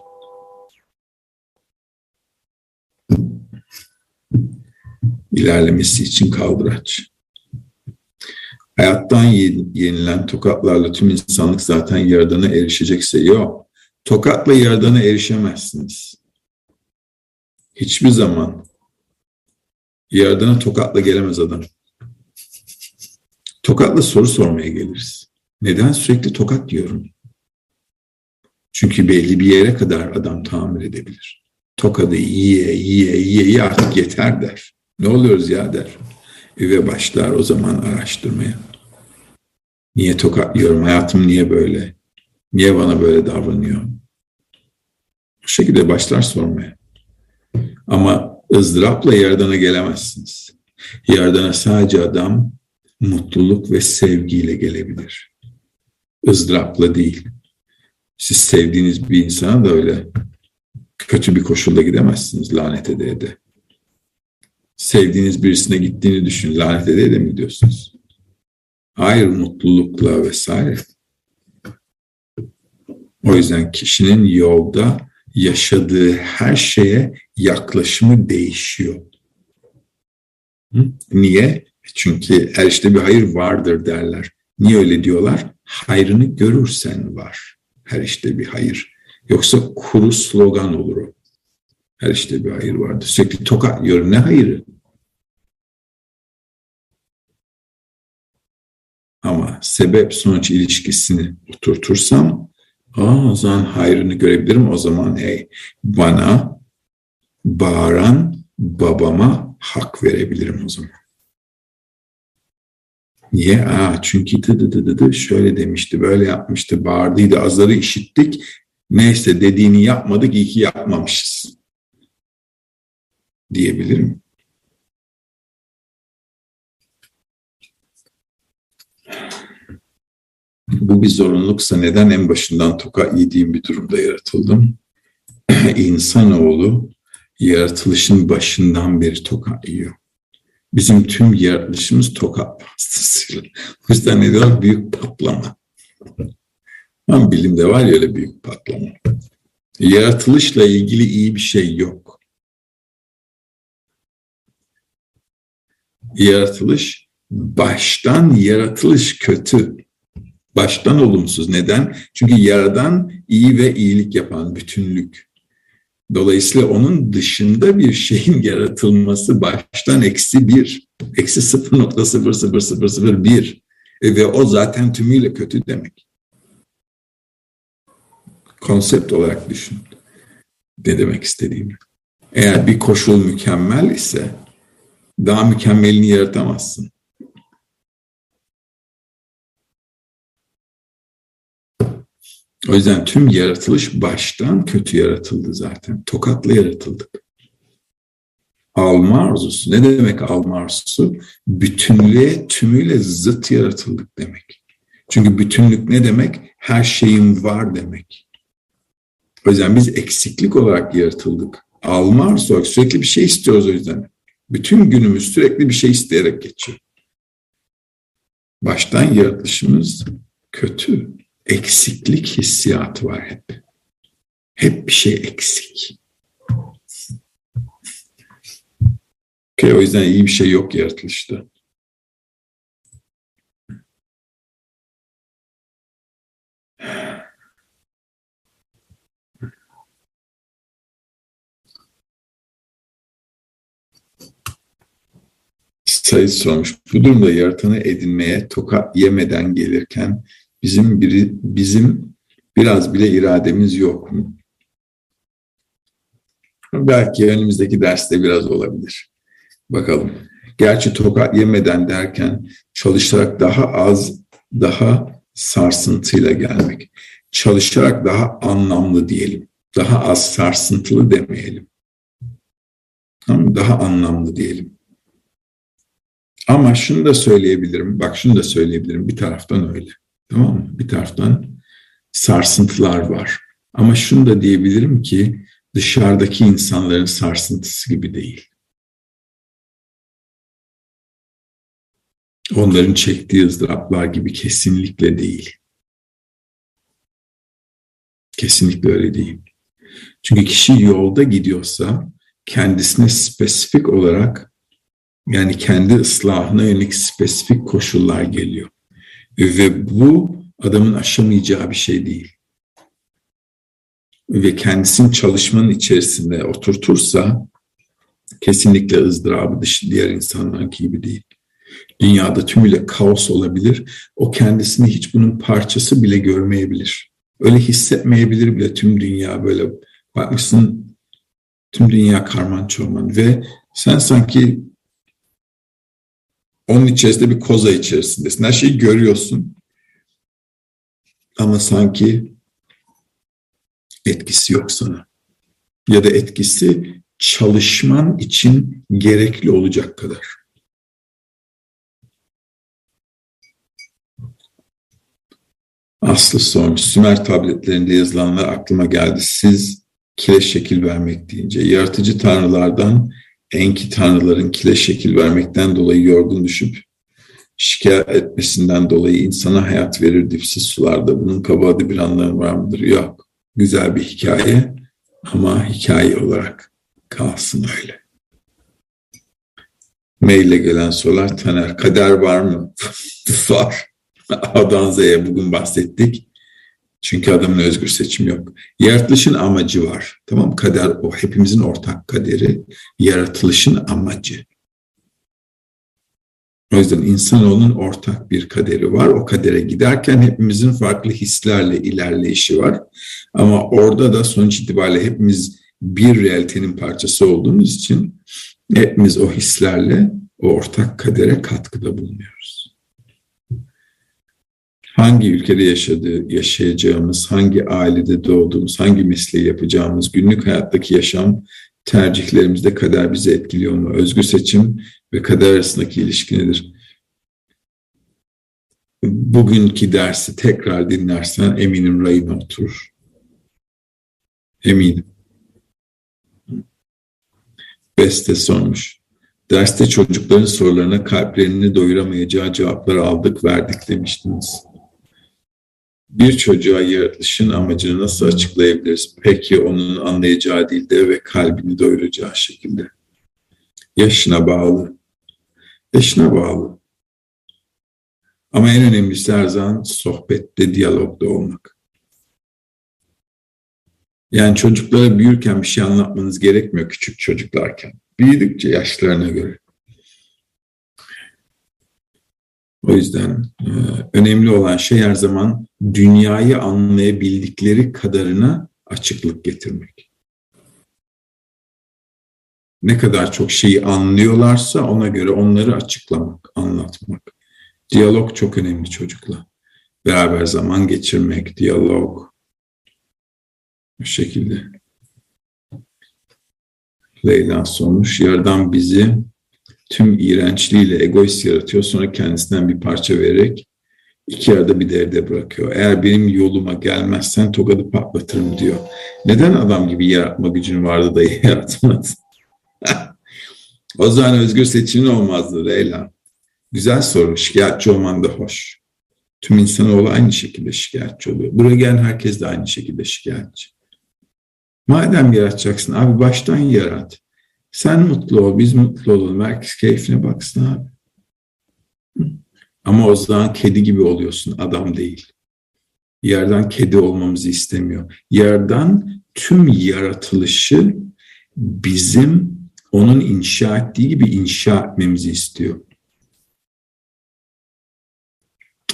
İlerlemesi için kaldıraç. Hayattan yenilen tokatlarla tüm insanlık zaten Yaradan'a erişecekse yok. Tokatla Yaradan'a erişemezsiniz. Hiçbir zaman Yaradan'a tokatla gelemez adam. Tokatla soru sormaya geliriz. Neden sürekli tokat yiyorum? Çünkü belli bir yere kadar adam tahammül edebilir. Tokadı yiye artık yeter der. Ne oluyoruz ya der. Ve başlar o zaman araştırmaya. Niye tokat yiyorum? Hayatım niye böyle? Niye bana böyle davranıyor? Bu şekilde başlar sormaya. Ama ızdırapla Yaradan'a gelemezsiniz. Yaradan'a sadece adam mutluluk ve sevgiyle gelebilir. Izdırapla değil. Siz sevdiğiniz bir insana da öyle kötü bir koşulda gidemezsiniz lanet ede ede. Sevdiğiniz birisine gittiğini düşün, lanet ede ede mi gidiyorsunuz? Hayır, mutlulukla vesaire. O yüzden kişinin yolda yaşadığı her şeye yaklaşımı değişiyor. Niye? Çünkü her işte bir hayır vardır derler. Niye öyle diyorlar? Hayrını görürsen var. Her işte bir hayır. Yoksa kuru slogan olur o. Her işte bir hayır vardır. Sürekli tokat yiyorum. Ne hayırı? Ama sebep sonuç ilişkisini oturtursam o zaman hayrını görebilirim. O zaman bana bağıran babama hak verebilirim o zaman. Niye? Çünkü şöyle demişti, böyle yapmıştı, bağırdıydı, azarı işittik. Neyse dediğini yapmadık, iyi ki yapmamışız diyebilirim. Bu bir zorunluluksa neden en başından tokat yediğim bir durumda yaratıldım? İnsanoğlu yaratılışın başından beri tokat yiyor. Bizim tüm yaratılışımız tokat vasıtasıyla. O yüzden ne diyorlar? Büyük patlama. Ama bilimde var ya öyle büyük patlama. Yaratılışla ilgili iyi bir şey yok. Yaratılış kötü. Baştan olumsuz. Neden? Çünkü Yaradan iyi ve iyilik yapan bütünlük. Dolayısıyla onun dışında bir şeyin yaratılması baştan -1, -0.00001 ve o zaten tümüyle kötü demek. Konsept olarak düşün. Ne demek istediğimi. Eğer bir koşul mükemmel ise daha mükemmelini yaratamazsın. O yüzden tüm yaratılış baştan kötü yaratıldı zaten. Tokatla yaratıldık. Alma arzusu. Ne demek alma arzusu? Bütünlüğe tümüyle zıt yaratıldık demek. Çünkü bütünlük ne demek? Her şeyin var demek. O yüzden biz eksiklik olarak yaratıldık. Alma arzusu olarak sürekli bir şey istiyoruz o yüzden. Bütün günümüz sürekli bir şey isteyerek geçiyor. Baştan yaratılışımız kötü. Eksiklik hissiyatı var hep. Hep bir şey eksik. O yüzden iyi bir şey yok yaratılışta. Sayıs sormuş. Bu durumda yaratanı edinmeye tokat yemeden gelirken bizim biraz bile irademiz yok mu? Belki önümüzdeki derste biraz olabilir. Bakalım. Gerçi tokat yemeden derken çalışarak daha az, daha sarsıntıyla gelmek. Çalışarak daha anlamlı diyelim. Daha az sarsıntılı demeyelim. Ama daha anlamlı diyelim. Ama şunu da söyleyebilirim. Bak şunu da söyleyebilirim. Bir taraftan öyle. Tamam mı? Bir taraftan sarsıntılar var. Ama şunu da diyebilirim ki dışarıdaki insanların sarsıntısı gibi değil. Onların çektiği ızdıraplar gibi kesinlikle değil. Kesinlikle öyle değil. Çünkü kişi yolda gidiyorsa kendisine spesifik olarak, yani kendi ıslahına yönelik spesifik koşullar geliyor. Ve bu adamın aşamayacağı bir şey değil. Ve kendisini çalışmanın içerisinde oturtursa kesinlikle ızdırabı diğer insanlarınki gibi değil. Dünyada tümüyle kaos olabilir. O kendisini hiç bunun parçası bile görmeyebilir. Öyle hissetmeyebilir bile, tüm dünya böyle bakmışsın, tüm dünya karman çorman ve sen sanki onun içerisinde bir koza içerisindesin. Her şeyi görüyorsun ama sanki etkisi yok sana. Ya da etkisi çalışman için gerekli olacak kadar. Aslı sormuş. Sümer tabletlerinde yazılanlar aklıma geldi. Siz kireç şekil vermek deyince. Yaratıcı tanrılardan enki tanrıların kireç şekil vermekten dolayı yorgun düşüp şikayet etmesinden dolayı insana hayat verir dipsiz sularda. Bunun kabahatli bir anlamı var mıdır? Yok. Güzel bir hikaye ama hikaye olarak kalsın öyle. Maille gelen sorular. Taner, kader var mı? Var. A'dan Z'ye bugün bahsettik. Çünkü adamın özgür seçimi yok. Yaratılışın amacı var. Tamam, kader o. Hepimizin ortak kaderi. Yaratılışın amacı. O yüzden insanoğlunun ortak bir kaderi var. O kadere giderken hepimizin farklı hislerle ilerleyişi var. Ama orada da sonuç itibariyle hepimiz bir realitenin parçası olduğumuz için hepimiz o hislerle o ortak kadere katkıda bulunuyoruz. Hangi ülkede yaşayacağımız, hangi ailede doğduğumuz, hangi mesleği yapacağımız, günlük hayattaki yaşam tercihlerimizde kader bizi etkiliyor mu? Özgür seçim ve kader arasındaki ilişki nedir? Bugünkü dersi tekrar dinlersen eminim rayına oturur. Eminim. Beste sormuş. Derste çocukların sorularına kalplerini doyuramayacağı cevapları aldık, verdik demiştiniz. Bir çocuğa yaratılışın amacını nasıl açıklayabiliriz? Peki onun anlayacağı dilde ve kalbini doyuracağı şekilde. Yaşına bağlı. Yaşına bağlı. Ama en önemlisi her zaman sohbette, diyalogda olmak. Yani çocuklara büyürken bir şey anlatmanız gerekmiyor küçük çocuklarken. Büyüdükçe yaşlarına göre. O yüzden önemli olan şey her zaman dünyayı anlayabildikleri kadarına açıklık getirmek. Ne kadar çok şeyi anlıyorlarsa ona göre onları açıklamak, anlatmak. Diyalog çok önemli çocukla. Beraber zaman geçirmek, diyalog. Bu şekilde. Leyla sormuş. Yaradan bizi tüm iğrençliğiyle egoist yaratıyor. Sonra kendisinden bir parça vererek iki arada bir devre bırakıyor. Eğer benim yoluma gelmezsen tokadı patlatırım diyor. Neden adam gibi yaratma gücün vardı da yaratmadın? O zaman özgür seçimin olmazdı Leyla. Güzel soru. Şikayetçi olman da hoş. Tüm insanoğlu aynı şekilde şikayetçi oluyor. Buraya gelen herkes de aynı şekilde şikayetçi. Madem yaratacaksın abi baştan yarat. Sen mutlu ol, biz mutlu olalım. Herkes keyfine baksın abi. Ama o zaman kedi gibi oluyorsun, adam değil. Yerden kedi olmamızı istemiyor. Yerden tüm yaratılışı bizim onun inşa ettiği gibi inşa etmemizi istiyor.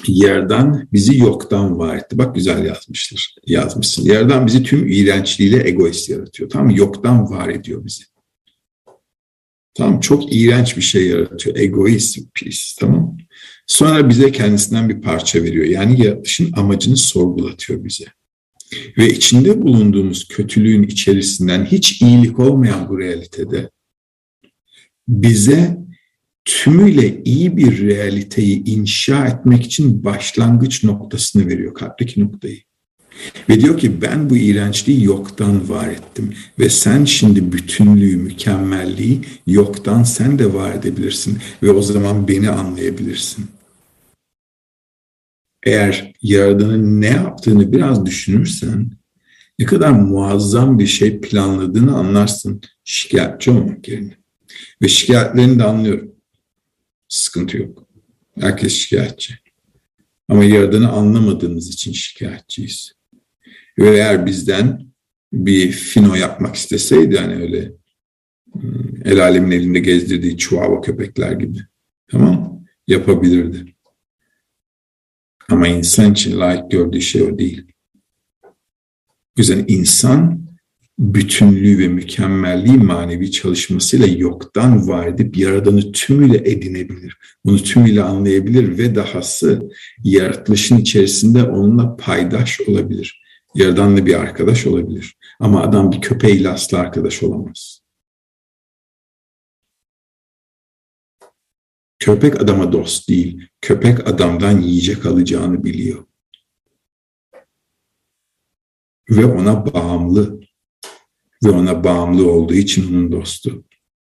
Yerden bizi yoktan var etti. Bak güzel yazmışsın. Yerden bizi tüm iğrençliğiyle egoist yaratıyor. Tamam mı? Yoktan var ediyor bizi. Tamam, çok iğrenç bir şey yaratıyor. Egoist, pis, tamam. Sonra bize kendisinden bir parça veriyor. Yani yaratışın amacını sorgulatıyor bize. Ve içinde bulunduğumuz kötülüğün içerisinden hiç iyilik olmayan bu realitede bize tümüyle iyi bir realiteyi inşa etmek için başlangıç noktasını veriyor, kalpteki noktayı. Ve diyor ki ben bu iğrençliği yoktan var ettim. Ve sen şimdi bütünlüğü, mükemmelliği yoktan sen de var edebilirsin. Ve o zaman beni anlayabilirsin. Eğer Yaradan'ın ne yaptığını biraz düşünürsen, ne kadar muazzam bir şey planladığını anlarsın şikayetçi olmak yerine. Ve şikayetlerini de anlıyorum. Sıkıntı yok. Herkes şikayetçi. Ama Yaradan'ı anlamadığımız için şikayetçiyiz. Ve eğer bizden bir fino yapmak isteseydi, hani öyle el alemin elinde gezdirdiği çuvala köpekler gibi, tamam, yapabilirdi. Ama insan için layık gördüğü şey o değil. O yüzden insan bütünlüğü ve mükemmelliği manevi çalışmasıyla yoktan var edip Yaradan'ı tümüyle edinebilir. Bunu tümüyle anlayabilir ve dahası yaratılışın içerisinde onunla paydaş olabilir. Yaradan'la bir arkadaş olabilir. Ama adam bir köpeğiyle asla arkadaş olamaz. Köpek adama dost değil. Köpek adamdan yiyecek alacağını biliyor. Ve ona bağımlı. Ve ona bağımlı olduğu için onun dostu.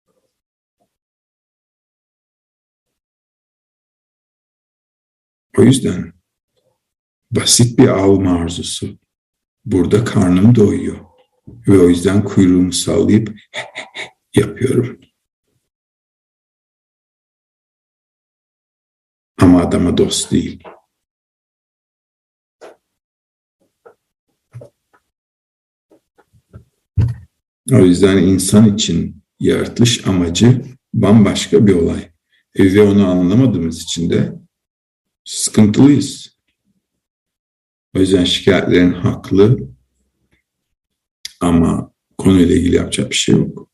O yüzden basit bir alma arzusu. Burada karnım doyuyor. Ve o yüzden kuyruğumu sallayıp yapıyorum. Ama adama dost değil. O yüzden insan için yaratılış amacı bambaşka bir olay. Ve onu anlamadığımız için de sıkıntılıyız. O yüzden şikayetlerin haklı ama konuyla ilgili yapacak bir şey yok.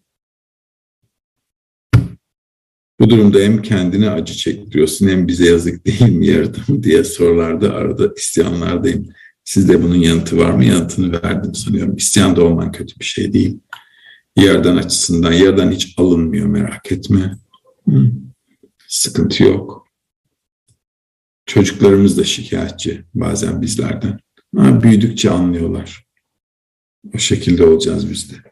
Bu durumda hem kendine acı çektiriyorsun hem bize yazık değil mi Yaradan diye sorularda arada isyanlardayım. Sizde bunun yanıtı var mı? Yanıtını verdim sanıyorum. İsyan da olman kötü bir şey değil. Yaradan açısından, Yaradan hiç alınmıyor, merak etme. Sıkıntı yok. Çocuklarımız da şikayetçi bazen bizlerden. Ama büyüdükçe anlıyorlar. O şekilde olacağız biz de.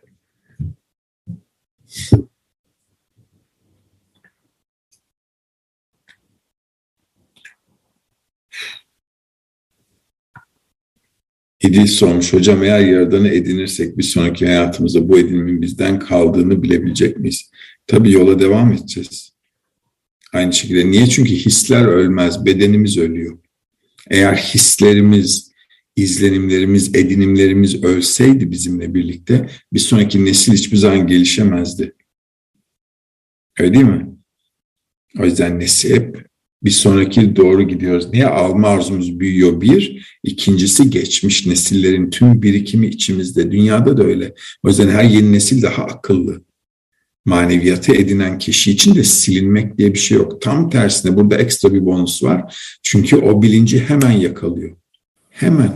İdil sormuş, hocam eğer Yaradan'ı edinirsek bir sonraki hayatımızda bu edinimin bizden kaldığını bilebilecek miyiz? Tabii yola devam edeceğiz. Aynı şekilde. Niye? Çünkü hisler ölmez, bedenimiz ölüyor. Eğer hislerimiz, izlenimlerimiz, edinimlerimiz ölseydi bizimle birlikte bir sonraki nesil hiçbir zaman gelişemezdi. Öyle değil mi? O yüzden nesil hep bir sonraki doğru gidiyoruz. Niye? Alma arzumuz büyüyor bir. İkincisi geçmiş nesillerin tüm birikimi içimizde. Dünyada da öyle. O yüzden her yeni nesil daha akıllı. Maneviyatı edinen kişi için de silinmek diye bir şey yok. Tam tersine burada ekstra bir bonus var. Çünkü o bilinci hemen yakalıyor. Hemen.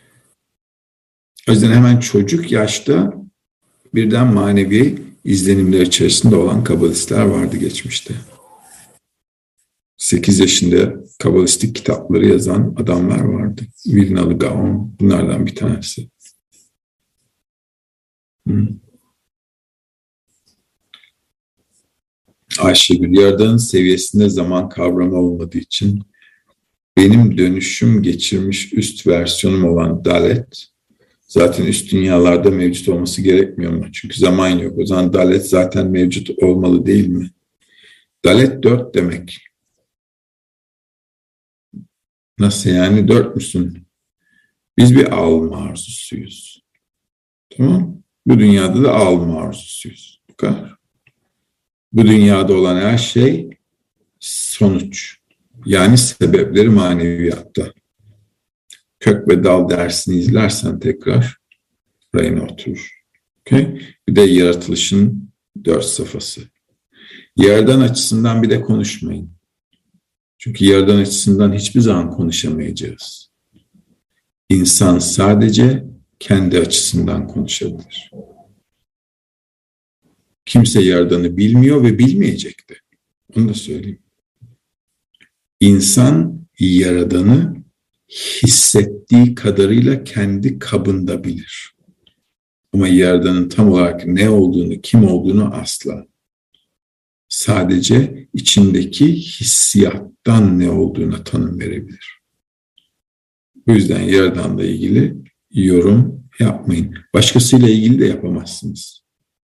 O yüzden hemen çocuk yaşta birden manevi izlenimler içerisinde olan kabalistler vardı geçmişte. 8 yaşında kabalistik kitapları yazan adamlar vardı. Vilnalı Gaon bunlardan bir tanesi. Ayşegül, Yaradan'ın seviyesinde zaman kavramı olmadığı için benim dönüşüm geçirmiş üst versiyonum olan Dalet zaten üst dünyalarda mevcut olması gerekmiyor mu? Çünkü zaman yok. O zaman Dalet zaten mevcut olmalı değil mi? Dalet 4 demek. Nasıl yani 4 müsün? Biz bir alma arzusuyuz. Tamam? Bu dünyada da alma arzusuyuz. Bu kadar. Bu dünyada olan her şey sonuç. Yani sebepleri maneviyatta. Kök ve dal dersini izlersen tekrar rayına oturur. Okay? Bir de yaratılışın 4 safhası. Yerden açısından bir de konuşmayın. Çünkü yerden açısından hiçbir zaman konuşamayacağız. İnsan sadece kendi açısından konuşabilir. Kimse yerdanı bilmiyor ve bilmeyecek de. Onu da söyleyeyim. İnsan yaradanı hissettiği kadarıyla kendi kabında bilir. Ama yaradanın tam olarak ne olduğunu, kim olduğunu asla. Sadece içindeki hissiyattan ne olduğuna tanım verebilir. Bu yüzden yaradanla ilgili yorum yapmayın. Başkasıyla ilgili de yapamazsınız.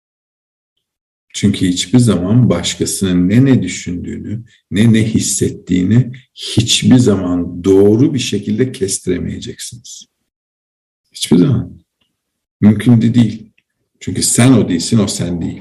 Çünkü hiçbir zaman başkasının ne düşündüğünü, ne hissettiğini hiçbir zaman doğru bir şekilde kestiremeyeceksiniz. Hiçbir zaman. Mümkün de değil. Çünkü sen o değilsin, o sen değil.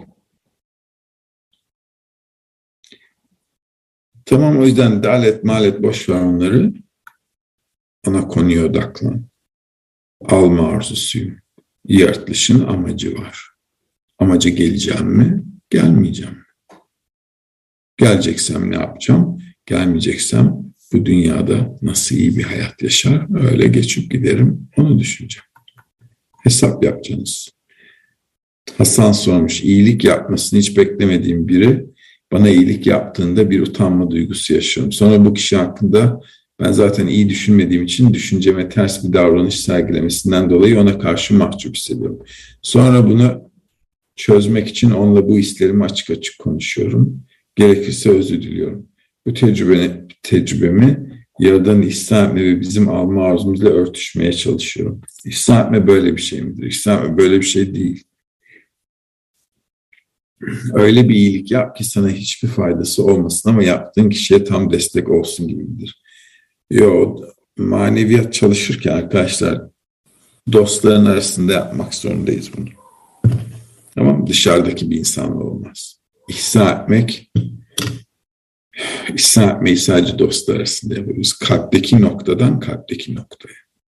Tamam, o yüzden dalet malet boş ver onları. Ana konuya odaklan. Alma arzusuyum. Yaratılışın amacı var. Amaca geleceğim mi? Gelmeyeceğim mi? Geleceksem ne yapacağım? Gelmeyeceksem bu dünyada nasıl iyi bir hayat yaşar? Öyle geçip giderim. Onu düşüneceğim. Hesap yapacaksınız. Hasan sormuş. İyilik yapmasını hiç beklemediğim biri bana iyilik yaptığında bir utanma duygusu yaşıyorum. Sonra bu kişi hakkında ben zaten iyi düşünmediğim için düşünceme ters bir davranış sergilemesinden dolayı ona karşı mahcup hissediyorum. Sonra bunu çözmek için onunla bu hislerimi açık açık konuşuyorum. Gerekirse özür diliyorum. Bu tecrübemi Yaradan'ı ihsan etme ve bizim alma arzumuzla örtüşmeye çalışıyorum. İhsan etme böyle bir şey midir? İhsan etme böyle bir şey değil. Öyle bir iyilik yap ki sana hiçbir faydası olmasın ama yaptığın kişiye tam destek olsun gibidir. Maneviyat çalışırken arkadaşlar dostların arasında yapmak zorundayız bunu. Tamam, dışarıdaki bir insanla olmaz. İhsan etmeyi sadece dostlar arasında yapıyoruz. Kalpteki noktadan kalpteki noktaya.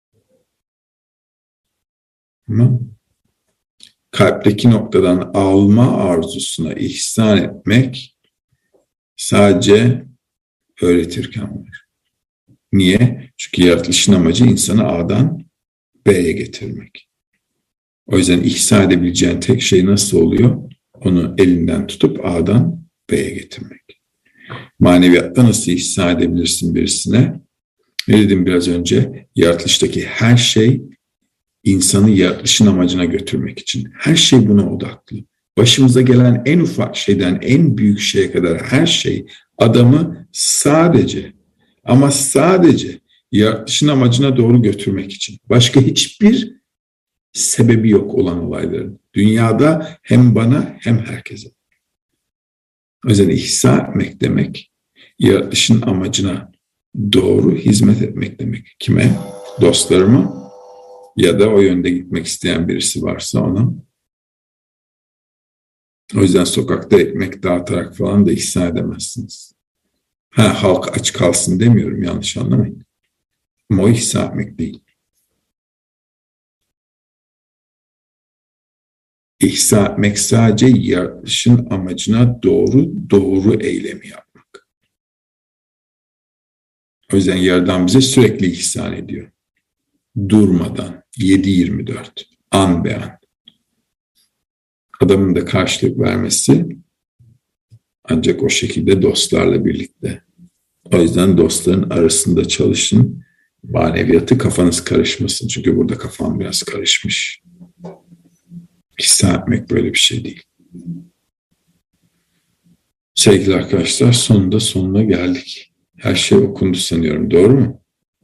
Tamam. Kalpteki noktadan alma arzusuna ihsan etmek sadece öğretirken var. Niye? Çünkü yaratılışın amacı insanı A'dan B'ye getirmek. O yüzden ihsan edebileceğin tek şey nasıl oluyor? Onu elinden tutup A'dan B'ye getirmek. Maneviyatta nasıl ihsan edebilirsin birisine? Ne dedim biraz önce? Yaratılıştaki her şey insanı yaratılışın amacına götürmek için. Her şey buna odaklı. Başımıza gelen en ufak şeyden en büyük şeye kadar her şey adamı sadece ama sadece yaratılışın amacına doğru götürmek için. Başka hiçbir sebebi yok olan olayların. Dünyada hem bana hem herkese. O yüzden ihsan etmek demek, yaratılışın amacına doğru hizmet etmek demek. Kime? Dostlarıma ya da o yönde gitmek isteyen birisi varsa ona. O yüzden sokakta ekmek dağıtarak falan da ihsan edemezsiniz. Halk aç kalsın demiyorum, yanlış anlamayın. Ama o ihsan etmek değil. İhsan etmek sadece yaratılışın amacına doğru eylemi yapmak. O yüzden Yaradan bize sürekli ihsan ediyor. Durmadan, 7/24, an be an. Adamın da karşılık vermesi ancak o şekilde dostlarla birlikte. O yüzden dostların arasında çalışın. Maneviyatı kafanız karışmasın. Çünkü burada kafam biraz karışmış. İhsan etmek böyle bir şey değil. Sevgili arkadaşlar, sonuna geldik. Her şey okundu sanıyorum. Doğru mu?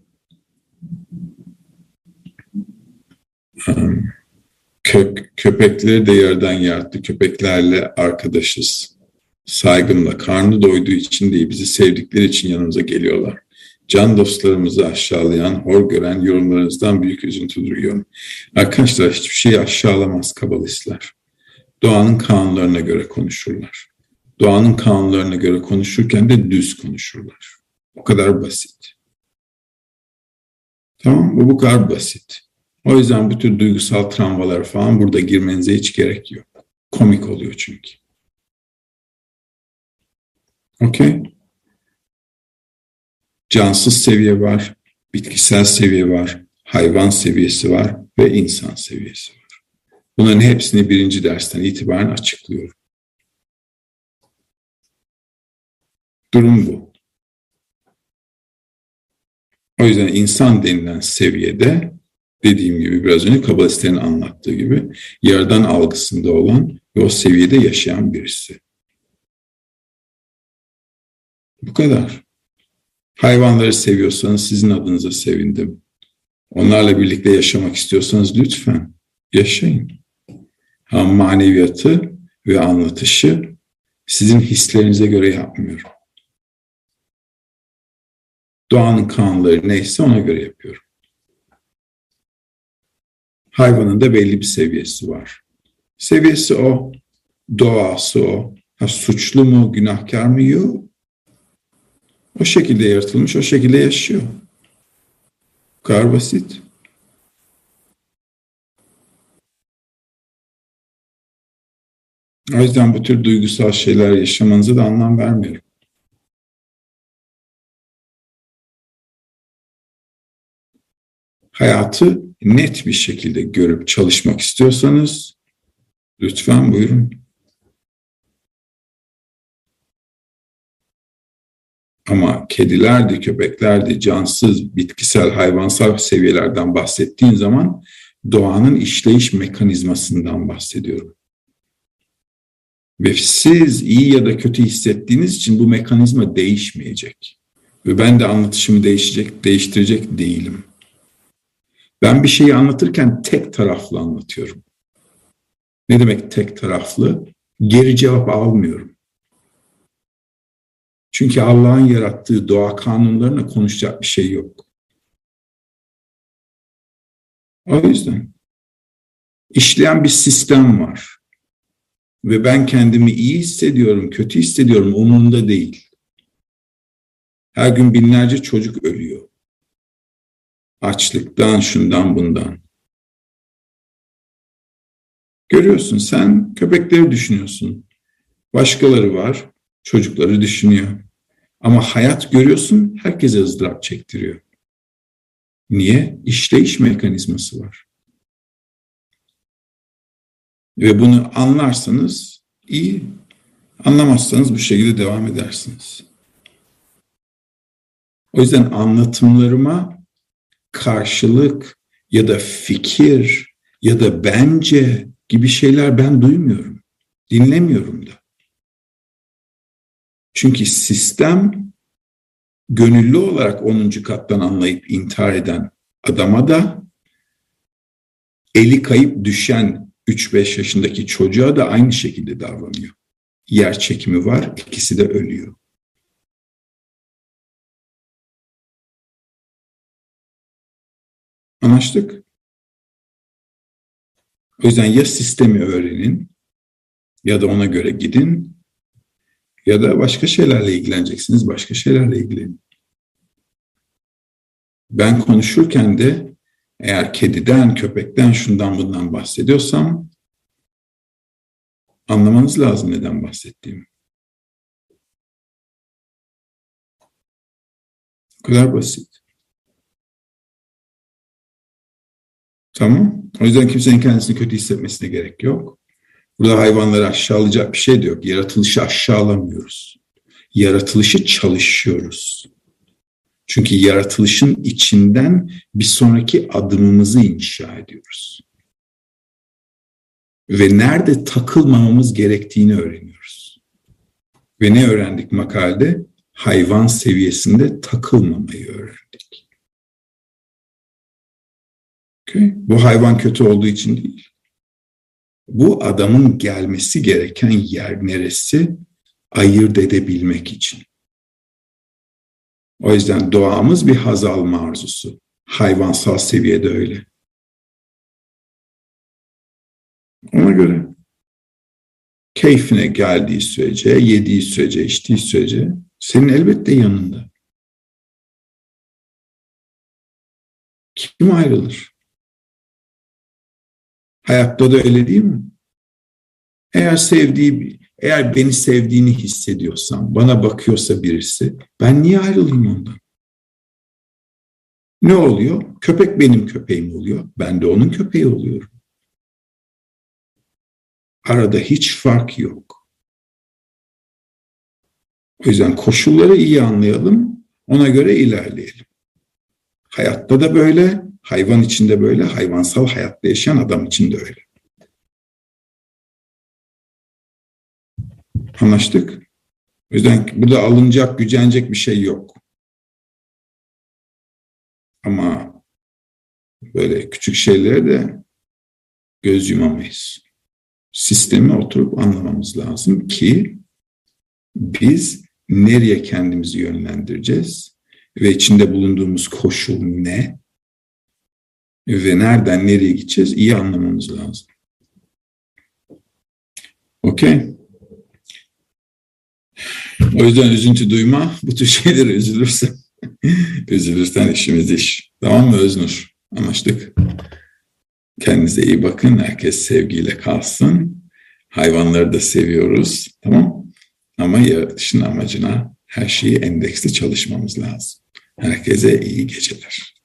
Köpekleri de yerden yarattı. Köpeklerle arkadaşız. Saygımla, karnı doyduğu için değil, bizi sevdikleri için yanımıza geliyorlar. Can dostlarımızı aşağılayan, hor gören yorumlarınızdan büyük üzüntü duyuyorum. Arkadaşlar, hiçbir şeyi aşağılamaz kabalistler. Doğanın kanunlarına göre konuşurlar. Doğanın kanunlarına göre konuşurken de düz konuşurlar. O kadar basit. Tamam mı? Bu kadar basit. O yüzden bu tür duygusal travmalar falan burada girmenize hiç gerek yok. Komik oluyor çünkü. Okey? Cansız seviye var, bitkisel seviye var, hayvan seviyesi var ve insan seviyesi var. Bunların hepsini birinci dersten itibaren açıklıyorum. Durum bu. O yüzden insan denilen seviyede, dediğim gibi biraz önce kabalistlerin anlattığı gibi, yaradan algısında olan ve o seviyede yaşayan birisi. Bu kadar. Hayvanları seviyorsanız sizin adınıza sevindim. Onlarla birlikte yaşamak istiyorsanız lütfen yaşayın. Ama maneviyatı ve anlatışı sizin hislerinize göre yapmıyorum. Doğanın kanunları neyse ona göre yapıyorum. Hayvanın da belli bir seviyesi var. Seviyesi o, doğası o. Suçlu mu, günahkar mı? Yok. O şekilde yaratılmış, o şekilde yaşıyor. Bu kadar basit. O yüzden bu tür duygusal şeyler yaşamanıza da anlam vermiyorum. Hayatı net bir şekilde görüp çalışmak istiyorsanız lütfen buyurun. Ama kedilerdi, köpeklerdi, cansız, bitkisel, hayvansal seviyelerden bahsettiğin zaman doğanın işleyiş mekanizmasından bahsediyorum. Ve siz iyi ya da kötü hissettiğiniz için bu mekanizma değişmeyecek. Ve ben de anlatışımı değiştirecek değilim. Ben bir şeyi anlatırken tek taraflı anlatıyorum. Ne demek tek taraflı? Geri cevap almıyorum. Çünkü Allah'ın yarattığı doğa kanunlarına konuşacak bir şey yok. O yüzden işleyen bir sistem var. Ve ben kendimi iyi hissediyorum, kötü hissediyorum, umurumda değil. Her gün binlerce çocuk ölüyor. Açlıktan, şundan, bundan. Görüyorsun, sen köpekleri düşünüyorsun. Başkaları var, çocukları düşünüyor. Ama hayat görüyorsun, herkese ızdırap çektiriyor. Niye? İşleyiş mekanizması var. Ve bunu anlarsanız iyi, anlamazsanız bu şekilde devam edersiniz. O yüzden anlatımlarıma karşılık ya da fikir ya da bence gibi şeyler ben duymuyorum. Dinlemiyorum da. Çünkü sistem gönüllü olarak 10. kattan anlayıp intihar eden adama da eli kayıp düşen 3-5 yaşındaki çocuğa da aynı şekilde davranıyor. Yer çekimi var, ikisi de ölüyor. Anlaştık? O yüzden ya sistemi öğrenin ya da ona göre gidin ya da başka şeylerle ilgileneceksiniz, başka şeylerle ilgilenin. Ben konuşurken de eğer kediden, köpekten, şundan bundan bahsediyorsam anlamanız lazım neden bahsettiğimi. O kadar basit. Tamam. O yüzden kimsenin kendisini kötü hissetmesine gerek yok. Burada hayvanları aşağılayacak bir şey de yok. Yaratılışı aşağılamıyoruz. Yaratılışı çalışıyoruz. Çünkü yaratılışın içinden bir sonraki adımımızı inşa ediyoruz. Ve nerede takılmamamız gerektiğini öğreniyoruz. Ve ne öğrendik makalede? Hayvan seviyesinde takılmamayı öğrendik. Okay. Bu hayvan kötü olduğu için değil. Bu adamın gelmesi gereken yer neresi? Ayırt edebilmek için. O yüzden doğamız bir haz alma arzusu. Hayvansal seviyede öyle. Ona göre keyfine geldiği sürece, yediği sürece, içtiği sürece senin elbette yanında. Kim ayrılır? Hayatta da öyle değil mi? Eğer beni sevdiğini hissediyorsam, bana bakıyorsa birisi, ben niye ayrılayım ondan? Ne oluyor? Köpek benim köpeğim oluyor. Ben de onun köpeği oluyorum. Arada hiç fark yok. O yüzden koşulları iyi anlayalım, ona göre ilerleyelim. Hayatta da böyle, hayvan için de böyle, hayvansal hayatta yaşayan adam için de öyle. Anlaştık? O yüzden burada alınacak, gücenecek bir şey yok. Ama böyle küçük şeylere de göz yumamayız. Sistemi oturup anlamamız lazım ki biz nereye kendimizi yönlendireceğiz ve içinde bulunduğumuz koşul ne ve nereden nereye gideceğiz iyi anlamamız lazım. Okey? O yüzden üzüntü duyma. Bu tür şeylere üzülürsen işimiz iş. Tamam mı Öznur? Anlaştık. Kendinize iyi bakın. Herkes sevgiyle kalsın. Hayvanları da seviyoruz. Tamam? Ama yaratışın amacına her şeyi endeksli çalışmamız lazım. Herkese iyi geceler.